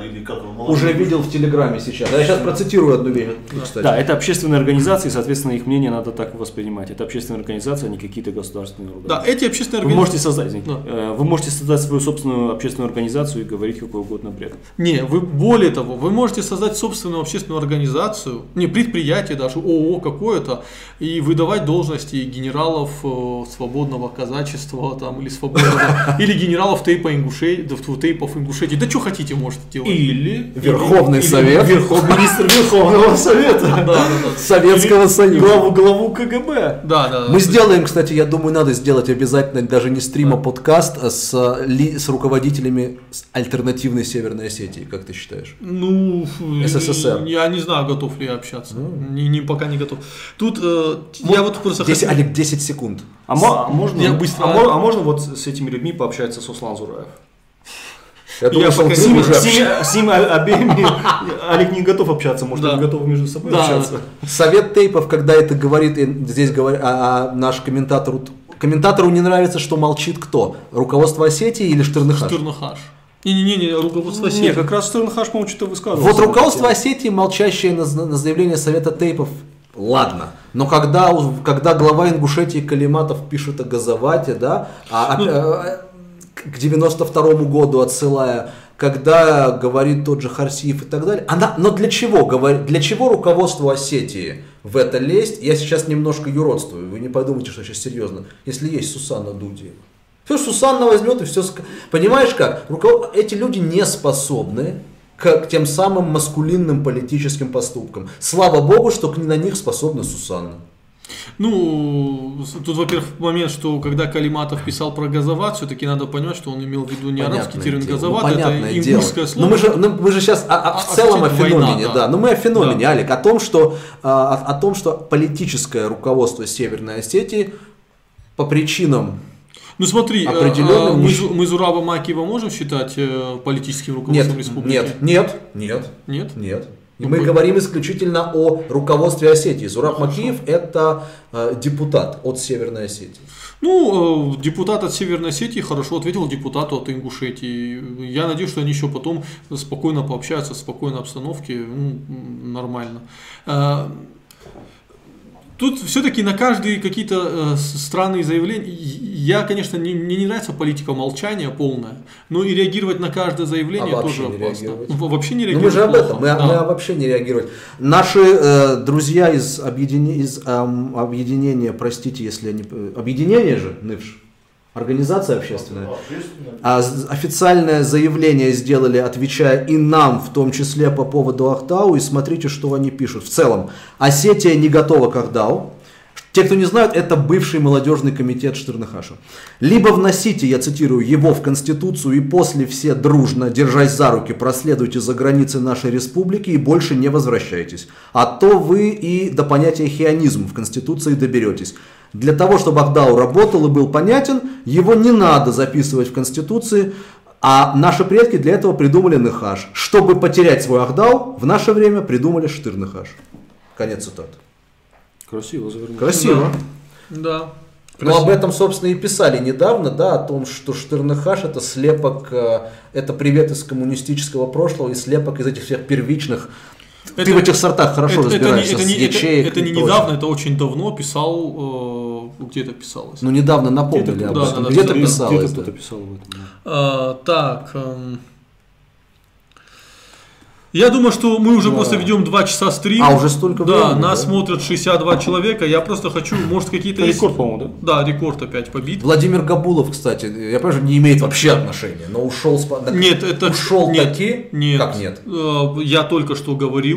Уже видел в Телеграме сейчас. Я сейчас процитирую одну вещь, кстати. Да, это общественные организации, соответственно, их мнение надо так воспринимать. Это общественные организации, а не какие-то государственные органы. Да, эти общественные организации. Вы можете создать свою собственную общественную организацию и говорить какой угодно бред. Не, более того, вы можете создать собственную общественную организацию, не предприятие даже, ООО какое-то, и выдавать должности генералов свободного казачества там, или свободного, или генералов тейпов Ингушетии. Да что хотите, можете делать. Или Верховный Совет. Министр Верховного Совета. Советского Союза. Главу КГБ. Да. Мы сделаем, кстати, я думаю, надо сделать обязательно даже не стрим, а подкаст с руководителями альтернативной Северной Осетии, как ты считаешь? Ну, СССР. Я не знаю, готов ли я общаться. Пока не готов. Тут я вот просто Олег, 10 секунд. Можно вот с этими людьми пообщаться с Услан Зураев? С ними обеими Олег не готов общаться, может, они готовы между собой общаться. Совет Тейпов, когда это говорит, здесь говорит, наш комментатору не нравится, что молчит кто? Руководство Осетии или Штырнахаш? Штырнахаш. Не, руководство Осетии. Не, как раз Стернхаш, по-моему, что-то высказывал. Вот руководство Осетии, молчащее на заявление Совета Тейпов, ладно. Но когда глава Ингушетии Калиматов пишет о газовате, да, к 92-му году отсылая, когда говорит тот же Харсиев и так далее. Но для чего руководству Осетии в это лезть? Я сейчас немножко юродствую, вы не подумайте, что я сейчас серьезно. Если есть Сусанна Дудиева. Все, Сусанна возьмет и все... Понимаешь как? Эти люди не способны к тем самым маскулинным политическим поступкам. Слава богу, что на них способна Сусанна. Ну, тут, во-первых, момент, что когда Калиматов писал про газоват, все-таки надо понимать, что он имел в виду не арабский термин газоват, это ингушское слово. Но мы же сейчас в целом о феномене, да. Но мы о феномене, Алик, о том, что политическое руководство Северной Осетии по причинам... Ну смотри, мы Зураба Макиева можем считать политическим руководством республики? Нет. И мы говорим исключительно о руководстве Осетии. Зураб Макиев это депутат от Северной Осетии. Ну, депутат от Северной Осетии хорошо ответил депутату от Ингушетии. Я надеюсь, что они еще потом спокойно пообщаются в спокойной обстановке, нормально. Тут все-таки на каждые какие-то странные заявления, мне не нравится политика молчания полная, но и реагировать на каждое заявление тоже опасно. Вообще не реагировать. Мы же об этом, мы вообще не реагировать. Наши друзья из объединения, простите, если они... Объединение же, НИВШ? Организация общественная. Официальное заявление сделали, отвечая и нам, в том числе по поводу Ахдау, и смотрите, что они пишут. В целом, Осетия не готова к Ахдау. Те, кто не знают, это бывший молодежный комитет Штырныхаша. Либо вносите, я цитирую, его в Конституцию и после все дружно, держась за руки, проследуйте за границы нашей республики и больше не возвращайтесь. А то вы и до понятия хионизм в Конституции доберетесь. Для того, чтобы Ахдау работал и был понятен, его не надо записывать в Конституции, а наши предки для этого придумали Ныхаш. Чтобы потерять свой Ахдау, в наше время придумали Штырныхаш. Конец цитаты. Красиво завернуть. Красиво. Да. Но об этом, собственно, и писали недавно, да, о том, что Штырныхаш это слепок, это привет из коммунистического прошлого и слепок из этих всех первичных. Ты в этих сортах хорошо разбираешься. Это не недавно, это очень давно писал, где-то писалось. Ну, недавно напомнили об этом. Где-то писалось. Где-то кто-то писал об этом. Так. Я думаю, что мы уже просто ведем 2 часа стрим. А, уже столько времени? Да, нас смотрят 62 человека. Я просто хочу, может, какие-то... Рекорд, по-моему, да? Да, рекорд опять побит. Владимир Габулов, кстати, я понимаю, не имеет вообще отношения, но ушел с... Нет, это... Ушел таки? Нет. Как нет? Я только что говорил.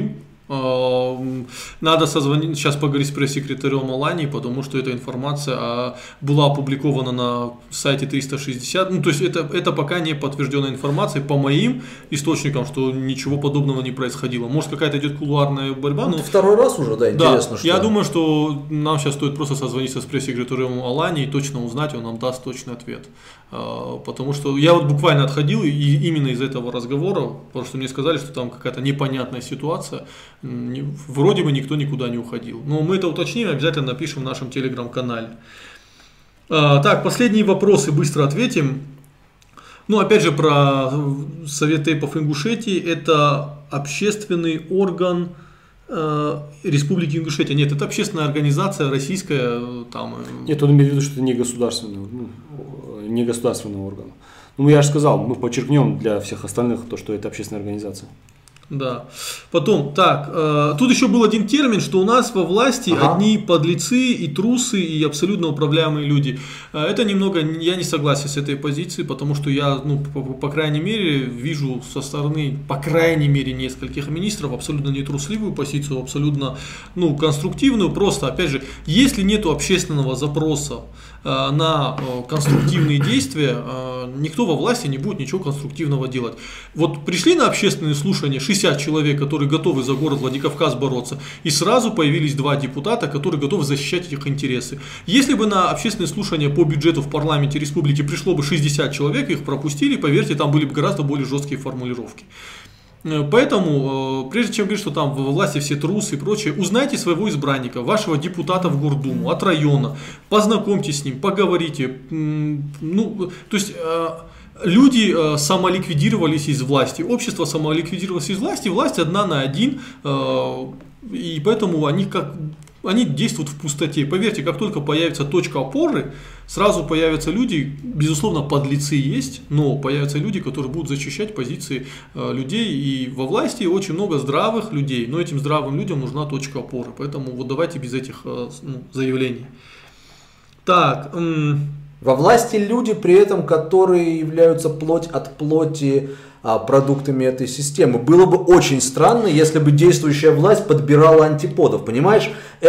Надо созвонить, сейчас поговорить с пресс-секретарем Алании, потому что эта информация была опубликована на сайте 360. Ну, то есть это пока не подтвержденная информация по моим источникам, что ничего подобного не происходило. Может, какая-то идет кулуарная борьба. Но... Второй раз уже, да, интересно, что. Я думаю, что нам сейчас стоит просто созвониться с пресс-секретарем Алании и точно узнать, он нам даст точный ответ. Потому что я вот буквально отходил и именно из этого разговора, потому что мне сказали, что там какая-то непонятная ситуация. Вроде бы никто никуда не уходил. Но мы это уточним и обязательно напишем в нашем телеграм-канале. Так, последние вопросы быстро ответим. Ну, опять же, про Совет Тейпов Ингушетии. Это общественный орган Республики Ингушетия. Нет, это общественная организация российская. Там... Нет, он имеет в виду, что это не государственный орган. Ну, я же сказал, мы подчеркнем для всех остальных то, что это общественная организация. Да. Потом, так, тут еще был один термин, что у нас во власти одни подлецы и трусы и абсолютно управляемые люди. Это немного, я не согласен с этой позицией, потому что я, по крайней мере, вижу со стороны, по крайней мере, нескольких министров абсолютно нетрусливую позицию, абсолютно, конструктивную. Просто, опять же, если нету общественного запроса на конструктивные действия, никто во власти не будет ничего конструктивного делать. Вот пришли на общественные слушания 60 человек, которые готовы за город Владикавказ бороться, и сразу появились 2 депутата, которые готовы защищать их интересы. Если бы на общественные слушания по бюджету в парламенте республики пришло бы 60 человек, их пропустили, поверьте, там были бы гораздо более жесткие формулировки. Поэтому, прежде чем говорить, что там во власти все трусы и прочее, узнайте своего избранника, вашего депутата в Гордуму, от района, познакомьтесь с ним, поговорите. Ну, то есть люди самоликвидировались из власти, общество самоликвидировалось из власти, власть одна на один, и поэтому они действуют в пустоте. Поверьте, как только появится точка опоры, сразу появятся люди, безусловно, подлецы есть, но появятся люди, которые будут защищать позиции людей. И во власти очень много здравых людей, но этим здравым людям нужна точка опоры. Поэтому вот давайте без этих заявлений. Так. Во власти люди, при этом, которые являются плоть от плоти продуктами этой системы. Было бы очень странно, если бы действующая власть подбирала антиподов, понимаешь?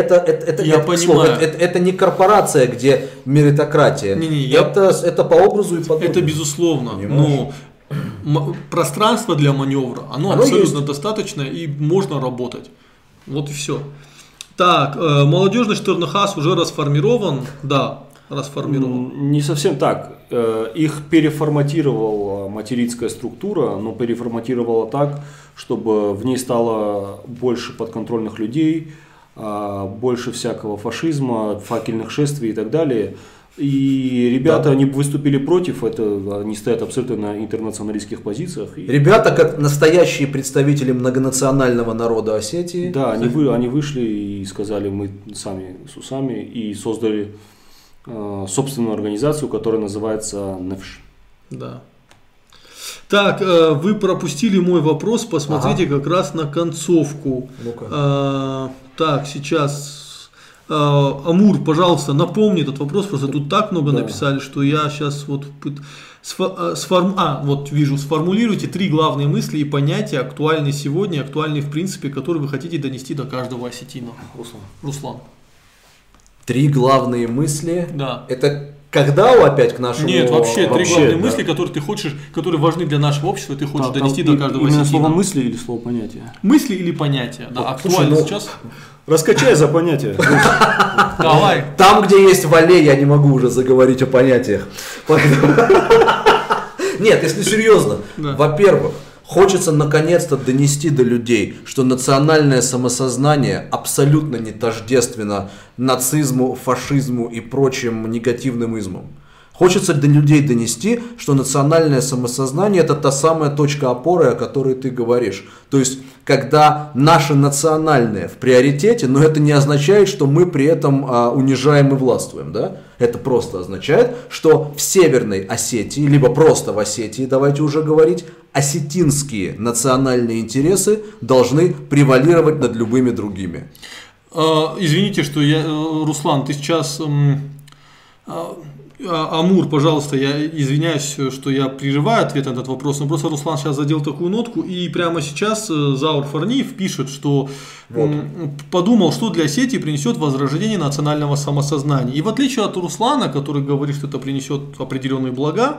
Это не корпорация, где меритократия. Это по образу и подобию. Это безусловно. Но пространство для маневра, оно абсолютно достаточно и можно работать. Вот и все. Так, молодежный Штернхас уже расформирован, да. Расформирован. Не совсем так. Их переформатировала материнская структура, но переформатировала так, чтобы в ней стало больше подконтрольных людей, больше всякого фашизма, факельных шествий и так далее. И ребята, они выступили против, они стоят абсолютно на интернационалистских позициях. Ребята, как настоящие представители многонационального народа Осетии. Да, они вышли и сказали, мы сами с усами, и создали собственную организацию, которая называется НЕФШ. Да. Так, вы пропустили мой вопрос, посмотрите как раз на концовку. Так, сейчас Амур, пожалуйста, напомни этот вопрос, просто тут так много написали, что я сейчас вот вижу, сформулируйте 3 главные мысли и понятия, актуальные сегодня, актуальные в принципе, которые вы хотите донести до каждого осетина. Руслан. 3 главные мысли. Да. Это когда опять к нашему... Нет, вообще 3 главные мысли, которые ты хочешь, которые важны для нашего общества, и ты хочешь донести до каждого именно осетина. Слово мысли или слово понятия? Мысли или понятия, да, актуально сейчас. Раскачай за понятие. Давай. Там, где есть Вале, я не могу уже заговорить о понятиях. Нет, если серьезно, во-первых, хочется наконец-то донести до людей, что национальное самосознание абсолютно не тождественно нацизму, фашизму и прочим негативным измам. Хочется до людей донести, что национальное самосознание — это та самая точка опоры, о которой ты говоришь. То есть, когда наше национальное в приоритете, но это не означает, что мы при этом унижаем и властвуем. Да? Это просто означает, что в Северной Осетии, либо просто в Осетии, давайте уже говорить, осетинские национальные интересы должны превалировать над любыми другими. Извините, что Руслан, ты сейчас... Амур, пожалуйста, я извиняюсь, что я прерываю ответ на этот вопрос, но просто Руслан сейчас задел такую нотку, и прямо сейчас Заур Фарниев пишет, что подумал, что для Осетии принесет возрождение национального самосознания. И в отличие от Руслана, который говорит, что это принесет определенные блага,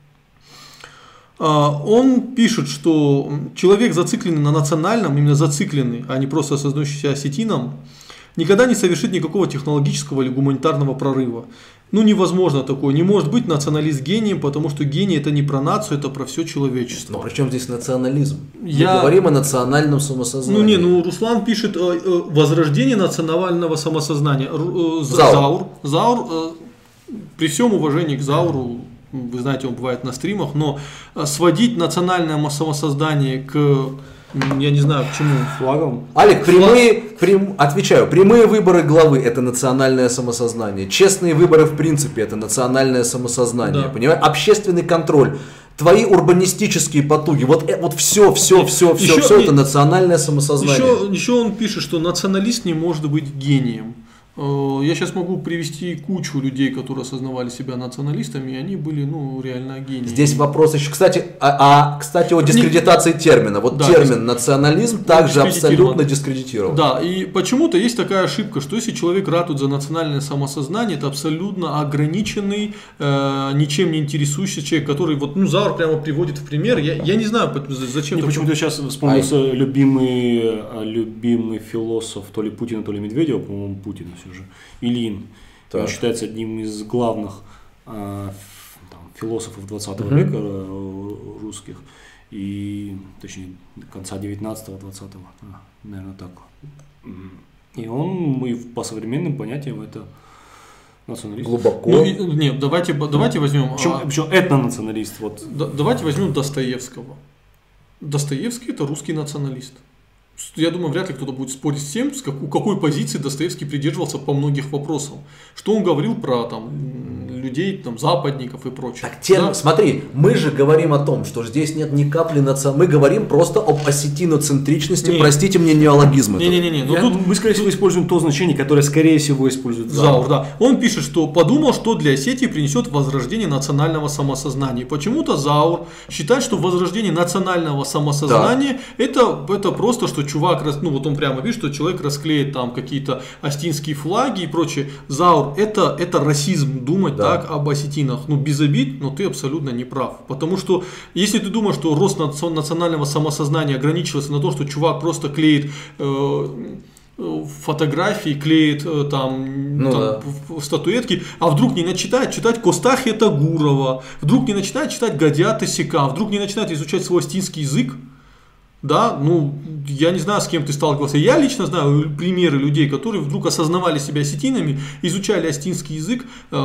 он пишет, что человек, зацикленный на национальном, именно зацикленный, а не просто осознающий себя осетином, никогда не совершит никакого технологического или гуманитарного прорыва. Ну, невозможно такое. Не может быть националист гением, потому что гений — это не про нацию, это про все человечество. Но при чем здесь национализм? Мы говорим о национальном самосознании. Руслан пишет возрождение национального самосознания. Заур, при всем уважении к Зауру, вы знаете, он бывает на стримах, но сводить национальное самосознание к... Я не знаю, к чему. Флагом. Алик, прямые выборы главы — это национальное самосознание. Честные выборы в принципе — это национальное самосознание. Да. Понимаешь? Общественный контроль. Твои урбанистические потуги, вот все это национальное самосознание. Еще он пишет, что националист не может быть гением. Я сейчас могу привести кучу людей, которые осознавали себя националистами, и они были, реально гении. Здесь вопрос еще, кстати, о дискредитации термина. Вот термин национализм также абсолютно дискредитирован. Да, и почему-то есть такая ошибка, что если человек ратует за национальное самосознание, это абсолютно ограниченный, ничем не интересующийся человек, который, Заур прямо приводит в пример. Я не знаю, зачем. Почему-то сейчас вспомнился любимый философ, то ли Путина, то ли Медведева, по-моему, Путина все же, Ильин. Он считается одним из главных философов 20 века русских. и, точнее, конца 19-го, 20-го, наверное, так. И он, и по современным понятиям, это националист. Глубоко. Ну, нет, давайте возьмем... Причем этнонационалист. Вот. Давайте возьмем Достоевского. Достоевский – это русский националист. Я думаю, вряд ли кто-то будет спорить с тем, у какой позиции Достоевский придерживался по многих вопросам. Что он говорил про там, людей, там, западников и прочее. Так, Да? смотри, мы же говорим о том, что здесь нет ни капли мы говорим просто об осетиноцентричности, Нет. простите мне неологизмы. Не-не-не, но тут Мы, скорее всего, используем то значение, которое, скорее всего, использует Заур, да. Он пишет, что подумал, что для Осетии принесет возрождение национального самосознания. И почему-то Заур считает, что возрождение национального самосознания это просто, что чувак, ну вот он прямо видит, что человек расклеит там какие-то остинские флаги и прочее. Заур, это расизм думать так об осетинах. Ну без обид, но ты абсолютно не прав. Потому что если ты думаешь, что рост национального самосознания ограничивается на то, что чувак просто клеит фотографии, клеит статуэтки, а вдруг не начинает читать Костахия Тагурова, вдруг не начинает читать Гадята Сика, вдруг не начинает изучать свой остинский язык, да, ну, я не знаю, с кем ты сталкивался. Я лично знаю примеры людей, которые вдруг осознавали себя осетинами, изучали остинский язык,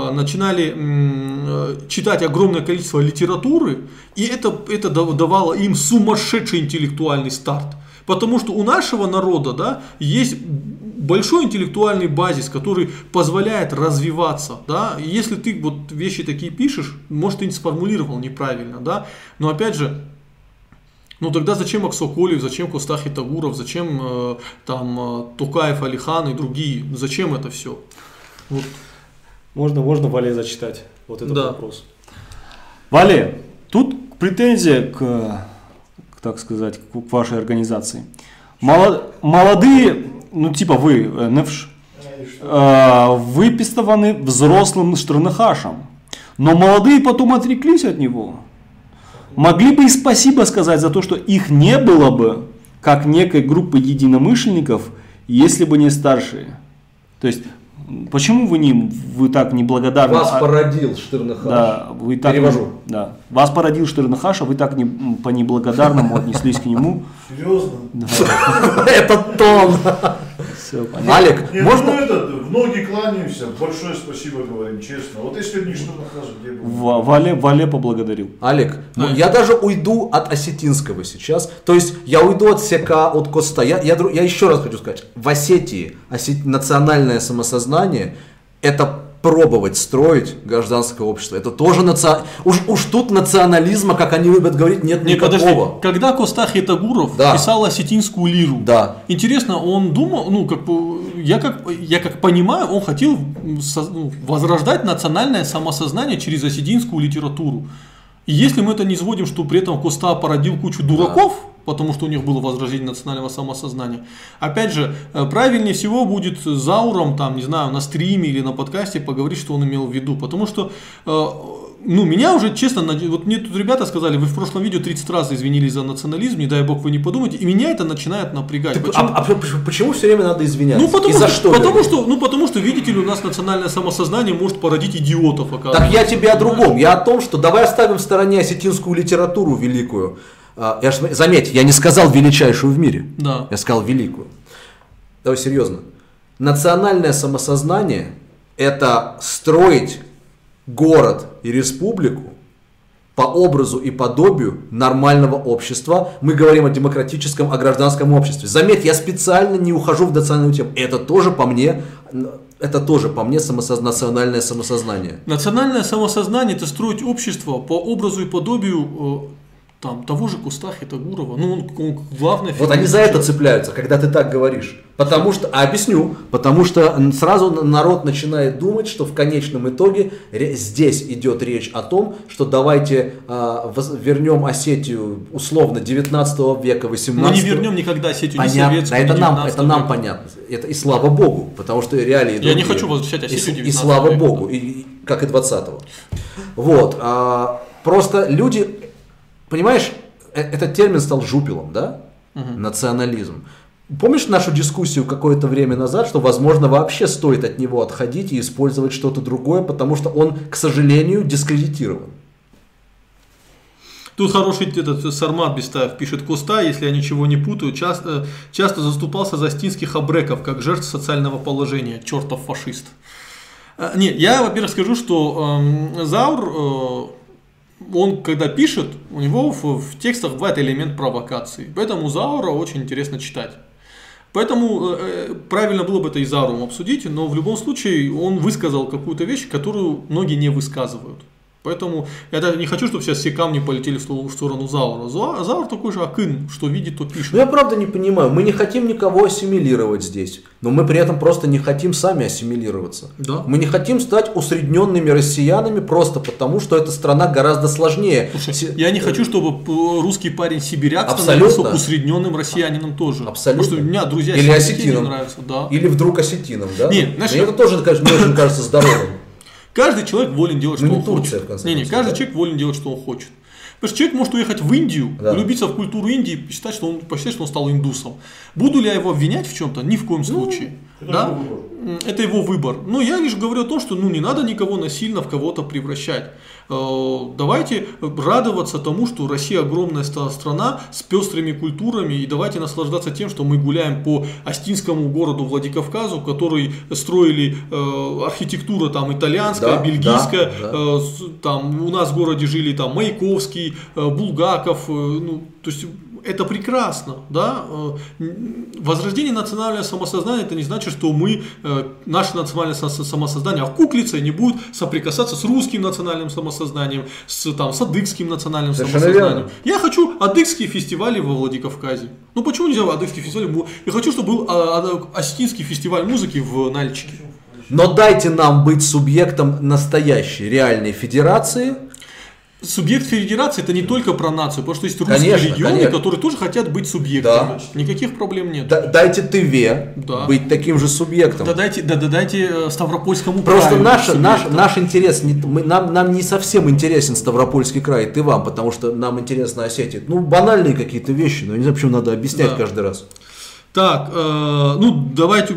начинали читать огромное количество литературы, и это давало им сумасшедший интеллектуальный старт. Потому что у нашего народа, да, есть большой интеллектуальный базис, который позволяет развиваться, да. И если ты вот вещи такие пишешь, может, ты не сформулировал неправильно, да, но опять же, ну тогда зачем Аксоколев, зачем Костахи Тагуров, зачем Тукаев Алихан и другие, зачем это все? Вот. Можно Вале зачитать вот этот вопрос. Вале, тут претензия так сказать, к вашей организации. Молодые, ну типа вы, Невш, выпистованы взрослым Штернахашем, но молодые потом отреклись от него. Могли бы и спасибо сказать за то, что их не было бы, как некой группы единомышленников, если бы не старшие. То есть, почему вы так неблагодарны? Вас породил Штернахаш. Да, вы так, перевожу. Да. Вас породил Штернахаш, а вы так по неблагодарному отнеслись к нему. Серьезно? Да. Это тон. Все понятно. Олег, Нет, можно? в ноги кланяемся, большое спасибо говорим, честно. Вот если бы не Штернахаш, где бы... Вале поблагодарил. Олег, я даже уйду от осетинского сейчас. То есть я уйду от Сека, от Коста. Я еще раз хочу сказать, в Осетии национальное самосознание — это пробовать строить гражданское общество. Это тоже уж тут национализма, как они любят говорить, нет никакого. Подожди, когда Костахи Тагуров писал осетинскую лиру, интересно, он думал, ну как бы, я как понимаю, он хотел возрождать национальное самосознание через осетинскую литературу. И если мы это не сводим, что при этом Коста породил кучу дураков, потому что у них было возрождение национального самосознания. Опять же, правильнее всего будет с Зауром, там, не знаю, на стриме или на подкасте поговорить, что он имел в виду. Потому что, меня уже, честно, вот мне тут ребята сказали, вы в прошлом видео 30 раз извинились за национализм, не дай бог вы не подумайте, и меня это начинает напрягать. Почему все время надо извиняться? Потому что, видите ли, у нас национальное самосознание может породить идиотов, оказывается. Так я тебе о другом. Я о том, что давай оставим в стороне осетинскую литературу великую. Заметь, я не сказал величайшую в мире. Да. Я сказал великую. Давай серьезно. Национальное самосознание — это строить город и республику по образу и подобию нормального общества. Мы говорим о демократическом, о гражданском обществе. Заметь, я специально не ухожу в национальную тему. Это тоже по мне национальное самосознание. Национальное самосознание — это строить общество по образу и подобию того же Костахи Тагурова. Ну, он главная фигура. Вот они за это цепляются, когда ты так говоришь. Потому что, объясню, потому что сразу народ начинает думать, что в конечном итоге здесь идет речь о том, что давайте вернем Осетию условно 19 века, 18 Мы не вернем никогда Осетию, не советскую, это нам понятно. Это и слава богу, потому что реалии другие. Я не хочу возвращать Осетию 19 И слава века. богу, как и 20-го. Вот. Просто люди... Понимаешь, этот термин стал жупелом, да? Национализм. Помнишь нашу дискуссию какое-то время назад, что, возможно, вообще стоит от него отходить и использовать что-то другое, потому что он, к сожалению, дискредитирован? Тут хороший этот Сармат Бестаев пишет: Коста, если я ничего не путаю, часто заступался за астинских абреков, как жертв социального положения. Чертов фашист. Не, я, во-первых, скажу, что Заур, он когда пишет, у него в текстах бывает элемент провокации. Поэтому Заура очень интересно читать. Поэтому правильно было бы это и Зауром обсудить, но в любом случае он высказал какую-то вещь, которую многие не высказывают. Поэтому я даже не хочу, чтобы сейчас все камни полетели в сторону Заура. Заур такой же акын, что видит, то пишет. Ну я правда не понимаю, мы не хотим никого ассимилировать здесь, но мы при этом просто не хотим сами ассимилироваться. Да. Мы не хотим стать усредненными россиянами просто потому, что эта страна гораздо сложнее. Слушай, я не хочу, чтобы русский парень сибиряк Абсолютно. становился усредненным россиянином тоже. Абсолютно. Потому что у меня друзья Или сибиряки осетином. не нравятся. Да. Или вдруг осетином, да? Не, знаешь, мне это тоже, конечно, мне очень кажется здоровым. Каждый человек волен делать, Ну, что не он Турция, хочет. в конце Не, концов, каждый да? человек волен делать, что он хочет. Потому что человек может уехать в Индию, Да. влюбиться в культуру Индии, посчитать, что он стал индусом. Буду ли я его обвинять в чем-то? Ни в коем случае. это Да? его выбор. Это его выбор. Но я лишь говорю о том, что не надо никого насильно в кого-то превращать. Давайте радоваться тому, что Россия огромная страна с пестрыми культурами, и давайте наслаждаться тем, что мы гуляем по Астинскому городу Владикавказу, который строили архитектура там итальянская, Да, бельгийская, да. там у нас в городе жили там Маяковский, Булгаков, то есть это прекрасно, да. Возрождение национального самосознания — это не значит, что мы, наше национальное самосознание окуклится и не будет соприкасаться с русским национальным самосознанием, с адыгским национальным Совершенно самосознанием. верно. Я хочу адыгские фестивали во Владикавказе. Ну почему нельзя адыгский фестиваль? Я хочу, чтобы был осетинский фестиваль музыки в Нальчике. Но дайте нам быть субъектом настоящей, реальной федерации. Субъект федерации — это не только про нацию, потому что есть русские Конечно, регионы, конечно. которые тоже хотят быть субъектами. Да. Никаких проблем нет. Дайте Тыве Да. быть таким же субъектом. Да дайте Ставропольскому Просто краю субъектом. наш интерес, нам не совсем интересен Ставропольский край, ты вам, потому что нам интересно Осетия. Ну, банальные какие-то вещи, но не знаю, почему надо объяснять Да. каждый раз. Так, давайте,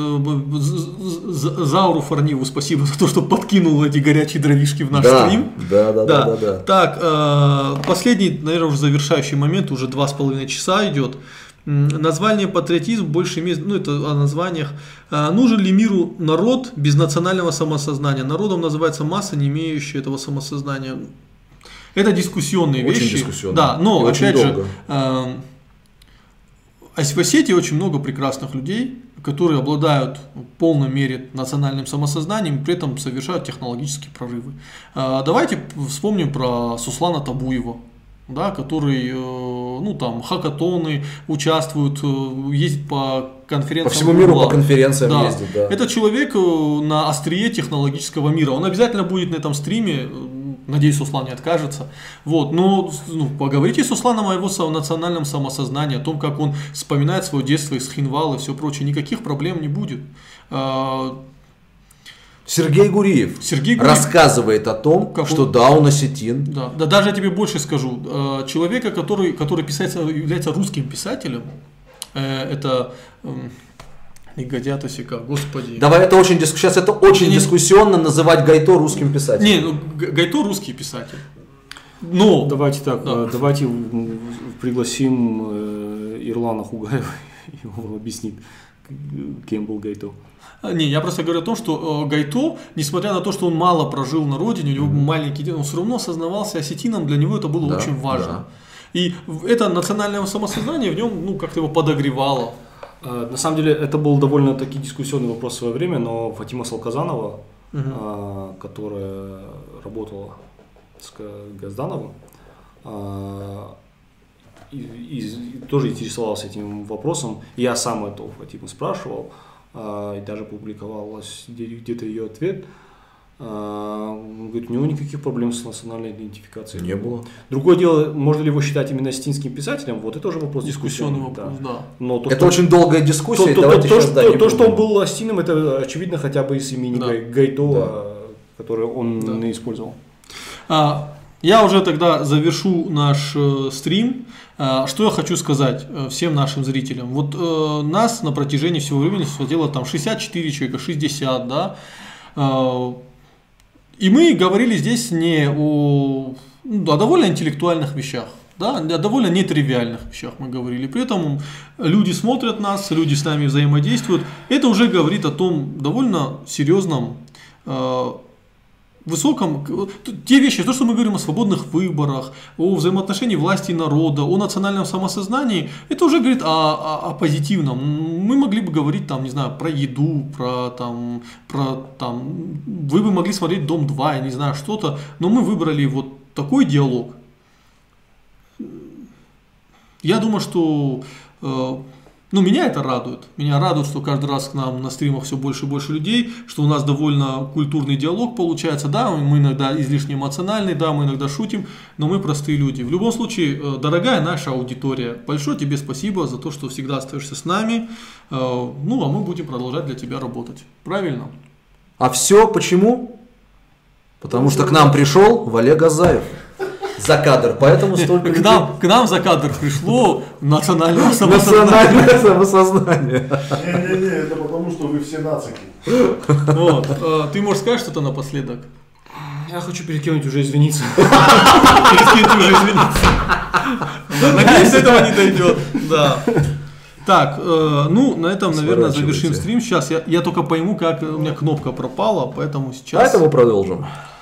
Зауру Фарниву спасибо за то, что подкинул эти горячие дровишки в наш стрим. Да. Так, последний, наверное, уже завершающий момент, уже 2,5 часа идет. Название патриотизм больше мест, это о названиях. Нужен ли миру народ без национального самосознания? Народом называется масса, не имеющая этого самосознания. Это дискуссионные Очень вещи. дискуссионные. Да, но И очень опять же, долго. в Осетии очень много прекрасных людей, которые обладают в полной мере национальным самосознанием и при этом совершают технологические прорывы. Давайте вспомним про Суслана Табуева, да, который хакатоны участвует, ездит по конференциям. По всему миру Google. по конференциям Да. ездит, да. Это человек на острие технологического мира. Он обязательно будет на этом стриме. Надеюсь, Суслан не откажется. Вот. Но поговорите с Сусланом о его национальном самосознании, о том, как он вспоминает свое детство из Хинвала и все прочее. Никаких проблем не будет. Сергей Гуриев рассказывает о том, что да, он осетин. Да, даже я тебе больше скажу. Человека, который является русским писателем, это... Негодятосика, господи. Давай, это очень сейчас это очень дискуссионно называть Гайто русским писателем. Гайто русский писатель. Но давайте так, да. давайте пригласим Ирлана Хугаева, и он объяснит, кем был Гайто. Я просто говорю о том, что Гайто, несмотря на то, что он мало прожил на родине, у него маленький день, он все равно осознавался осетином, для него это было очень важно. Да. И это национальное самосознание в нем как-то его подогревало. На самом деле это был довольно-таки дискуссионный вопрос в свое время, но Фатима Салказанова, которая работала с Газдановым, и тоже интересовался этим вопросом. Я сам это у Фатимы спрашивал, и даже публиковалось где-то ее ответ. Он говорит, у него никаких проблем с национальной идентификацией Не было. Другое дело, можно ли его считать именно осетинским писателем, вот это тоже вопрос Дискуссионный дискуссионный. вопрос, да. Но Это очень долгая дискуссия. То, что он был осетином, это очевидно хотя бы из имени Гайто, которое он не использовал. Я уже тогда завершу наш стрим. Что я хочу сказать всем нашим зрителям. Вот нас на протяжении всего времени смотрело там 64 человека, 60, да. И мы говорили здесь не о о довольно интеллектуальных вещах. Да, о довольно нетривиальных вещах мы говорили. При этом люди смотрят нас, люди с нами взаимодействуют. Это уже говорит о том довольно серьезном, высоком... Те вещи, то, что мы говорим о свободных выборах, о взаимоотношении власти и народа, о национальном самосознании, это уже говорит о позитивном. Мы могли бы говорить, там, не знаю, про еду, вы бы могли смотреть «Дом-2», я не знаю, что-то, но мы выбрали вот такой диалог. Я думаю, что меня это радует. Меня радует, что каждый раз к нам на стримах все больше и больше людей, что у нас довольно культурный диалог получается. Да, мы иногда излишне эмоциональны, да, мы иногда шутим, но мы простые люди. В любом случае, дорогая наша аудитория, большое тебе спасибо за то, что всегда остаешься с нами. А мы будем продолжать для тебя работать. Правильно? А все почему? Потому что к нам пришел Валег Азаев. За кадр, поэтому столько к нам за кадр пришло национальное самосознание. Не, это потому, что вы все нацики. Ты можешь сказать что-то напоследок? Я хочу перед кем-нибудь уже извиниться. Надеюсь, этого не дойдет. Да. Так, на этом, наверное, завершим стрим. Сейчас я только пойму, как у меня кнопка пропала, поэтому сейчас... Поэтому продолжим.